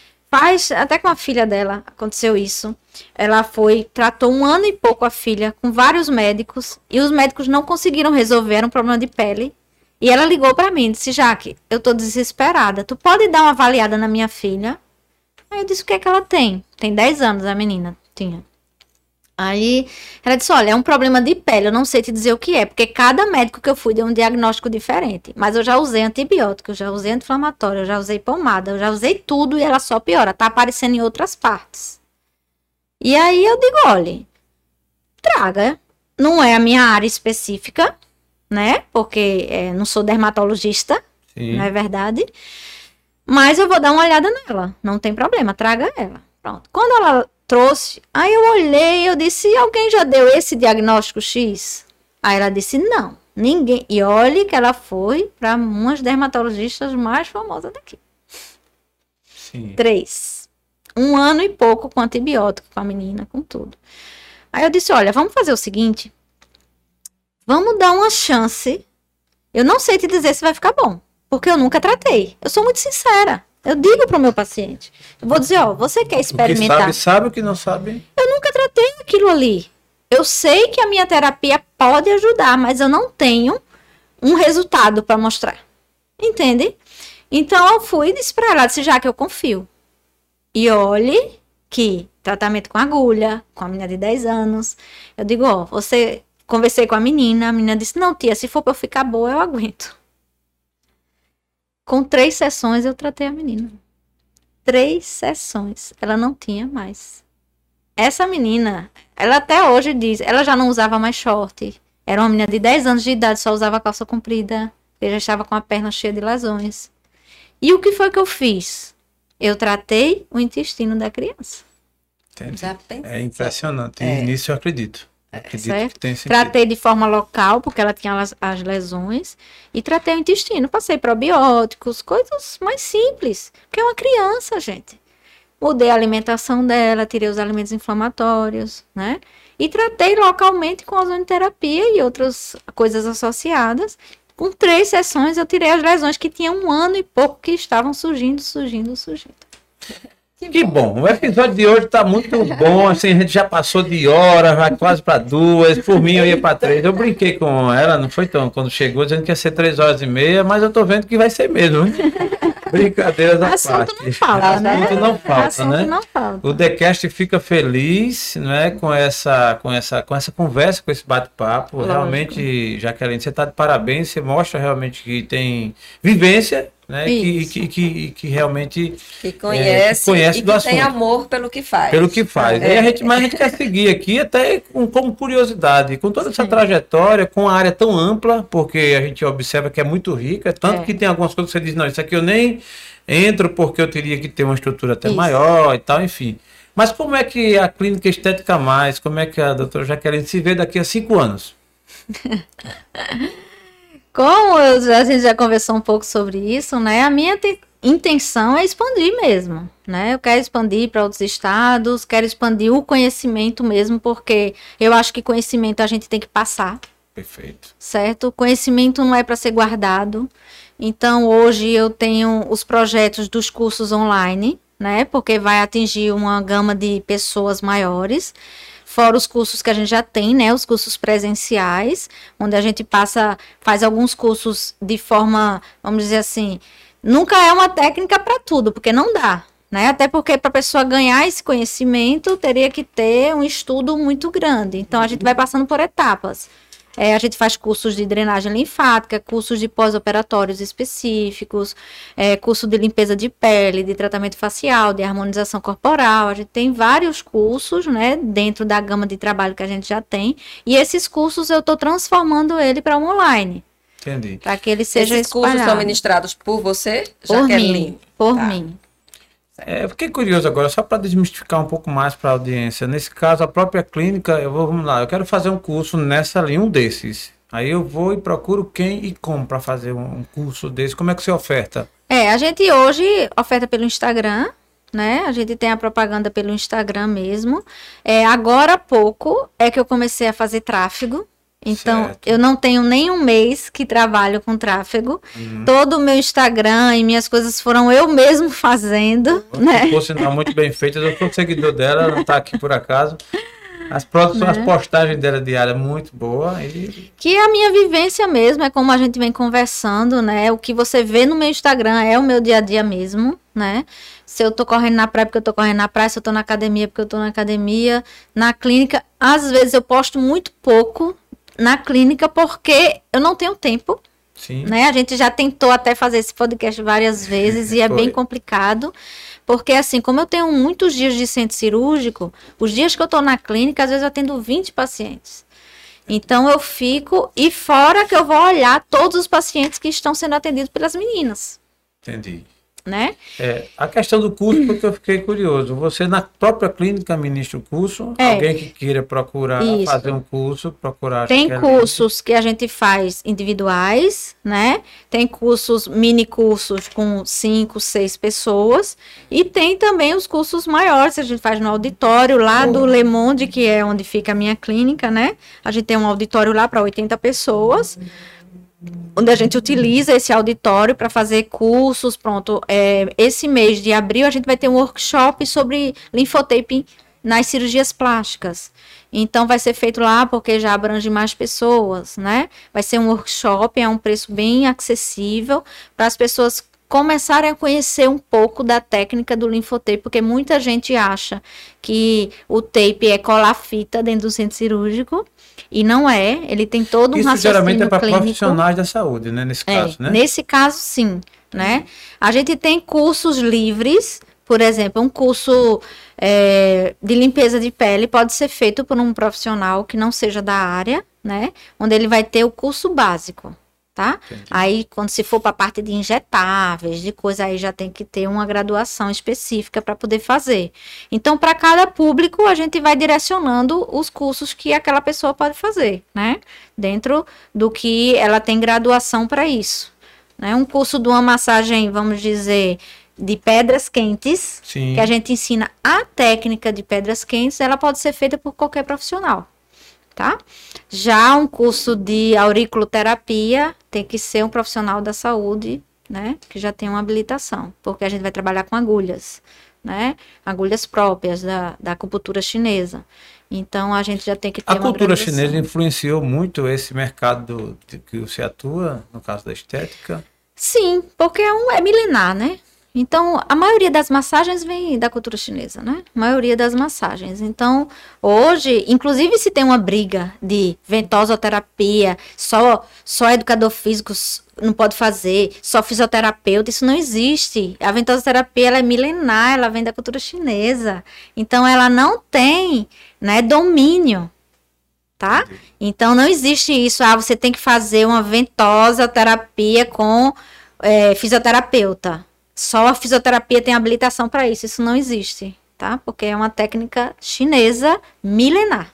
Faz, até com a filha dela aconteceu isso. Ela foi, tratou um ano e pouco a filha com vários médicos, e os médicos não conseguiram resolver, era um problema de pele. E ela ligou para mim e disse: Jaque, eu tô desesperada, tu pode dar uma avaliada na minha filha? Aí eu disse: o que é que ela tem? Tem dez anos a menina, tinha. Aí ela disse: olha, é um problema de pele, eu não sei te dizer o que é, porque cada médico que eu fui deu um diagnóstico diferente. Mas eu já usei antibiótico, eu já usei anti-inflamatório, eu já usei pomada, eu já usei tudo e ela só piora, tá aparecendo em outras partes. E aí eu digo: olha, traga, não é a minha área específica, né? Porque é, não sou dermatologista, Sim. não é verdade? Mas eu vou dar uma olhada nela, não tem problema, traga ela. Pronto. Quando ela trouxe, aí eu olhei e eu disse: alguém já deu esse diagnóstico X? Aí ela disse: não, ninguém. E olhe que ela foi para umas dermatologistas mais famosas daqui. Sim. Três. Um ano e pouco com antibiótico, com a menina, com tudo. Aí eu disse: olha, vamos fazer o seguinte. Vamos dar uma chance Eu não sei te dizer se vai ficar bom, porque eu nunca tratei. Eu sou muito sincera. Eu digo para o meu paciente. Eu vou dizer, ó, você quer experimentar? O que sabe, sabe. O que não sabe... Eu nunca tratei aquilo ali. Eu sei que a minha terapia pode ajudar, mas eu não tenho um resultado para mostrar. Entende? Então, eu fui e disse para ela, disse, já que eu confio. E olhe que tratamento com agulha, com a menina de dez anos. Eu digo, ó, você... Conversei com a menina, a menina disse, não, tia, se for para eu ficar boa, eu aguento. Com três sessões, eu tratei a menina. Três sessões. Ela não tinha mais. Essa menina, ela até hoje diz, ela já não usava mais short. Era uma menina de dez anos de idade, só usava calça comprida. Eu já estava com a perna cheia de lesões. E o que foi que eu fiz? Eu tratei o intestino da criança. Já pensei. É impressionante. É. E nisso eu acredito. Acredito Certo? que tem sentido. Tratei de forma local, porque ela tinha as, as lesões, e tratei o intestino. Passei probióticos, coisas mais simples, porque é uma criança, gente. Mudei a alimentação dela, tirei os alimentos inflamatórios, né? E tratei localmente com ozonoterapia e outras coisas associadas. Com três sessões eu tirei as lesões que tinham um ano e pouco que estavam surgindo, surgindo, surgindo. Que bom, o episódio de hoje tá muito bom, assim, a gente já passou de hora, vai quase para duas, por mim eu ia para três, eu brinquei com ela, não foi tão, quando chegou dizendo que ia ser três horas e meia, mas eu tô vendo que vai ser mesmo, brincadeiras à Assunto parte. não falta, né? Assunto não falta, Assunto né? não falta. O TheCast fica feliz, né, com essa, com essa, com essa conversa, com esse bate-papo, Lógico. realmente, Jaqueline, você está de parabéns, você mostra realmente que tem vivência, né, que, que, que, que realmente Que conhece, é, que conhece e do que tem assunto. amor pelo que faz. Pelo que faz. É. E a gente, mas a gente quer seguir aqui até com, como curiosidade, com toda essa trajetória, com a área tão ampla, porque a gente observa que é muito rica, tanto É. que tem algumas coisas que você diz, não, isso aqui eu nem entro porque eu teria que ter uma estrutura até Isso. maior e tal, enfim. Mas como é que a Clínica Estética Mais, como é que a doutora Jaqueline se vê daqui a cinco anos? Como eu- a gente já conversou um pouco sobre isso, né? A minha te- intenção é expandir mesmo, né? Eu quero expandir para outros estados, quero expandir o conhecimento mesmo, porque eu acho que conhecimento a gente tem que passar, Perfeito. certo? O conhecimento não é para ser guardado. Então, hoje eu tenho os projetos dos cursos online, né? Porque vai atingir uma gama de pessoas maiores. Fora os cursos que a gente já tem, né? Os cursos presenciais, onde a gente passa, faz alguns cursos de forma, vamos dizer assim, nunca é uma técnica para tudo, porque não dá, né? Até porque para a pessoa ganhar esse conhecimento, teria que ter um estudo muito grande. Então, a gente vai passando por etapas. É, a gente faz cursos de drenagem linfática, cursos de pós-operatórios específicos, é, curso de limpeza de pele, de tratamento facial, de harmonização corporal. A gente tem vários cursos, né, dentro da gama de trabalho que a gente já tem. E esses cursos eu estou transformando ele para um online, Entendi. para que ele seja Esses cursos são espalhado. ministrados por você, Por Jaqueline? mim, por Tá. mim. É, eu fiquei curioso agora, só para desmistificar um pouco mais para a audiência. Nesse caso, a própria clínica, eu vou, vamos lá, eu quero fazer um curso nessa linha, um desses. Aí eu vou e procuro quem e como para fazer um, um curso desse. Como é que você oferta? É, a gente hoje oferta pelo Instagram, né? A gente tem a propaganda pelo Instagram mesmo. É, agora há pouco é que eu comecei a fazer tráfego. Então, Certo. eu não tenho nem um mês que trabalho com tráfego. Todo o meu Instagram e minhas coisas foram eu mesmo fazendo, né? Por sinal, muito bem feita. Eu sou seguidor dela, ela não está aqui por acaso. As produções, Né? as postagens dela diária muito boa. E Que é a minha vivência mesmo, é como a gente vem conversando, né? O que você vê no meu Instagram é o meu dia a dia mesmo, né? Se eu tô correndo na praia porque eu tô correndo na praia, se eu tô na academia porque eu tô na academia, na clínica, às vezes eu posto muito pouco na clínica porque eu não tenho tempo, sim, né? A gente já tentou até fazer esse podcast várias vezes e é Foi. bem complicado, porque assim, como eu tenho muitos dias de centro cirúrgico, os dias que eu tô na clínica, às vezes eu atendo vinte pacientes. Então eu fico, e fora que eu vou olhar todos os pacientes que estão sendo atendidos pelas meninas, entendi. né? É, a questão do curso, porque eu fiquei curioso. Você na própria clínica ministra o curso? É. Alguém que queira procurar Isso. fazer um curso, procurar... Tem Jaqueline. cursos que a gente faz individuais, né? Tem cursos, mini cursos com cinco, seis pessoas. E tem também os cursos maiores, que a gente faz no auditório lá do Le Monde, que é onde fica a minha clínica, né? A gente tem um auditório lá para oitenta pessoas. onde a gente utiliza esse auditório para fazer cursos, pronto. É, esse mês de abril a gente vai ter um workshop sobre linfotaping nas cirurgias plásticas. Então vai ser feito lá porque já abrange mais pessoas, né? Vai ser um workshop a um preço bem acessível para as pessoas começarem a conhecer um pouco da técnica do linfotape, porque muita gente acha que o tape é colar fita dentro do centro cirúrgico, e não é, ele tem todo um Isso raciocínio geralmente é para clínico. profissionais da saúde, né? Nesse caso, É, né? nesse caso, sim, né? A gente tem cursos livres, por exemplo, um curso é, de limpeza de pele pode ser feito por um profissional que não seja da área, né? Onde ele vai ter o curso básico. Tá? Aí, quando se for para a parte de injetáveis, de coisa, aí já tem que ter uma graduação específica para poder fazer. Então, para cada público, a gente vai direcionando os cursos que aquela pessoa pode fazer, né? Dentro do que ela tem graduação para isso. Né? Um curso de uma massagem, vamos dizer, de pedras quentes, Sim. que a gente ensina a técnica de pedras quentes, ela pode ser feita por qualquer profissional. Tá? Já um curso de auriculoterapia tem que ser um profissional da saúde, né? Que já tem uma habilitação, porque a gente vai trabalhar com agulhas, né? Agulhas próprias da, da acupuntura chinesa. Então, a gente já tem que ter A uma cultura graduação. chinesa influenciou muito esse mercado de que você atua, no caso da estética? Sim, porque é, um, é milenar, né? Então, a maioria das massagens vem da cultura chinesa, né? A maioria das massagens. Então, hoje, inclusive se tem uma briga de ventosoterapia, só, só educador físico não pode fazer, só fisioterapeuta, isso não existe. A ventosoterapia, ela é milenar, ela vem da cultura chinesa. Então, ela não tem, né, domínio, tá? Então, não existe isso. Ah, você tem que fazer uma ventosoterapia com é, fisioterapeuta. Só a fisioterapia tem habilitação para isso. Isso não existe, tá? Porque é uma técnica chinesa milenar.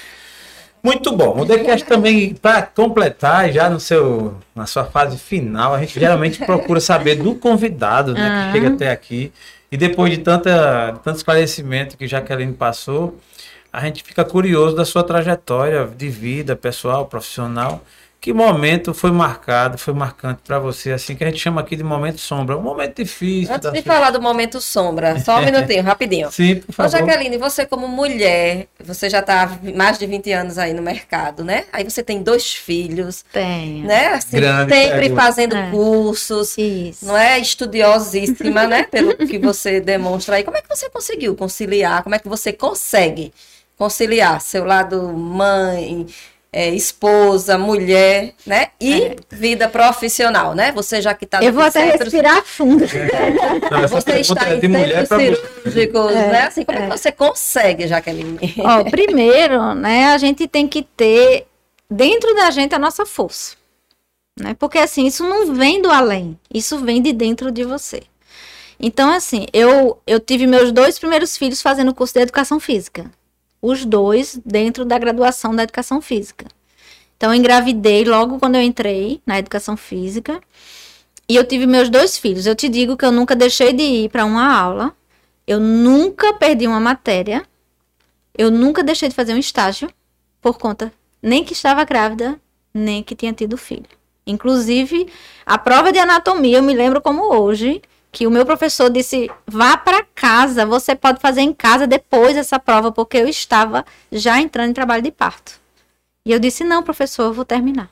Muito bom. O TheCast também, para completar, já no seu, na sua fase final, a gente geralmente procura saber do convidado, né, Ah. que chega até aqui. E depois de, tanta, de tanto esclarecimento que Jaqueline passou, a gente fica curioso da sua trajetória de vida pessoal, profissional. Que momento foi marcado, foi marcante para você, assim, que a gente chama aqui de momento sombra, um momento difícil. Antes da de sua- falar do momento sombra, só um minutinho, rapidinho. Sim, por Ô, favor. Jaqueline, você como mulher, você já está há mais de vinte anos aí no mercado, né? Aí você tem dois filhos, Tem. né? Assim, Grande sempre pergunta. fazendo É. cursos, Isso. não é? Estudiosíssima, né? Pelo que você demonstra aí. Como é que você conseguiu conciliar? Como é que você consegue conciliar seu lado mãe, é, esposa, mulher, né? E É. vida profissional, né? Você já que está... Eu vou até respirar fundo. Não, essa Você pergunta está é em de mulher para centros você. cirúrgicos, É, né? Assim, como é, é. que você consegue, Jaqueline? Ó, primeiro, né, a gente tem que ter dentro da gente a nossa força, né? Porque assim, isso não vem do além, isso vem de dentro de você. Então, assim, eu, eu tive meus dois primeiros filhos fazendo curso de educação física. Os dois dentro da graduação da educação física. Então, eu engravidei logo quando eu entrei na educação física. E eu tive meus dois filhos. Eu te digo que eu nunca deixei de ir para uma aula. Eu nunca perdi uma matéria. Eu nunca deixei de fazer um estágio por conta nem que estava grávida, nem que tinha tido filho. Inclusive, a prova de anatomia, eu me lembro como hoje, que o meu professor disse, vá para casa, você pode fazer em casa depois essa prova, porque eu estava já entrando em trabalho de parto. E eu disse, não, professor, eu vou terminar.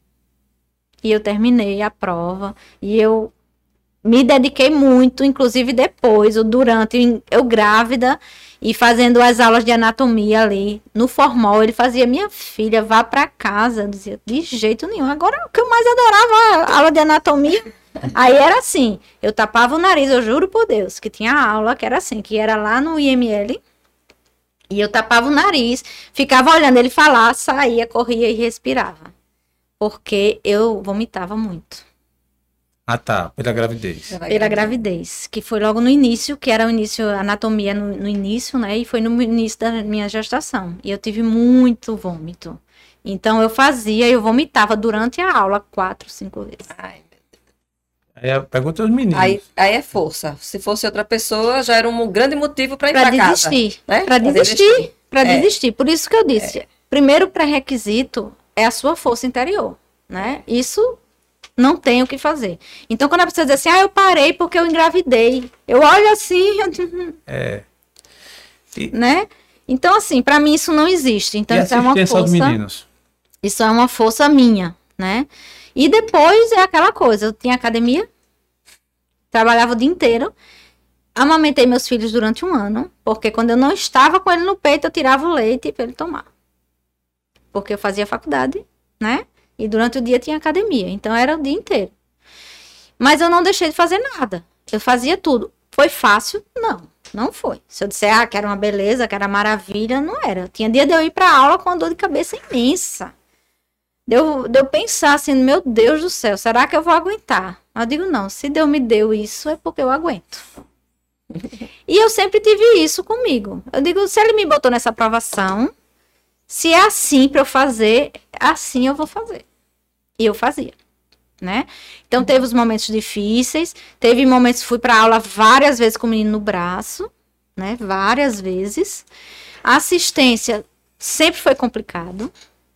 E eu terminei a prova, e eu me dediquei muito, inclusive depois, ou durante, eu grávida, e fazendo as aulas de anatomia ali, no formal, ele fazia, minha filha, vá para casa. Eu dizia, de jeito nenhum. Agora, o que eu mais adorava, a aula de anatomia. Aí era assim, eu tapava o nariz, eu juro por Deus, que tinha aula que era assim, que era lá no I M L, e eu tapava o nariz, ficava olhando ele falar, saía, corria e respirava. Porque eu vomitava muito. Ah, tá, pela gravidez. Pela gravidez, que foi logo no início, que era o início, a anatomia no, no início, né? E foi no início da minha gestação. E eu tive muito vômito. Então eu fazia, eu vomitava durante a aula quatro, cinco vezes. Ai, Aí a pergunta aos meninos. Aí, aí é força. Se fosse outra pessoa, já era um grande motivo para ir Para para casa. desistir, Né? para Pra desistir, para É. desistir. Por isso que eu disse, primeiro pré-requisito é a sua força interior, né? Isso não tenho o que fazer. Então, quando a pessoa diz assim, ah, eu parei porque eu engravidei. Eu olho assim, eu... É. E, né? Então, assim, para mim isso não existe. Então, e isso é uma assistência aos força. meninos? Isso é uma força minha, né? E depois é aquela coisa, eu tinha academia, trabalhava o dia inteiro, amamentei meus filhos durante um ano, porque quando eu não estava com ele no peito, eu tirava o leite para ele tomar. Porque eu fazia faculdade, né? E durante o dia tinha academia, então era o dia inteiro. Mas eu não deixei de fazer nada, eu fazia tudo. Foi fácil? Não, não foi. Se eu disser, ah, que era uma beleza, que era maravilha, não era. Tinha dia de eu ir para aula com uma dor de cabeça imensa. Deu, deu pensar assim, meu Deus do céu, será que eu vou aguentar? Eu digo, não, se Deus me deu isso, é porque eu aguento. E eu sempre tive isso comigo. Eu digo, se ele me botou nessa aprovação, se é assim para eu fazer, assim eu vou fazer. E eu fazia, né? Então teve os momentos difíceis, teve momentos que fui para aula várias vezes com o menino no braço, né? Várias vezes. A assistência sempre foi complicado,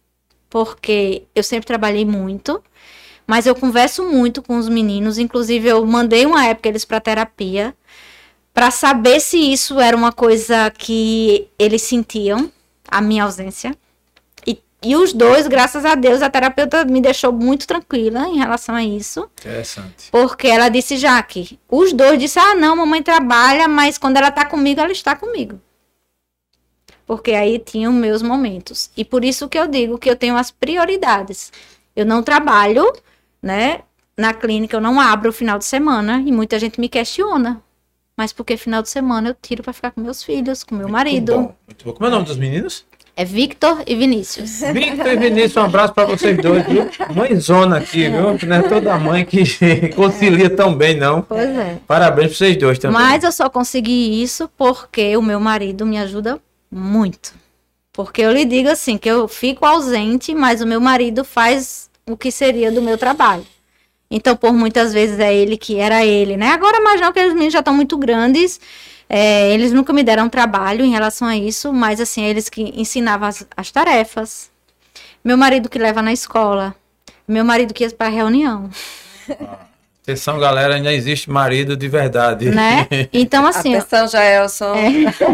porque eu sempre trabalhei muito, mas eu converso muito com os meninos, inclusive eu mandei uma época eles para terapia, para saber se isso era uma coisa que eles sentiam, a minha ausência. E, e os dois, graças a Deus, a terapeuta me deixou muito tranquila em relação a isso. Interessante. Porque ela disse, Jaque, os dois disseram, ah, não, mamãe trabalha, mas quando ela tá comigo, ela está comigo. Porque aí tinham meus momentos. E por isso que eu digo que eu tenho as prioridades. Eu não trabalho, né, na clínica, eu não abro o final de semana, e muita gente me questiona. Mas porque final de semana eu tiro para ficar com meus filhos, com meu Muito marido. Bom, muito bom. Como é o nome dos meninos? É Victor e Vinícius. Victor e Vinícius, um abraço para vocês dois, viu? Mãezona aqui, viu? Não é toda mãe que concilia tão bem, não. Pois é. Parabéns para vocês dois também. Mas eu só consegui isso porque o meu marido me ajuda muito. Porque eu lhe digo assim, que eu fico ausente, mas o meu marido faz o que seria do meu trabalho. Então, por muitas vezes é ele que era ele, né? Agora, mais não, que os meninos já estão muito grandes, é, eles nunca me deram trabalho em relação a isso, mas assim, eles que ensinavam as, as tarefas. Meu marido que leva na escola. Meu marido que ia para reunião. Atenção, galera, ainda existe marido de verdade. Né? Então, assim... Atenção, Jaelson. É,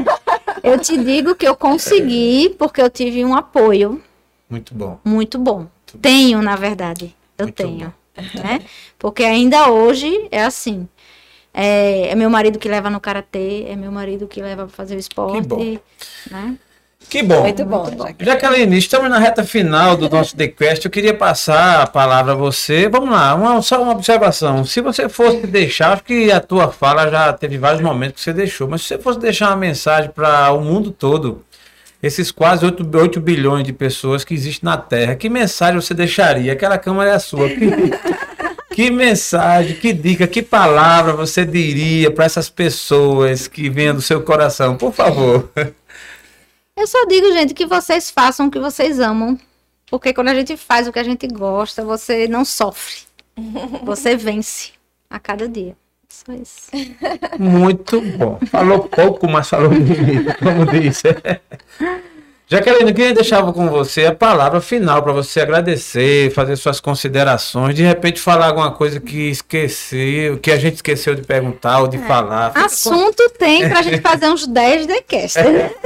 eu te digo que eu consegui porque eu tive um apoio. Muito bom. Muito bom. Muito bom. Tenho, na verdade. Eu Muito tenho. Né? Porque ainda hoje é assim. É, é meu marido que leva no karatê, é meu marido que leva para fazer o esporte. Que bom. Né? Que bom. Muito bom. Jaqueline. Jaqueline, estamos na reta final do nosso The Quest. Eu queria passar a palavra a você. Vamos lá, uma, só uma observação. Se você fosse deixar, acho que a tua fala já teve vários momentos que você deixou, mas se você fosse deixar uma mensagem para o mundo todo, esses quase oito bilhões de pessoas que existem na Terra, que mensagem você deixaria? Aquela câmera é a sua. Que, que mensagem, que dica, que palavra você diria para essas pessoas que vêm do seu coração? Por favor. Eu só digo, gente, que vocês façam o que vocês amam. Porque quando a gente faz o que a gente gosta, você não sofre. Você vence a cada dia. Só isso. Muito bom. Falou pouco, mas falou bonito, como disse. Jaqueline, eu queria deixar com você a palavra final para você agradecer, fazer suas considerações, de repente falar alguma coisa que esqueceu, que a gente esqueceu de perguntar ou de é. falar. Fica Assunto com... tem para a gente fazer uns dez decast.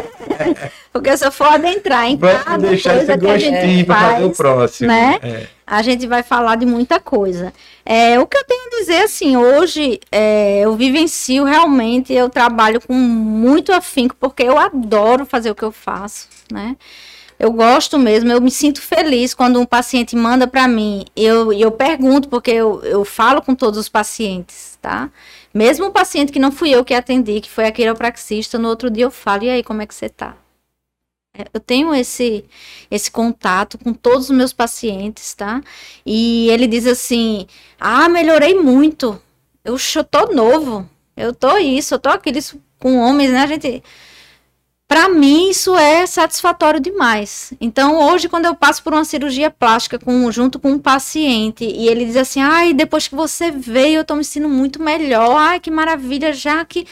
Porque se eu for adentrar em vai cada deixar coisa esse que a gente para faz, fazer o próximo. Né? É. A gente vai falar de muita coisa. É, o que eu tenho a dizer, assim, hoje é, eu vivencio realmente, eu trabalho com muito afinco, porque eu adoro fazer o que eu faço, né? Eu gosto mesmo, eu me sinto feliz quando um paciente manda para mim. Eu, eu pergunto, porque eu, eu falo com todos os pacientes, tá? Mesmo o paciente que não fui eu que atendi, que foi a quiropraxista, no outro dia eu falo, e aí, como é que você tá? Eu tenho esse, esse contato com todos os meus pacientes, tá? E ele diz assim, ah, melhorei muito, eu, eu tô novo, eu tô isso, eu tô aquilo, isso com homens, né? A gente... Para mim, isso é satisfatório demais. Então, hoje, quando eu passo por uma cirurgia plástica com, junto com um paciente, e ele diz assim, ai, depois que você veio, eu tô me sentindo muito melhor, ai, que maravilha, já que...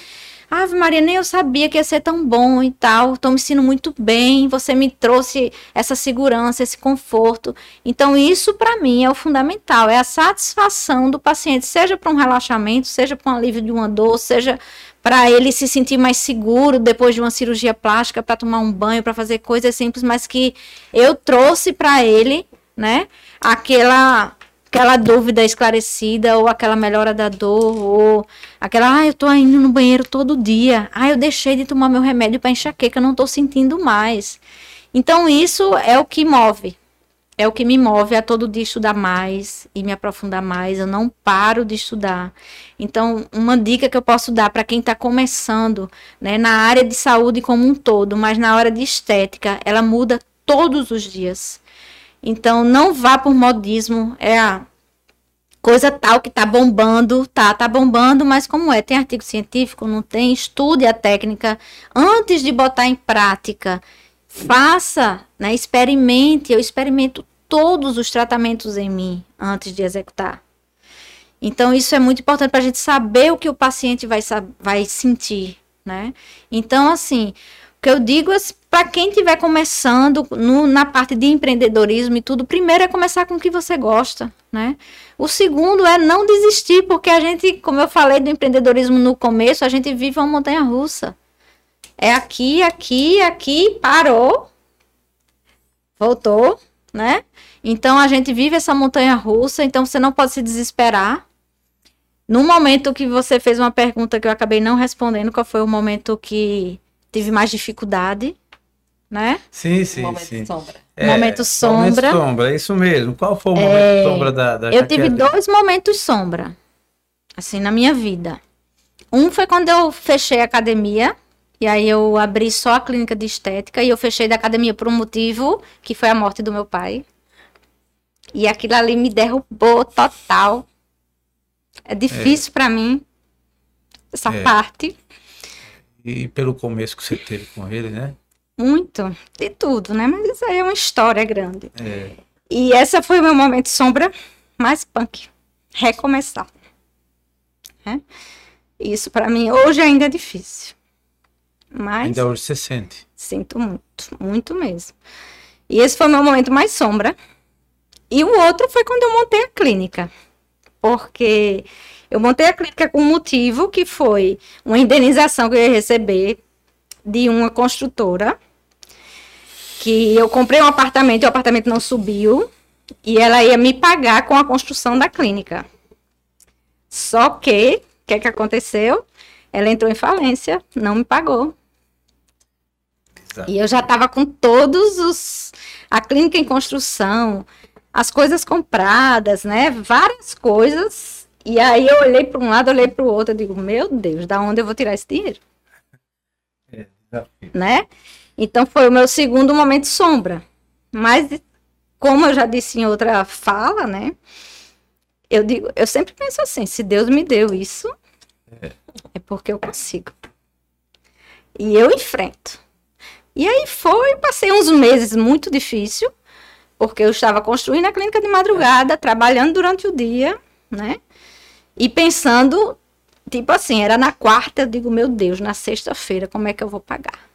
Ave Maria, nem eu sabia que ia ser tão bom e tal, estou me sentindo muito bem, você me trouxe essa segurança, esse conforto. Então, isso para mim é o fundamental, é a satisfação do paciente, seja para um relaxamento, seja para um alívio de uma dor, seja para ele se sentir mais seguro depois de uma cirurgia plástica, para tomar um banho, para fazer coisas simples, mas que eu trouxe para ele, né, aquela... aquela dúvida esclarecida, ou aquela melhora da dor, ou aquela, ah, eu tô indo no banheiro todo dia, ah, eu deixei de tomar meu remédio para enxaqueca, eu não tô sentindo mais. Então, isso é o que move, é o que me move a todo dia estudar mais e me aprofundar mais, eu não paro de estudar. Então, uma dica que eu posso dar para quem está começando, né, na área de saúde como um todo, mas na hora de estética, ela muda todos os dias. Então, não vá por modismo, é a coisa tal que tá bombando, tá, tá bombando, mas como é? Tem artigo científico? Não tem? Estude a técnica antes de botar em prática. Faça, né, experimente, eu experimento todos os tratamentos em mim antes de executar. Então, isso é muito importante para a gente saber o que o paciente vai, vai sentir, né? Então, assim... O que eu digo é, para quem estiver começando no, na parte de empreendedorismo e tudo, primeiro é começar com o que você gosta, né? O segundo é não desistir, porque a gente, como eu falei do empreendedorismo no começo, a gente vive uma montanha-russa. É aqui, aqui, aqui, parou, voltou, né? Então, a gente vive essa montanha-russa, então você não pode se desesperar. No momento que você fez uma pergunta que eu acabei não respondendo, qual foi o momento que... tive mais dificuldade, né? Sim, sim, momento sim. Sombra. É, momento sombra. Momento sombra, é isso mesmo. Qual foi o momento É, sombra da, da Eu tive Jaqueline? dois momentos sombra, assim, na minha vida. Um foi quando eu fechei a academia, e aí eu abri só a clínica de estética, e eu fechei da academia por um motivo, que foi a morte do meu pai. E aquilo ali me derrubou total. É difícil é. para mim, essa É. parte. E pelo começo que você teve com ele, né? Muito, de tudo, né? Mas isso aí é uma história grande. É. E essa foi o meu momento sombra mais punk. Recomeçar. Né? Isso para mim hoje ainda é difícil. Mas Ainda hoje você sente. sinto muito, muito mesmo. E esse foi o meu momento mais sombra. E o outro foi quando eu montei a clínica. Porque eu montei a clínica com um motivo que foi uma indenização que eu ia receber de uma construtora. Que eu comprei um apartamento e o apartamento não subiu. E ela ia me pagar com a construção da clínica. Só que, o que é que aconteceu? Ela entrou em falência, não me pagou. Exato. E eu já estava com todos os... a clínica em construção, as coisas compradas, né? Várias coisas. E aí eu olhei para um lado, olhei para o outro, eu digo, meu Deus, da onde eu vou tirar esse dinheiro? É, desafio. Né? Então foi o meu segundo momento sombra. Mas, como eu já disse em outra fala, né? Eu digo, eu sempre penso assim, se Deus me deu isso, é, é porque eu consigo. E eu enfrento. E aí foi, passei uns meses muito difícil, porque eu estava construindo a clínica de madrugada, trabalhando durante o dia, né? E pensando, tipo assim, era na quarta, eu digo, meu Deus, na sexta-feira, como é que eu vou pagar?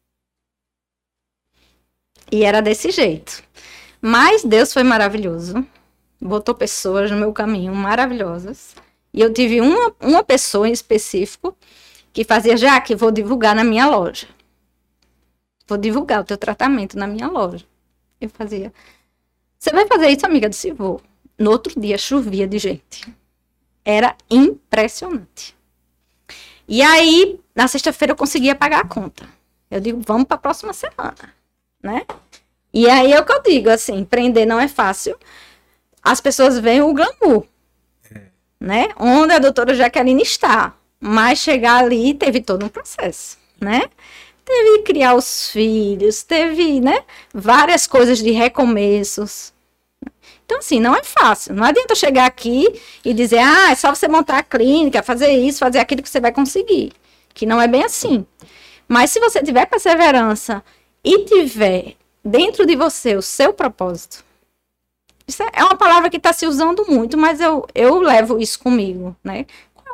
E era desse jeito. Mas Deus foi maravilhoso. Botou pessoas no meu caminho maravilhosas. E eu tive uma, uma pessoa em específico que fazia, já que vou divulgar na minha loja. Vou divulgar o teu tratamento na minha loja. Eu fazia. Você vai fazer isso, amiga? Eu disse, vou. No outro dia chovia de gente. Era impressionante. E aí, na sexta-feira eu conseguia pagar a conta. Eu digo, vamos para a próxima semana, né? E aí é o que eu digo, assim, empreender não é fácil. As pessoas veem o glamour, é. Né? Onde a doutora Jaqueline está. Mas chegar ali teve todo um processo, né? Teve que criar os filhos, teve, né? Várias coisas de recomeços. Então, assim, não é fácil. Não adianta eu chegar aqui e dizer, ah, é só você montar a clínica, fazer isso, fazer aquilo que você vai conseguir. Que não é bem assim. Mas se você tiver perseverança e tiver dentro de você o seu propósito, isso é uma palavra que está se usando muito, mas eu, eu levo isso comigo, né? Qual é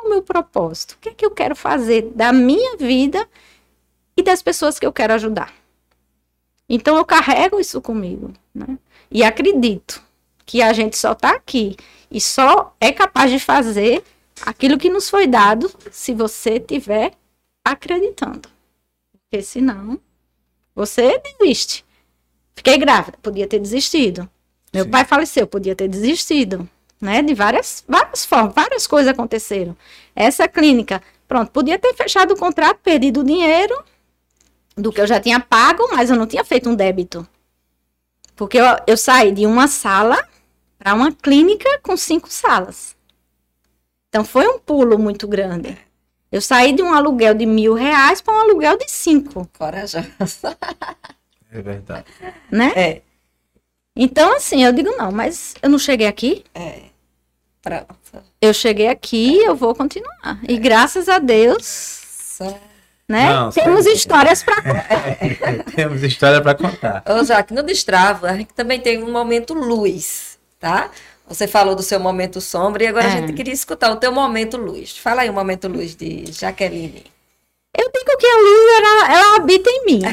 o meu propósito? O que é que eu quero fazer da minha vida e das pessoas que eu quero ajudar? Então, eu carrego isso comigo, né? E acredito que a gente só está aqui e só é capaz de fazer aquilo que nos foi dado se você estiver acreditando. Porque senão, você desiste. Fiquei grávida, podia ter desistido. Meu Sim. pai faleceu, podia ter desistido. Né? De várias, várias formas, várias coisas aconteceram. Essa clínica, pronto, podia ter fechado o contrato, perdido o dinheiro do que eu já tinha pago, mas eu não tinha feito um débito. Porque eu, eu saí de uma sala para uma clínica com cinco salas. Então, foi um pulo muito grande. Eu saí de um aluguel de mil reais para um aluguel de cinco. Corajosa. É verdade. Né? É. Então, assim, eu digo, não, mas eu não cheguei aqui. É. Pronto. Eu cheguei aqui, eu vou continuar. E graças a Deus, Só... né? Não, temos sei. histórias para É, temos história para contar. Ô, Jaque, no Destrava, a gente também tem um momento luz, tá? Você falou do seu momento sombra e agora É. a gente queria escutar o teu momento luz. Fala aí o momento luz de Jaqueline. Eu digo que a luz, ela, ela habita em mim.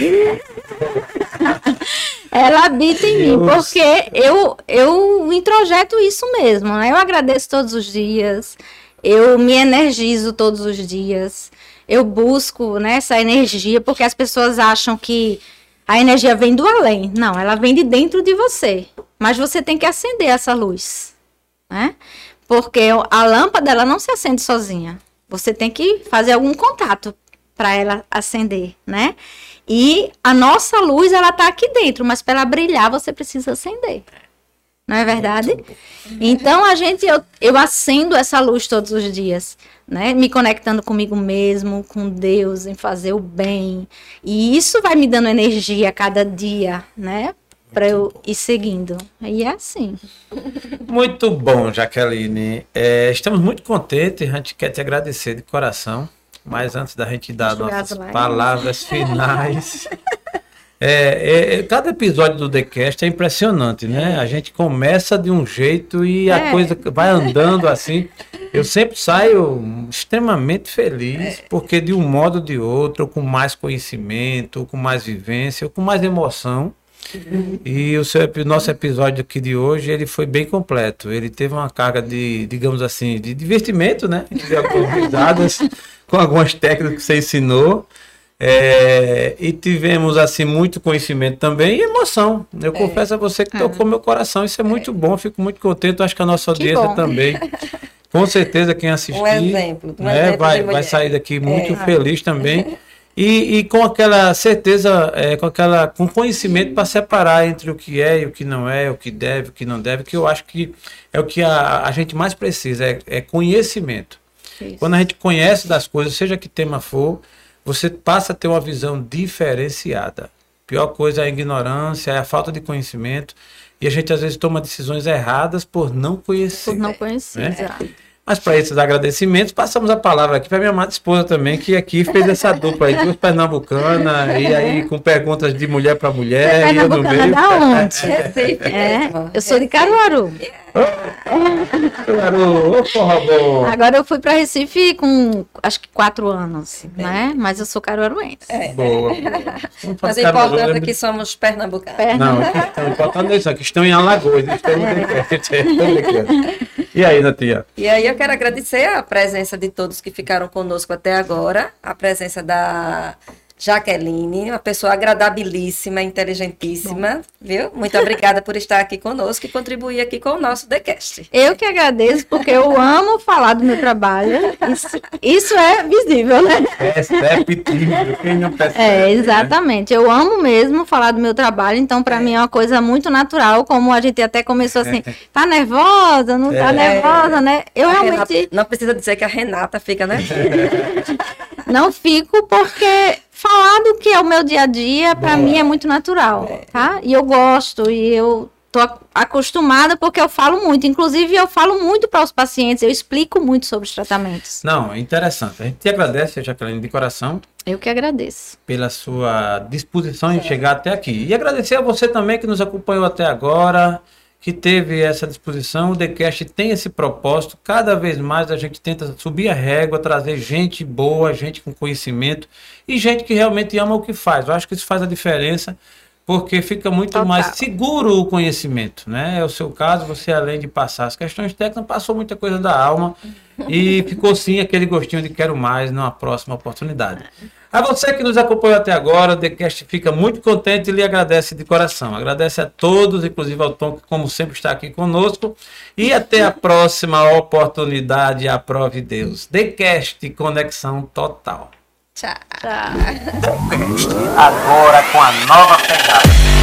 Ela habita em mim, porque eu, eu introjeto isso mesmo, né? Eu agradeço todos os dias, eu me energizo todos os dias, eu busco, né, essa energia, porque as pessoas acham que a energia vem do além. Não, ela vem de dentro de você, mas você tem que acender essa luz, né? Porque a lâmpada, ela não se acende sozinha. Você tem que fazer algum contato para ela acender, né? E a nossa luz, ela tá aqui dentro, mas para ela brilhar, você precisa acender. Não é verdade? Então, a gente, eu, eu acendo essa luz todos os dias, né? Me conectando comigo mesmo, com Deus, em fazer o bem. E isso vai me dando energia a cada dia, né? Para eu ir seguindo. E é assim. Muito bom, Jaqueline. É, estamos muito contentes, a gente quer te agradecer de coração. Mas antes da gente dar nossas palavras finais, é, é, cada episódio do TheCast é impressionante, né? A gente começa de um jeito e a é. coisa vai andando assim. Eu sempre saio extremamente feliz, porque de um modo ou de outro, com mais conhecimento, com mais vivência, com mais emoção. E o seu, nosso episódio aqui de hoje, ele foi bem completo. Ele teve uma carga de, digamos assim, de divertimento, né? De algumas risadas, com algumas técnicas que você ensinou. É, e tivemos, assim, muito conhecimento também e emoção. Eu é. confesso a você que tocou meu coração. Isso é muito é. bom, fico muito contente. Acho que a nossa audiência também. Com certeza quem assistir um exemplo, um né, exemplo vai, vai sair daqui muito é. feliz também. E, e com aquela certeza, é, com aquela com conhecimento para separar entre o que é e o que não é, o que deve, o que não deve, que eu acho que é o que a, a gente mais precisa, é, é conhecimento. Isso. Quando a gente conhece das coisas, seja que tema for, você passa a ter uma visão diferenciada. A pior coisa é a ignorância, é a falta de conhecimento, e a gente às vezes toma decisões erradas por não conhecer. Por não conhecer, né? exato. Mas para esses agradecimentos, passamos a palavra aqui para minha amada esposa também, que aqui fez essa dupla aí, duas pernambucanas, e aí com perguntas de mulher para mulher. É pernambucana da onde? É, é, eu sou de Caruaru. Caruaru, ô porra boa. Agora eu fui para Recife com acho que quatro anos, né? Mas eu sou caruaruense. É. Boa, boa. Mas o importante é que somos pernambucanos. Não, o importante é isso, que estão em Alagoas, estão é. E aí, Natia? E aí eu quero agradecer a presença de todos que ficaram conosco até agora, a presença da Jaqueline, uma pessoa agradabilíssima, inteligentíssima, Bom. viu? Muito obrigada por estar aqui conosco e contribuir aqui com o nosso TheCast. Eu que agradeço, porque eu amo falar do meu trabalho. Isso, isso é visível, né? Perceptível, quem não percebe. É, exatamente. Né? Eu amo mesmo falar do meu trabalho, então para é. mim é uma coisa muito natural, como a gente até começou assim, tá nervosa, não tá é. nervosa, né? Eu a realmente... Renata, não precisa dizer que a Renata fica, né? Não fico porque... Falar do que é o meu dia a dia, para mim, é muito natural, é. tá? E eu gosto, e eu tô acostumada porque eu falo muito. Inclusive, eu falo muito para os pacientes, eu explico muito sobre os tratamentos. Não, é interessante. A gente te agradece, Jaqueline, de coração. Eu que agradeço. Pela sua disposição em é. chegar até aqui. E agradecer a você também que nos acompanhou até agora. que teve essa disposição. O TheCast tem esse propósito. Cada vez mais a gente tenta subir a régua, trazer gente boa, gente com conhecimento e gente que realmente ama o que faz. Eu acho que isso faz a diferença, porque fica muito Total. mais seguro o conhecimento, né? É o seu caso, você além de passar as questões técnicas, passou muita coisa da alma e ficou sim aquele gostinho de quero mais numa próxima oportunidade. A você que nos acompanhou até agora, o TheCast fica muito contente e lhe agradece de coração. Agradece a todos, inclusive ao Tom, que como sempre está aqui conosco. E até a próxima oportunidade, aprove Deus. TheCast, conexão total. Tchau. Tchau. TheCast, agora com a nova pegada.